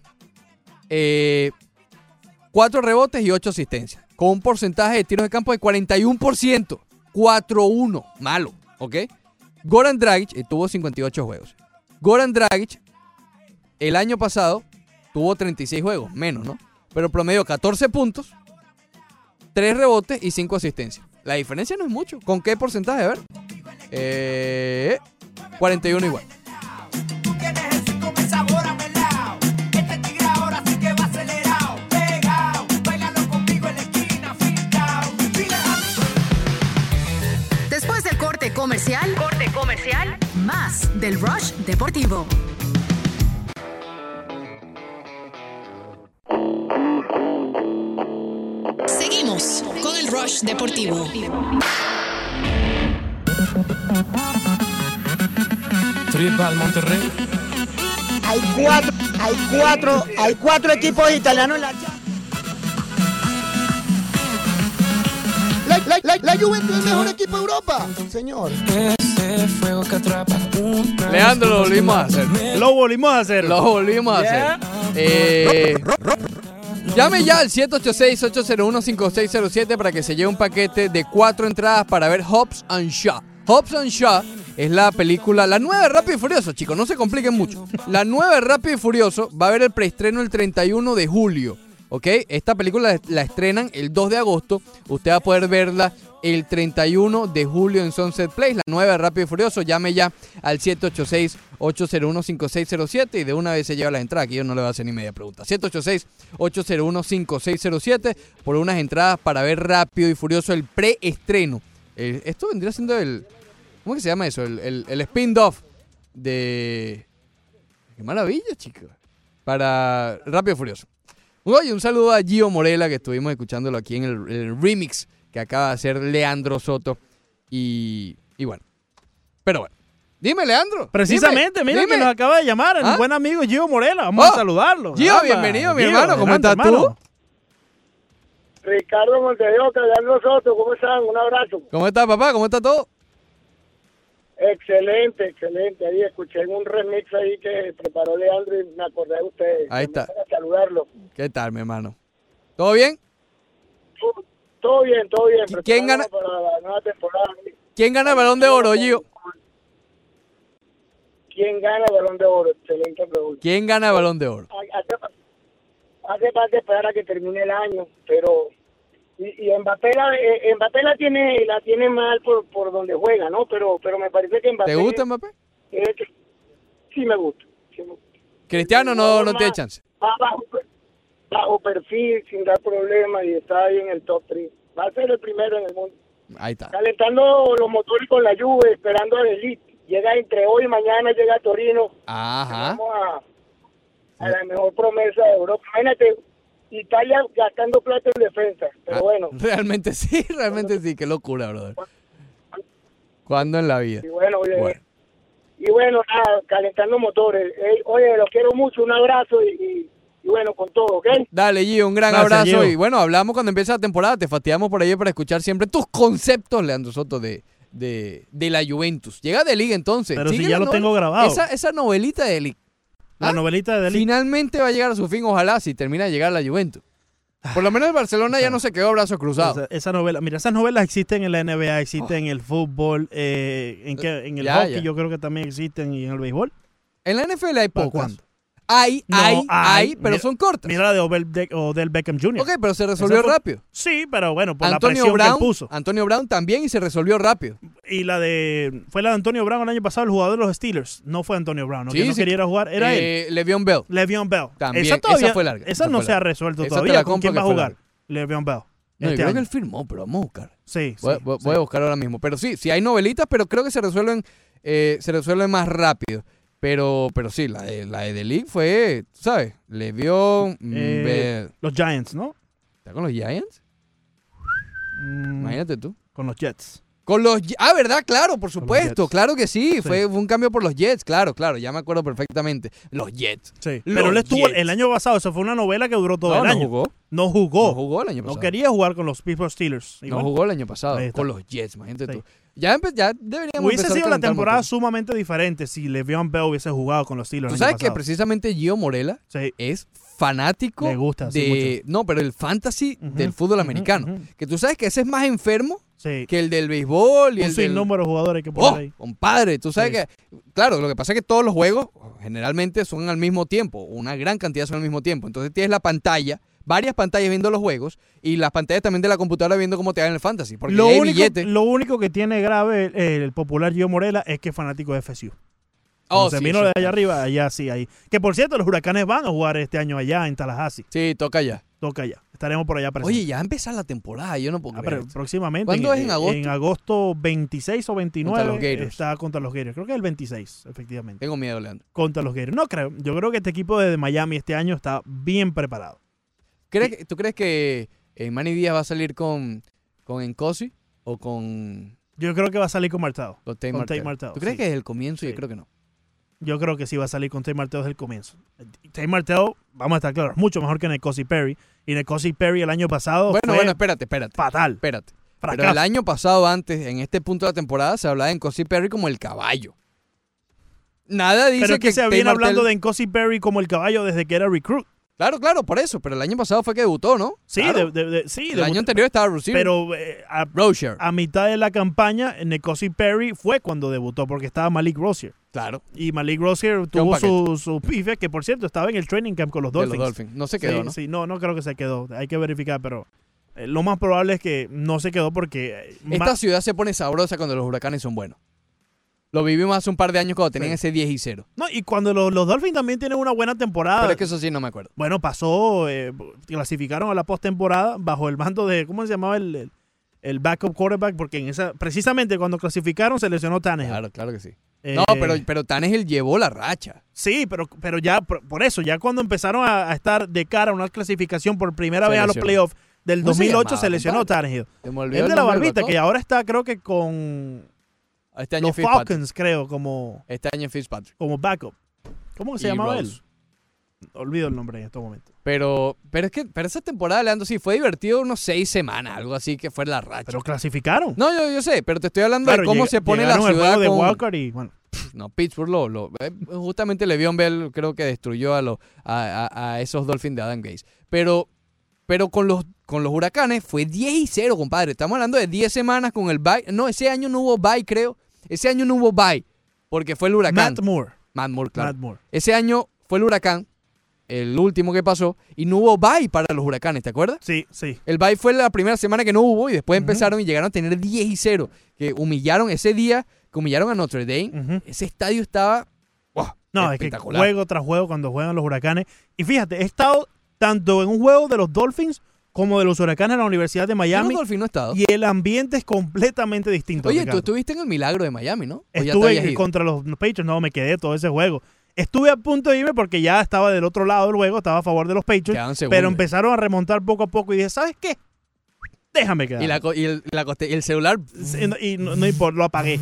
4 rebotes y 8 asistencias. Con un porcentaje de tiros de campo de 41%. 4-1. Malo, ¿ok? Goran Dragic tuvo 58 juegos. Goran Dragic, el año pasado, tuvo 36 juegos. Menos, ¿no? Pero promedió 14 puntos, 3 rebotes y 5 asistencias. La diferencia no es mucho. ¿Con qué porcentaje? A ver. 41 igual. Después del corte comercial, más del Rush Deportivo. Seguimos con el Rush Deportivo. Tribal Monterrey. Hay cuatro equipos italianos en la La Juventus es el mejor equipo de Europa, señor. Leandro, lo volvimos a hacer. Lo volvimos a hacer. Llame ya al 786-801-5607 para que se lleve un paquete de 4 entradas para ver Hobbs and Shaw. Hobbs and Shaw es la película, la nueva de Rápido y Furioso, chicos, no se compliquen mucho. La nueva de Rápido y Furioso va a haber el preestreno el 31 de julio. ¿Ok? Esta película la estrenan el 2 de agosto. Usted va a poder verla el 31 de julio en Sunset Place. La nueva de Rápido y Furioso. Llame ya al 786-801-5607 y de una vez se lleva las entradas. Aquí yo no le voy a hacer ni media pregunta. 786-801-5607 por unas entradas para ver Rápido y Furioso el preestreno. Esto vendría siendo el... ¿Cómo que se llama eso? El spin-off de... ¡Qué maravilla, chicos! Para Rápido y Furioso. Oye, un saludo a Gio Morela, que estuvimos escuchándolo aquí en el remix que acaba de hacer Leandro Soto. Y bueno. Pero bueno. Dime, Leandro. Precisamente, mira que nos acaba de llamar el buen amigo Gio Morela. Vamos a saludarlo. Gio, bienvenido, mi hermano. ¿Cómo estás tú? Ricardo Montevideo, Leandro Soto, ¿cómo están? Un abrazo. ¿Cómo estás, papá? ¿Cómo está todo? Excelente, excelente. Ahí escuché un remix ahí que preparó Leandro y me acordé de ustedes. Ahí está. Para saludarlo. ¿Qué tal, mi hermano? ¿Todo bien? Todo bien, todo bien. ¿Quién gana? Para la nueva temporada. ¿Quién gana el Balón de Oro, Gio? ¿Quién gana el Balón de Oro? Excelente pregunta. ¿Quién gana el Balón de Oro? Hace falta esperar a que termine el año, pero... Y Mbappé la tiene mal por donde juega, ¿no? Pero me parece que Mbappé... ¿Te gusta Mbappé? Sí me gusta. Cristiano no tiene chance. Bajo perfil, sin dar problemas, y está ahí en el top 3. Va a ser el primero en el mundo. Ahí está. Calentando los motores con la Juve, esperando al Elite. Llega entre hoy y mañana, llega a Torino. Ajá. Vamos a la mejor promesa de Europa. Imagínate, Italia gastando plata en defensa, pero bueno. Realmente sí, qué locura, brother. ¿Cuándo en la vida? Y bueno, nada, calentando motores. Oye, los quiero mucho, un abrazo y bueno, con todo, ¿ok? Dale, Gio, un gran abrazo. Gio. Y bueno, hablamos cuando empieza la temporada, te fastidiamos por ahí para escuchar siempre tus conceptos, Leandro Soto, de de la Juventus. Llega De Ligt entonces. Pero si Sigue ya la lo tengo grabado. Esa novelita de De Ligt. La novelita de De Ligt. Finalmente va a llegar a su fin, ojalá, si termina de llegar a la Juventus. Por lo menos el Barcelona ya no se quedó a brazos cruzados. Esa novela, mira, esas novelas existen en la NBA, existen en el fútbol, en el hockey yo creo que también existen y en el béisbol. En la NFL hay pocas. ¿Cuándo? Hay, pero mira, son cortas. Mira la de Odell Beckham Jr. Ok, pero se resolvió rápido. Sí, pero bueno, por la presión que él puso. Antonio Brown también y se resolvió rápido. Y fue la de Antonio Brown el año pasado, el jugador de los Steelers. No fue Antonio Brown, ¿no? Que no quería ir a jugar, era él. Le'Veon Bell. También, esa fue larga. Esa no se ha resuelto todavía. ¿Con quién va a jugar? Le'Veon Bell. No, yo creo que él firmó, pero vamos a buscar. Sí, voy a buscar ahora mismo. Pero sí hay novelitas, pero creo que se resuelven más rápido. Pero sí, la de The Ligt fue, ¿sabes? Le'Veon Bell. Los Giants, ¿no? ¿Está con los Giants? Imagínate tú. Con los Jets. ¿Verdad? Claro, por supuesto. Claro que sí. Fue un cambio por los Jets. Claro. Ya me acuerdo perfectamente. Los Jets. Sí. Pero él estuvo el año pasado. Eso fue una novela que duró todo el año. No jugó el año pasado. No quería jugar con los Pittsburgh Steelers. No jugó el año pasado. Con los Jets, imagínate tú. Ya deberíamos hubiese sido la temporada sumamente diferente si Le'Veon Bell hubiese jugado con los Steelers. Tú sabes que precisamente Gio Morela es fanático pero el fantasy del fútbol americano. Que tú sabes que ese es más enfermo que el del béisbol. Y un número de jugadores que poner ahí. Compadre, tú sabes que, claro, lo que pasa es que todos los juegos generalmente son al mismo tiempo. Una gran cantidad son al mismo tiempo. Entonces tienes la pantalla, varias pantallas viendo los juegos y las pantallas también de la computadora viendo cómo te va en el fantasy. Porque lo único que tiene grave el popular Gio Morela es que es fanático de FSU. Se vino de allá arriba, allá sí, ahí. Que por cierto, los Huracanes van a jugar este año allá en Tallahassee. Sí, toca allá. Estaremos por allá presentes. Oye, ya va a empezar la temporada, yo no puedo creer. Pero próximamente. ¿Cuándo es en agosto? En agosto 26 o 29 contra los Gators. Está contra los Gators. Creo que es el 26, efectivamente. Tengo miedo, Leandro. Contra los Gators. No creo. Yo creo que este equipo de Miami este año está bien preparado. ¿Tú crees que Manny Díaz va a salir con Nkosi o con...? Yo creo que va a salir con Martell. Con Tate Martell. ¿Tú crees que es el comienzo? Yo creo que no. Yo creo que sí va a salir con Tate Martell desde el comienzo. Tate Martell, vamos a estar claros, mucho mejor que N'Kosi Perry. Y N'Kosi Perry el año pasado Bueno, espérate. Fatal. Espérate. Pero el año pasado, antes, en este punto de la temporada, se hablaba de N'Kosi Perry como el caballo. Nada dice pero que se viene Tate hablando de N'Kosi Perry como el caballo desde que era recruit. Claro, por eso. Pero el año pasado fue que debutó, ¿no? Sí, claro. El año anterior estaba Rozier. Pero a mitad de la campaña, N'Kosi Perry fue cuando debutó, porque estaba Malik Rozier. Claro. Y Malik Rozier tuvo su pife, que por cierto estaba en el training camp con los Dolphins. No se quedó, ¿no? Sí, no creo que se quedó. Hay que verificar, pero lo más probable es que no se quedó porque... Esta ciudad se pone sabrosa cuando los Huracanes son buenos. Lo vivimos hace un par de años cuando tenían ese 10-0. No, y cuando los Dolphins también tienen una buena temporada. Pero es que eso sí no me acuerdo. Bueno, pasó, clasificaron a la postemporada bajo el mando de, ¿cómo se llamaba el backup quarterback? Porque precisamente cuando clasificaron se lesionó Tannehill. Claro que sí. No, pero Tannehill llevó la racha. Sí, pero ya por eso, ya cuando empezaron a estar de cara a una clasificación por primera vez a los playoffs del 2008 se lesionó Tannehill. Es de la barbita, que ahora está creo que con... Este año los Falcons, creo, como... Este año Fitzpatrick. Como backup. ¿Cómo se llamaba él? Olvido el nombre en estos momentos. Pero esa temporada, Leandro, sí, fue divertido unos 6 semanas, algo así que fue la racha. Pero clasificaron. No, yo sé, pero te estoy hablando de cómo se pone la ciudad el juego con... de Walker y, bueno. No, Pittsburgh justamente Le'Veon Bell creo que destruyó a esos Dolphins de Adam Gase. Pero con los Huracanes fue 10-0, compadre. Estamos hablando de 10 semanas con el bye. No, ese año no hubo bye, creo. Ese año no hubo bye, porque fue el Huracán. Matt Moore, claro. Matt Moore. Ese año fue el Huracán, el último que pasó, y no hubo bye para los Huracanes, ¿te acuerdas? Sí. El bye fue la primera semana que no hubo, y después empezaron y llegaron a tener 10-0, que humillaron ese día, que humillaron a Notre Dame. Ese estadio estaba espectacular. Es que juego tras juego cuando juegan los Huracanes. Y fíjate, he estado tanto en un juego de los Dolphins como de los Huracanes en la Universidad de Miami. No he estado. Y el ambiente es completamente distinto. Oye, tú estuviste en el Milagro de Miami, ¿no? Estuve contra los Patriots, no, me quedé todo ese juego. Estuve a punto de irme porque ya estaba del otro lado del juego, estaba a favor de los Patriots, pero empezaron a remontar poco a poco y dije, ¿sabes qué? Déjame quedar. Y el celular... Y no importa, lo apagué.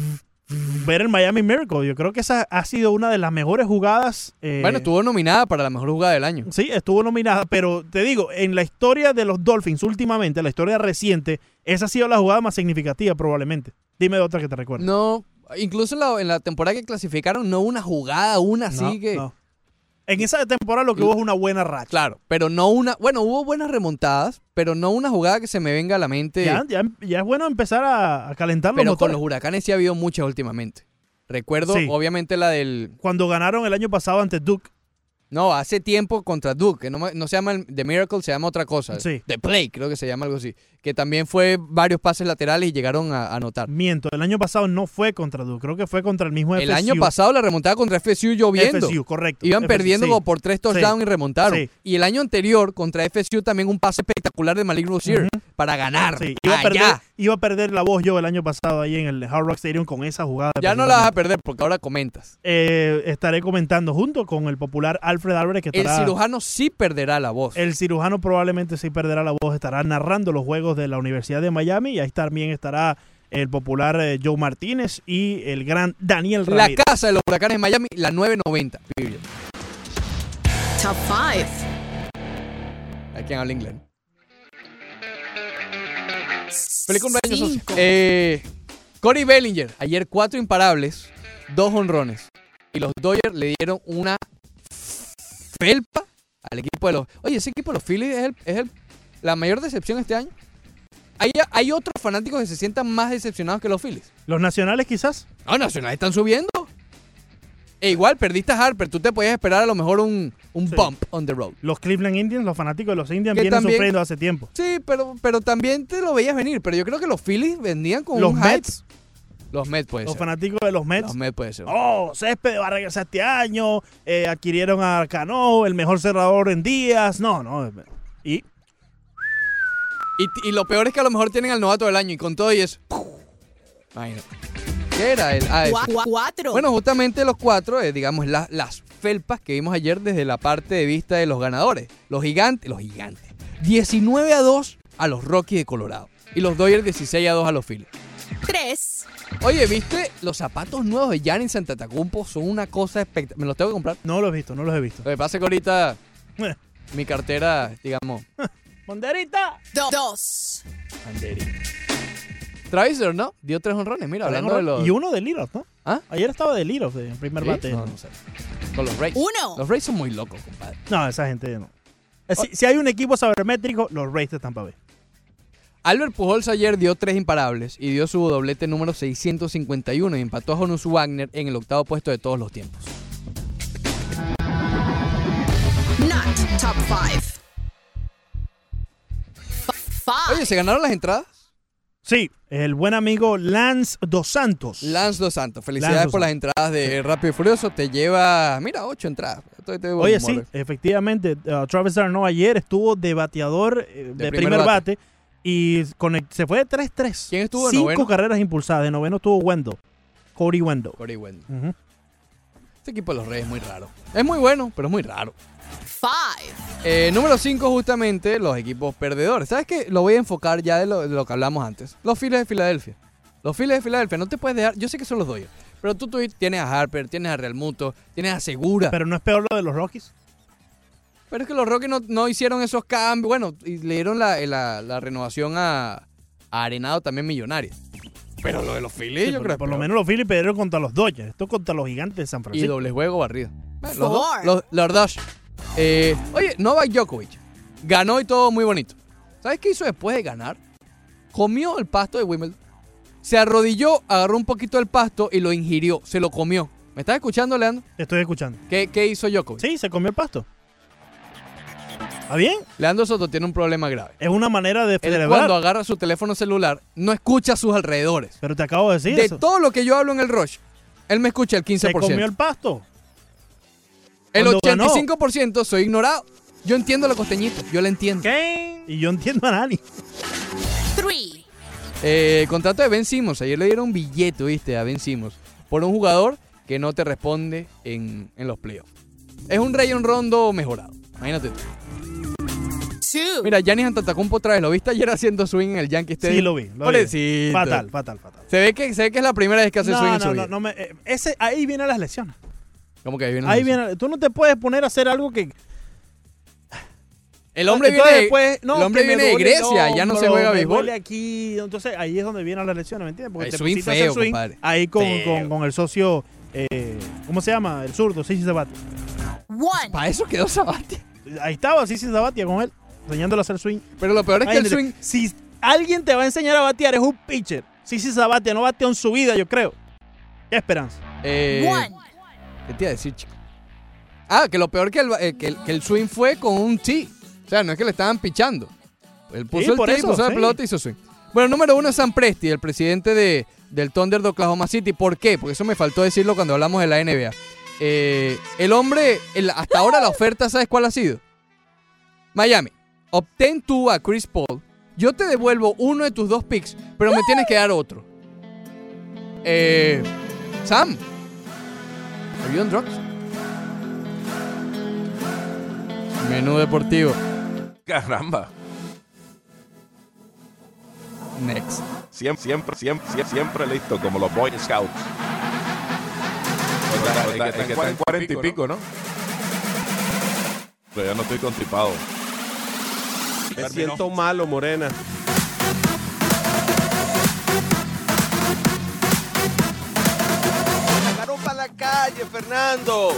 ver el Miami Miracle. Yo creo que esa ha sido una de las mejores jugadas. Bueno, estuvo nominada para la mejor jugada del año. Sí, estuvo nominada, pero te digo, en la historia de los Dolphins últimamente, la historia reciente, esa ha sido la jugada más significativa probablemente. Dime de otra que te recuerdo. No, incluso en la temporada que clasificaron, no hubo una jugada, así que... No. En esa temporada lo que hubo es una buena racha. Claro, pero no una... Bueno, hubo buenas remontadas, pero no una jugada que se me venga a la mente. Ya es bueno empezar a calentar los Pero motores. con los Huracanes sí ha habido muchas últimamente. Recuerdo, Sí. obviamente, la del... Cuando ganaron el año pasado ante Duke. No, hace tiempo contra Duke, que no se llama The Miracle, se llama otra cosa. Sí. The Play, creo que se llama algo así. Que también fue varios pases laterales y llegaron a anotar. Miento, el año pasado no fue contra Duke, creo que fue contra el mismo FSU. El año pasado la remontada contra FSU lloviendo. FSU, correcto. Iban perdiendo sí. como por 3 touchdowns Sí. y remontaron. Sí. Y el año anterior contra FSU también un pase espectacular de Malik Rozier para ganar. Sí, allá. iba a perder la voz yo el año pasado ahí en el Hard Rock Stadium con esa jugada. Ya no la vas a perder porque ahora comentas. Estaré comentando junto con el popular Alfred Álvarez que estará... El cirujano sí perderá la voz. El cirujano probablemente sí perderá la voz, estará narrando los juegos de la Universidad de Miami y ahí también estará el popular Joe Martínez y el gran Daniel La Ramírez. casa de los Huracanes de Miami, la 990. Top 5. Hay quien habla inglés. Feliz cumpleaños, socio. Cody Bellinger, ayer 4 imparables, 2 honrones. Y los Dodgers le dieron una felpa al equipo de los... Oye, ese equipo de los Phillies es la mayor decepción este año. ¿Hay otros fanáticos que se sientan más decepcionados que los Phillies? ¿Los nacionales quizás? No, nacionales están subiendo. E igual, perdiste a Harper. Tú te podías esperar a lo mejor un bump on the road. Los Cleveland Indians, los fanáticos de los Indians Que vienen también- sufriendo hace tiempo. Sí, pero también te lo veías venir. Pero yo creo que los Phillies vendían con Los un Mets. hype. Los Mets puede Los ser. fanáticos de los Mets. Los Mets puede ser. Oh, Césped va a regresar este año. Adquirieron a Cano, el mejor cerrador en días. No. Y Y lo peor es que a lo mejor tienen al novato del año y con todo y eso. Imagínate. ¿Qué era el? Eso. 4. Bueno, justamente los 4, digamos, las felpas que vimos ayer desde la parte de vista de los ganadores. Los gigantes. 19-2 a los Rockies de Colorado. Y los Dodgers 16-2 a los Phillies. 3. Oye, ¿viste? Los zapatos nuevos de Giannis Antetokounmpo son una cosa espectacular. ¿Me los tengo que comprar? no los he visto. Lo que pasa es que ahorita mi cartera, digamos... ¡Banderita! 2. Travisor, ¿no? Dio 3 honrones, mira, hablando de los... Y uno de Liros, ¿no? ¿Ah? Ayer estaba de Liros, en primer ¿Sí? bate. No sé. Con los Rays. 1. Los Rays son muy locos, compadre. No, esa gente no. Si hay un equipo sabermétrico, los Rays de Tampa Bay. Albert Pujols ayer dio 3 imparables y dio su doblete número 651 y empató a Honus Wagner en el 8º puesto de todos los tiempos. Not top 5. Oye, ¿se ganaron las entradas? Sí, el buen amigo Lance Dos Santos. Lance Dos Santos. Felicidades Lance Dos por las entradas de Rápido y Furioso. Te lleva, mira, 8 entradas. Oye, sí, efectivamente, Travis d'Arnaud ayer estuvo de bateador de primer bate y se fue de 3-3. ¿Quién estuvo de 5 noveno? carreras impulsadas. De noveno estuvo Cody Wendell. Ujú. Este equipo de los Reyes es muy raro. Es muy bueno, pero es muy raro. 5. Número 5, justamente, los equipos perdedores. ¿Sabes qué? Lo voy a enfocar ya de lo que hablamos antes. Los Phillies de Filadelfia. Los Phillies de Filadelfia. No te puedes dejar... Yo sé que son los Dodgers. Pero tú tienes a Harper, tienes a Realmuto, tienes a Segura. Pero no es peor lo de los Rockies. Pero es que los Rockies no hicieron esos cambios. Bueno, y le dieron la renovación a Arenado también millonaria. Pero lo de los Phillies, Sí, yo creo que por lo menos los Phillies perdieron contra los Dodgers. Esto contra los Gigantes de San Y Francisco. doble juego barrido. Los Four. dos. Los dos. Oye, Novak Djokovic ganó y todo muy bonito. ¿Sabes qué hizo después de ganar? Comió el pasto de Wimbledon. Se arrodilló, agarró un poquito del pasto y lo ingirió. Se lo comió. ¿Me estás escuchando, Leandro? Te estoy escuchando. ¿Qué hizo Djokovic? Sí, se comió el pasto. ¿Está bien? Leandro Soto tiene un problema grave. Es una manera de Él celebrar. cuando agarra su teléfono celular, no escucha a sus alrededores. Pero te acabo de decir De eso. todo lo que yo hablo en el Rush, él me escucha el 15%. Se comió el pasto. El Cuando 85% soy ignorado. Yo entiendo a los costeñitos, yo lo entiendo. ¿Qué? Y yo entiendo a Nani. 3. Contrato de Ben Simmons. Ayer le dieron un billete, ¿viste? A Ben Simmons. Por un jugador que no te responde en los playoffs. Es un Rayon Rondo mejorado. Imagínate tú. too. Mira, Giannis Antetokounmpo otra vez, ¿lo viste ayer haciendo swing en el Yankee Stadium? Sí, lo vi. Pobrecito. Fatal. Se ve que es la primera vez que hace swing en su vida. Ahí vienen las lesiones. ¿Cómo que ahí vienen las lesiones? Tú no te puedes poner a hacer algo que... El hombre viene de Grecia, ya no se juega béisbol. Aquí, entonces ahí es donde vienen las lesiones, ¿me entiendes? Porque el te swing pusiste a feo, hacer swing compadre. ahí con el socio, ¿cómo se llama? El zurdo, Sisi Sabatia. Para eso quedó Sabatia. Ahí estaba Sisi Sabatia con él, enseñándole a hacer swing. Pero lo peor es que el swing... Si alguien te va a enseñar a batear, es un pitcher. Sisi Sabatia no bateó en su vida, yo creo. ¿Qué esperanza? ¿Qué te iba a decir, chico? Que lo peor que el swing fue con un tee. O sea, no es que le estaban pichando. Él puso el tee, puso la pelota y hizo swing. Bueno, número 1 es Sam Presti, el presidente del Thunder de Oklahoma City. ¿Por qué? Porque eso me faltó decirlo cuando hablamos de la NBA. El hombre, hasta ahora la oferta, ¿sabes cuál ha sido? Miami, obtén tú a Chris Paul. Yo te devuelvo uno de tus 2 picks, pero me tienes que dar otro. Sam, ¿are you on drugs? Menú deportivo. Caramba. Next. Siempre listo, como los Boy Scouts. Que están 40 y pico, ¿no? Pero ya no estoy constipado. Me siento malo, Morena. Me sacaron para la calle, Fernando.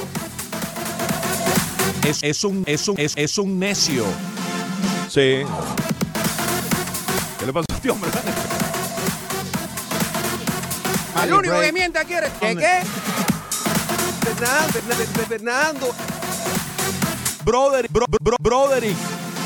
Es un necio. Sí. ¿Qué le pasó a este hombre? El único que miente aquí eres ¿Qué? Fernando. Broderick.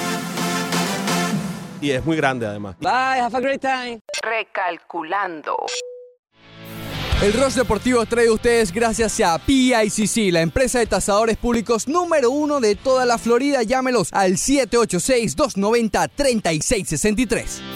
Y es muy grande, además. Bye, have a great time. Recalculando. El Rush Deportivo trae a ustedes gracias a PICC, la empresa de tasadores públicos número 1 de toda la Florida. Llámelos al 786-290-3663.